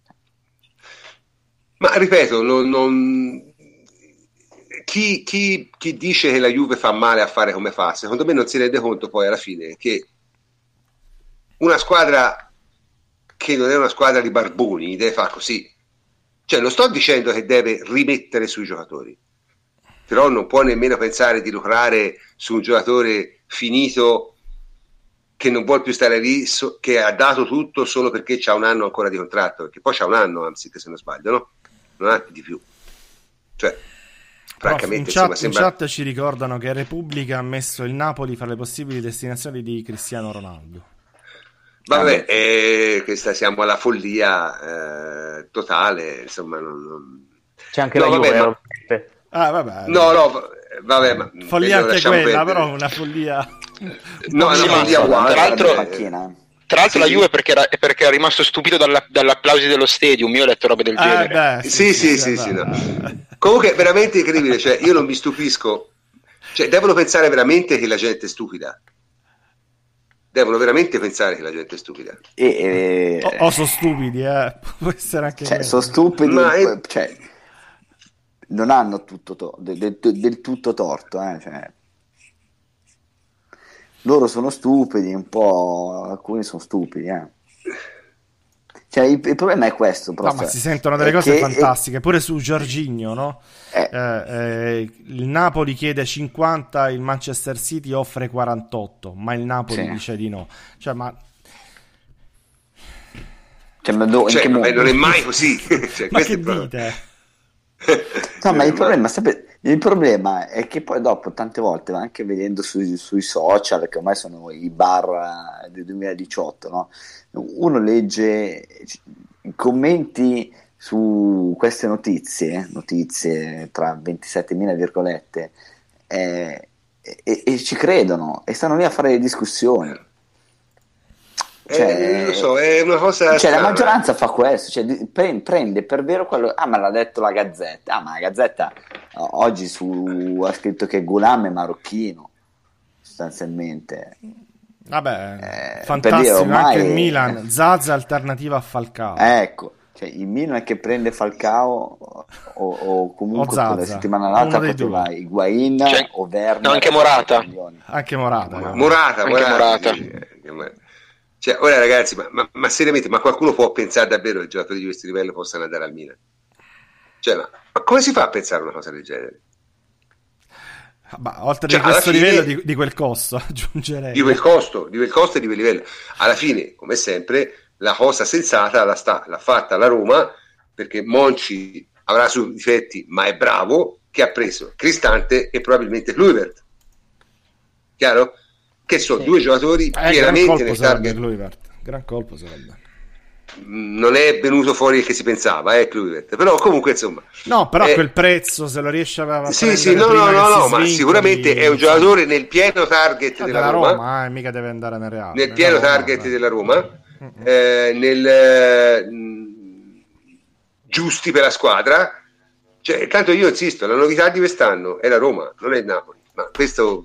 Ma ripeto, non... non... Chi, chi, chi dice che la Juve fa male a fare come fa, secondo me non si rende conto poi alla fine che una squadra che non è una squadra di barboni deve fare così. Cioè, non sto dicendo che deve rimettere sui giocatori, però non può nemmeno pensare di lucrare su un giocatore finito che non vuole più stare lì, so, che ha dato tutto solo perché c'ha un anno ancora di contratto, perché poi c'ha un anno, anzi, se non sbaglio, no? Non ha di più. Cioè, francamente, in, chat, insomma, sembra... in chat ci ricordano che Repubblica ha messo il Napoli fra le possibili destinazioni di Cristiano Ronaldo. Vabbè, eh, questa siamo alla follia eh, totale, insomma, non, non... c'è anche no, la vabbè, Juve, ma... ah, vabbè, no, no, vabbè, ma follia anche quella, perdere. Però una follia no, una sì, follia uguale. Tra l'altro, tra l'altro sì, la sì. Juve perché era, perché era rimasto stupito dalla, dall'applausi dello stadium, io ho letto robe del ah, genere. Beh, sì, sì, sì, sì, sì no. Comunque veramente incredibile, cioè io non mi stupisco, cioè devono pensare veramente che la gente è stupida. devono veramente pensare che la gente è stupida. E, e... O, o sono stupidi, eh. Può essere anche cioè, sono stupidi, Ma è... cioè, non hanno tutto to- del, del, del tutto torto, eh. Cioè, loro sono stupidi, un po' alcuni sono stupidi, eh. Cioè, il, il problema è questo, no, ma si sentono delle cose che, fantastiche, pure su Jorginho, no? Eh, Eh, eh, il Napoli chiede cinquanta, il Manchester City offre quarantotto, ma il Napoli sì. dice di no. Cioè, ma cioè, ma do, cioè, in che ma non è mai così. Cioè, ma questo che è proprio... dite? No, ma il problema, sapete, il problema è che poi dopo tante volte, anche vedendo sui, sui social, che ormai sono i bar del duemiladiciotto, no? Uno legge i commenti su queste notizie, notizie tra ventisettemila virgolette, eh, e, e ci credono e stanno lì a fare le discussioni. Cioè, eh, lo so, è una cosa cioè strana. La maggioranza fa questo, cioè, pre- prende per vero quello. Ah, ma l'ha detto la Gazzetta. Ah, ma la Gazzetta oggi su, ha scritto che Ghulam è marocchino, sostanzialmente. Vabbè, Eh, fantastico, per dire, ormai- anche il Milan, Zaza alternativa a Falcao. Ecco, cioè, il Milan che prende Falcao o, o comunque O Zaza, la settimana l'altra uno dei poteva due. Higuain Cioè, o Werner. no, anche Morata. Anche Morata. Ma- eh. Morata, Anche Morata, Morata. sì, eh, cioè, ora ragazzi, ma, ma, ma seriamente, ma qualcuno può pensare davvero che i giocatori di questo livello possano andare al Milan? Cioè, ma, ma come si fa a pensare una cosa del genere? Bah, oltre Cioè, di questo alla fine- livello di, di quel costo, aggiungerei. Di quel costo, di quel costo e di quel livello. Alla fine, come sempre, la cosa sensata la sta, l'ha fatta la Roma, perché Monchi avrà suoi difetti, ma è bravo, che ha preso Cristante e probabilmente Kluivert. Chiaro? Che sono Sì. due giocatori Eh, gran pienamente colpo nel sarebbe target. Kluivert. Gran colpo sarebbe. Non è venuto fuori il che si pensava, eh, Kluivert. Però comunque, insomma... No, però eh, a quel prezzo, se lo riesce a a Sì, sì, prendere no, no, prima no, che no, si ma svincoli, sicuramente è un insomma. giocatore nel pieno target Ah, della, della Roma, Roma, eh, mica deve andare nel Reale. nel Nella pieno Roma, target beh. della Roma, Mm-mm. eh, nel eh, mh, giusti per la squadra. Cioè, tanto io insisto, la novità di quest'anno è la Roma, non è il Napoli. Ma questo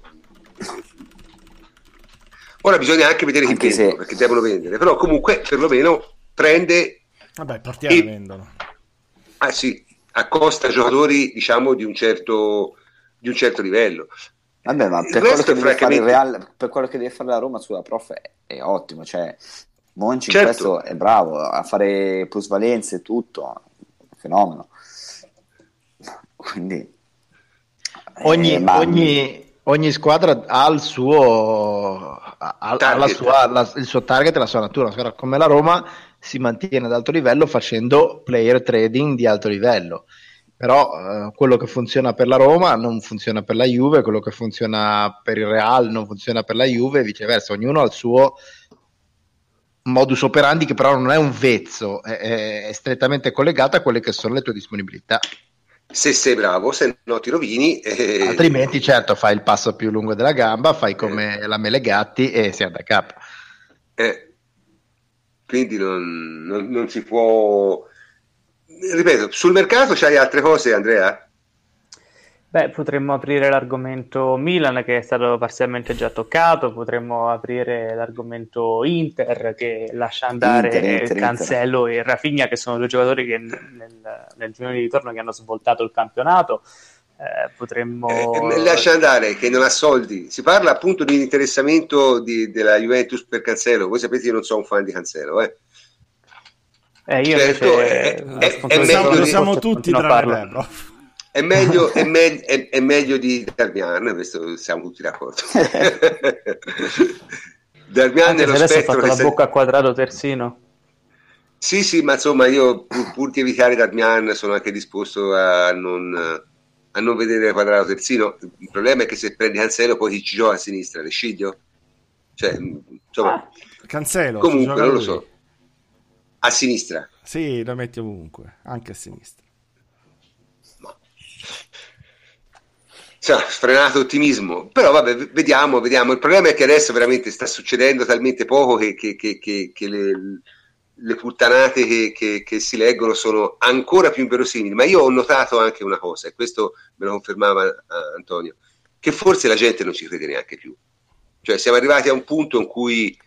ora bisogna anche vedere chi Anche vendono, se- perché devono vendere, però comunque perlomeno prende Vabbè, i portieri E- vendono. ah sì, accosta giocatori, diciamo, di un certo di un certo livello. Vabbè, ma Il per quello, resto che è deve fare il francamente- Real, per quello che deve fare la Roma sulla prof è, è ottimo, cioè Monchi in Certo. questo è bravo a fare plusvalenze e tutto, un fenomeno. Quindi Ogni, eh, ma- ogni, ogni squadra ha il suo, ha, ha la Target. sua- la- il suo target e la sua natura. Una squadra come la Roma si mantiene ad alto livello facendo player trading di alto livello. Però eh, quello che funziona per la Roma non funziona per la Juve, quello che funziona per il Real non funziona per la Juve e viceversa. Ognuno ha il suo modus operandi, che però non è un vezzo, è, è- è strettamente collegato a quelle che sono le tue disponibilità. Se sei bravo, se no ti rovini. eh, Altrimenti, certo, fai il passo più lungo della gamba, fai come la Melegatti e sei da capo. eh, quindi non, non- non si può. Ripeto, sul mercato c'hai altre cose, Andrea? Beh, potremmo aprire l'argomento Milan che è stato parzialmente già toccato, potremmo aprire l'argomento Inter che lascia andare Inter, Inter, Cancelo e Rafinha, che sono due giocatori che nel, nel girone di ritorno che hanno svoltato il campionato. Eh, potremmo... Eh, lascia andare che non ha soldi. Si parla appunto di interessamento di- della Juventus per Cancelo. Voi sapete, io non sono un fan di Cancelo, eh. Eh, io certo, invece è- la è- è sponsorizzazione meglio Lo di- siamo forse tutti continuo a tranne farlo. te, prof. È meglio, è, me- è- è meglio di Darmian, questo siamo tutti d'accordo. Darmian Anche nello se adesso ha spettro fatto che la sta- bocca a quadrato terzino. Sì, sì, ma insomma io pur, pur di evitare Darmian sono anche disposto a non, a non vedere Quadrato terzino. Il problema è che se prendi Cancelo poi chi ci gioca a sinistra, Le Sciglio? Cioè, insomma, Ah. Cancelo, ci comunque gioca non lo lui. so. A sinistra. Sì, lo metti ovunque, anche a sinistra. Cioè, sfrenato ottimismo, però vabbè, v- vediamo, vediamo. Il problema è che adesso veramente sta succedendo talmente poco che, che- che- che- che le, le puttanate che, che- che si leggono sono ancora più inverosimili. Ma io ho notato anche una cosa, e questo me lo confermava eh, Antonio, che forse la gente non ci crede neanche più. Cioè siamo arrivati a un punto in cui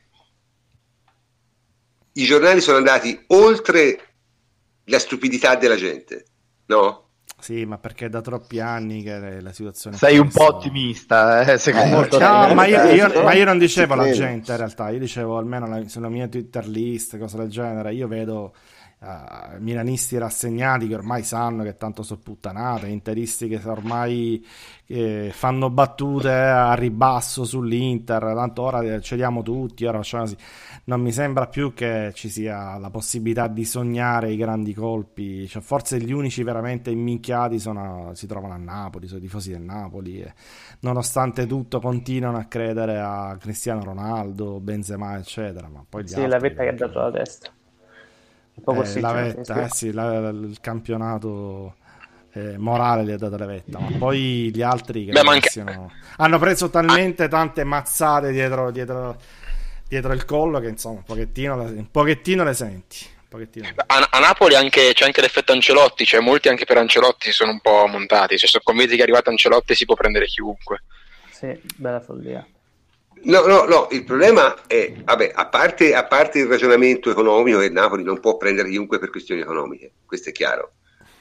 i giornali sono andati oltre la stupidità della gente, no? Sì, ma perché è da troppi anni che la situazione sei è un po' questa. ottimista, eh, secondo Eh, me. No, ma io, io- Ci ma io non credo. dicevo la Ci credo. gente in realtà, io dicevo almeno la- sulla mia Twitter list, cose del genere, io vedo eh, milanisti rassegnati che ormai sanno che tanto sono puttanate, interisti che ormai eh, fanno battute a ribasso sull'Inter, tanto ora cediamo tutti, ora facciamo così. Non mi sembra più che ci sia la possibilità di sognare i grandi colpi, cioè, forse gli unici veramente imminchiati sono, si trovano a Napoli, sono i tifosi del Napoli e nonostante tutto continuano a credere a Cristiano Ronaldo, Benzema eccetera, ma poi gli Sì, altri, la vetta che ha dato la testa. Un po' eh, così. la cioè, vetta, eh sì, la- il campionato eh, morale gli ha dato la vetta, ma poi gli altri che Beh, ma anche- siano- hanno preso talmente tante mazzate dietro, dietro, dietro il collo che insomma un pochettino, le- un pochettino le senti. Un pochettino. A, a Napoli anche, c'è anche l'effetto Ancelotti, cioè molti anche per Ancelotti si sono un po' montati, cioè sono convinti che è arrivato Ancelotti si può prendere chiunque. Sì, bella follia. No, no, no, il problema è, vabbè, a parte, a parte il ragionamento economico che Napoli non può prendere chiunque per questioni economiche, questo è chiaro.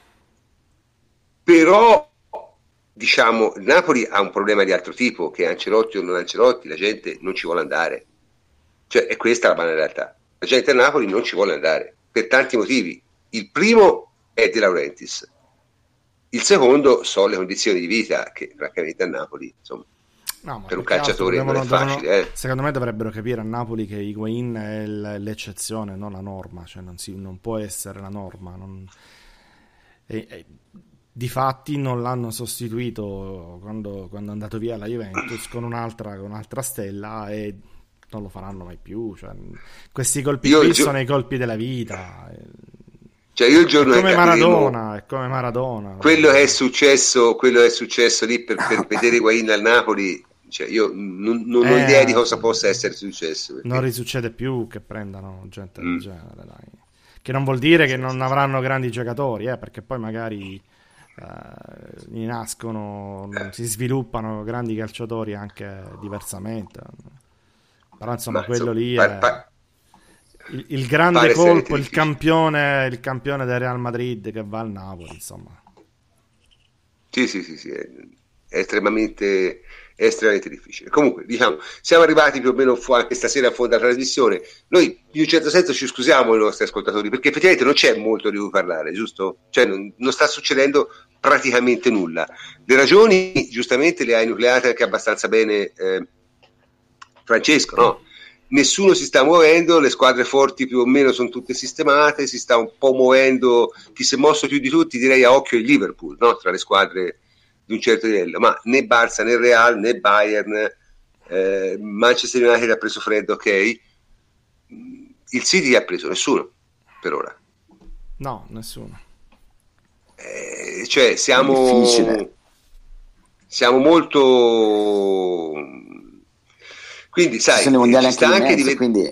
Però, diciamo, il Napoli ha un problema di altro tipo, che Ancelotti o non Ancelotti, la gente non ci vuole andare. Cioè, è questa la banale realtà. La gente a Napoli non ci vuole andare, per tanti motivi. Il primo è De Laurentiis. Il secondo sono le condizioni di vita, che francamente a Napoli, insomma, No, ma per un più che altro calciatore non è devono- facile. devono- eh. Secondo me dovrebbero capire a Napoli che Higuain è l- l'eccezione, non la norma, cioè non, si, non può essere la norma. Non... E, e, difatti non l'hanno sostituito quando, quando è andato via la Juventus con un'altra, con un'altra stella e non lo faranno mai più. Cioè, questi colpi Io qui il gio- sono i colpi della vita. È Cioè, io il giorno come che capiremo Maradona, è come Maradona. quello che è successo, quello che è successo lì per, per vedere Higuain al Napoli, cioè io non, non ho Eh, idea di cosa possa essere successo. perché- Non risuccede più che prendano gente del Mm. genere, dai. Che non vuol dire che non avranno grandi giocatori, eh, perché poi magari eh, gli nascono, si sviluppano grandi calciatori anche diversamente. Però insomma, Ma, quello insomma, lì pa- è pa- il, il grande pare essere colpo, il difficile. campione, il campione del Real Madrid che va al Napoli, insomma. Sì, sì, sì, sì, è, è estremamente, è estremamente difficile. Comunque, diciamo, siamo arrivati più o meno fu- anche stasera a fondo della trasmissione. Noi, in un certo senso, ci scusiamo i nostri ascoltatori, perché effettivamente non c'è molto di cui parlare, giusto? Cioè, non, non sta succedendo praticamente nulla. Le ragioni, giustamente, le ha enucleate anche abbastanza bene eh, Francesco, no? Nessuno si sta muovendo, le squadre forti più o meno sono tutte sistemate, si sta un po' muovendo, chi si è mosso più di tutti direi a occhio il Liverpool, no? Tra le squadre di un certo livello, ma né Barça né Real né Bayern, eh, Manchester United ha preso freddo, ok, il City ha preso nessuno per ora, No, nessuno. eh, cioè siamo Difficile. siamo molto, quindi sai, Ci sono i mondiali ci anche sta di anche mezzo, di quindi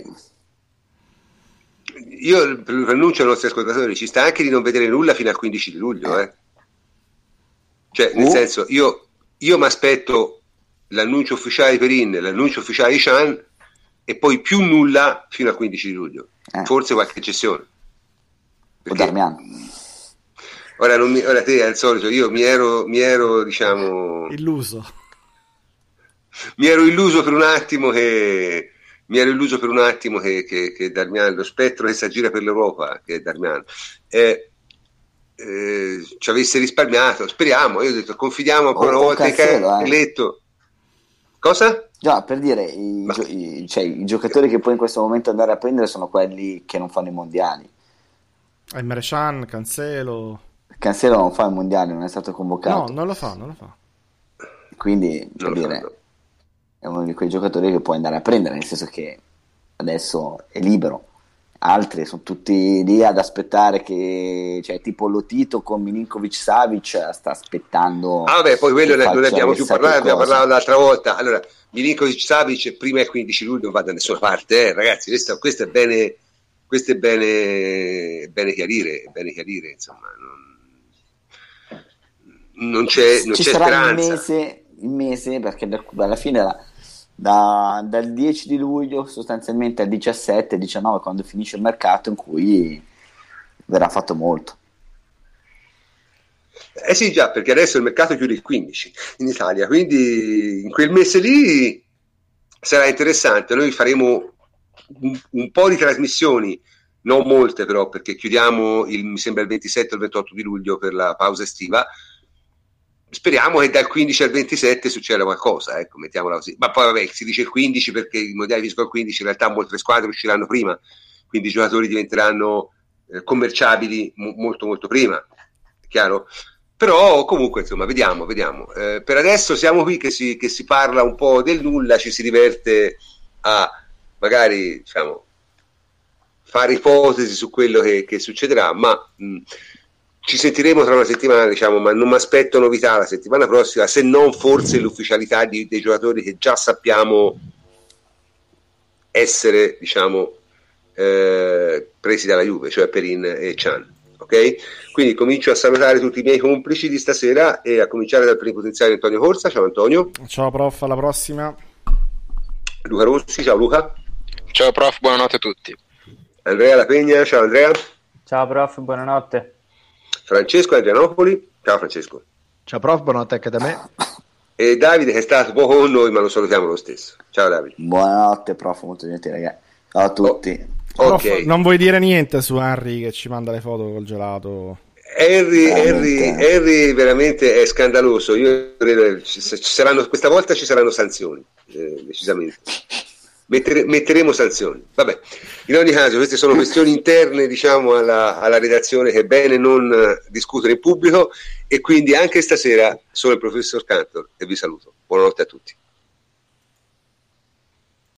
io annuncio ai nostri ascoltatori, ci sta anche di non vedere nulla fino al quindici di luglio, eh. Cioè, nel Uh. senso, io, io mi aspetto l'annuncio ufficiale di Perin, l'annuncio ufficiale di Chan e poi più nulla fino al quindici di luglio, Eh. forse qualche eccezione. o Perché Darmian. ora, non mi, ora te al solito, io mi ero, mi ero diciamo, Illuso. mi ero illuso per un attimo che mi ero illuso per un attimo che, che, che Darmian, lo spettro che si aggira per l'Europa, che è Darmian, eh, eh, ci avesse risparmiato, speriamo. Io ho detto confidiamo ancora una O- o volta in Cancelo, eh. letto. Cosa? Già, per dire, i, Ma- gio- i- cioè, i giocatori che puoi in questo momento andare a prendere sono quelli che non fanno i mondiali. Emre Can, Cancelo. Cancelo non fa i mondiali, non è stato convocato. No, non lo fa, non lo fa. Quindi, Non per lo dire, fanno. è uno di quei giocatori che puoi andare a prendere, nel senso che adesso è libero. Altri sono tutti lì ad aspettare che, cioè, tipo Lotito con Milinkovic Savic sta aspettando. Ah, vabbè, poi quello che ne, non ne faccia abbiamo più chissà che parlato, abbiamo cosa. parlato l'altra volta. Allora, Milinkovic Savic prima del quindici luglio non va da nessuna parte, eh, ragazzi, questo, questo è bene, questo è bene, bene chiarire, è bene chiarire, insomma, non, non c'è, non Ci c'è sarà il speranza. mese, il mese perché da- alla fine la- da, dal dieci di luglio sostanzialmente al diciassette diciannove, quando finisce il mercato, in cui verrà fatto molto. Eh sì, già, perché adesso il mercato chiude il quindici in Italia, quindi in quel mese lì sarà interessante. Noi faremo un, un po' di trasmissioni, non molte però, perché chiudiamo il, mi sembra il ventisette o il ventotto di luglio per la pausa estiva. Speriamo che dal quindici al ventisette succeda qualcosa, ecco, mettiamola così. Ma poi vabbè, si dice il quindici perché i mondiali fiscal il quindici, in realtà molte squadre usciranno prima, quindi i giocatori diventeranno eh, commerciabili mo- molto molto prima, è chiaro? Però comunque insomma vediamo, vediamo. Eh, per adesso siamo qui che si, che si parla un po' del nulla, ci si diverte a magari diciamo fare ipotesi su quello che, che succederà, ma mh, ci sentiremo tra una settimana, diciamo, ma non mi aspetto novità la settimana prossima, se non forse l'ufficialità di, dei giocatori che già sappiamo essere, diciamo, eh, presi dalla Juve, cioè Perin e Can. Ok? Quindi comincio a salutare tutti i miei complici di stasera e a cominciare dal plenipotenziario Antonio Corsa. Ciao Antonio. Ciao prof, alla prossima. Luca Rossi, ciao Luca. Ciao prof, buonanotte a tutti. Andrea La Pegna, ciao Andrea. Ciao prof, buonanotte. Francesco Adrianopoli, ciao Francesco. Ciao prof, buonanotte anche da me. E Davide che è stato poco con noi ma lo salutiamo lo stesso. Ciao Davide. Buonanotte prof, molto gentile ragazzi. Ciao a tutti. Oh, Prof, ok. non vuoi dire niente su Henry che ci manda le foto col gelato? Henry, Veramente. Henry, Henry veramente è scandaloso. Io credo ci, ci saranno, questa volta ci saranno sanzioni, eh, decisamente. Mettere, metteremo sanzioni. Vabbè, in ogni caso, queste sono questioni interne, diciamo, alla, alla redazione che è bene non eh, discutere in pubblico. E quindi anche stasera sono il professor Cantor e vi saluto. Buonanotte a tutti.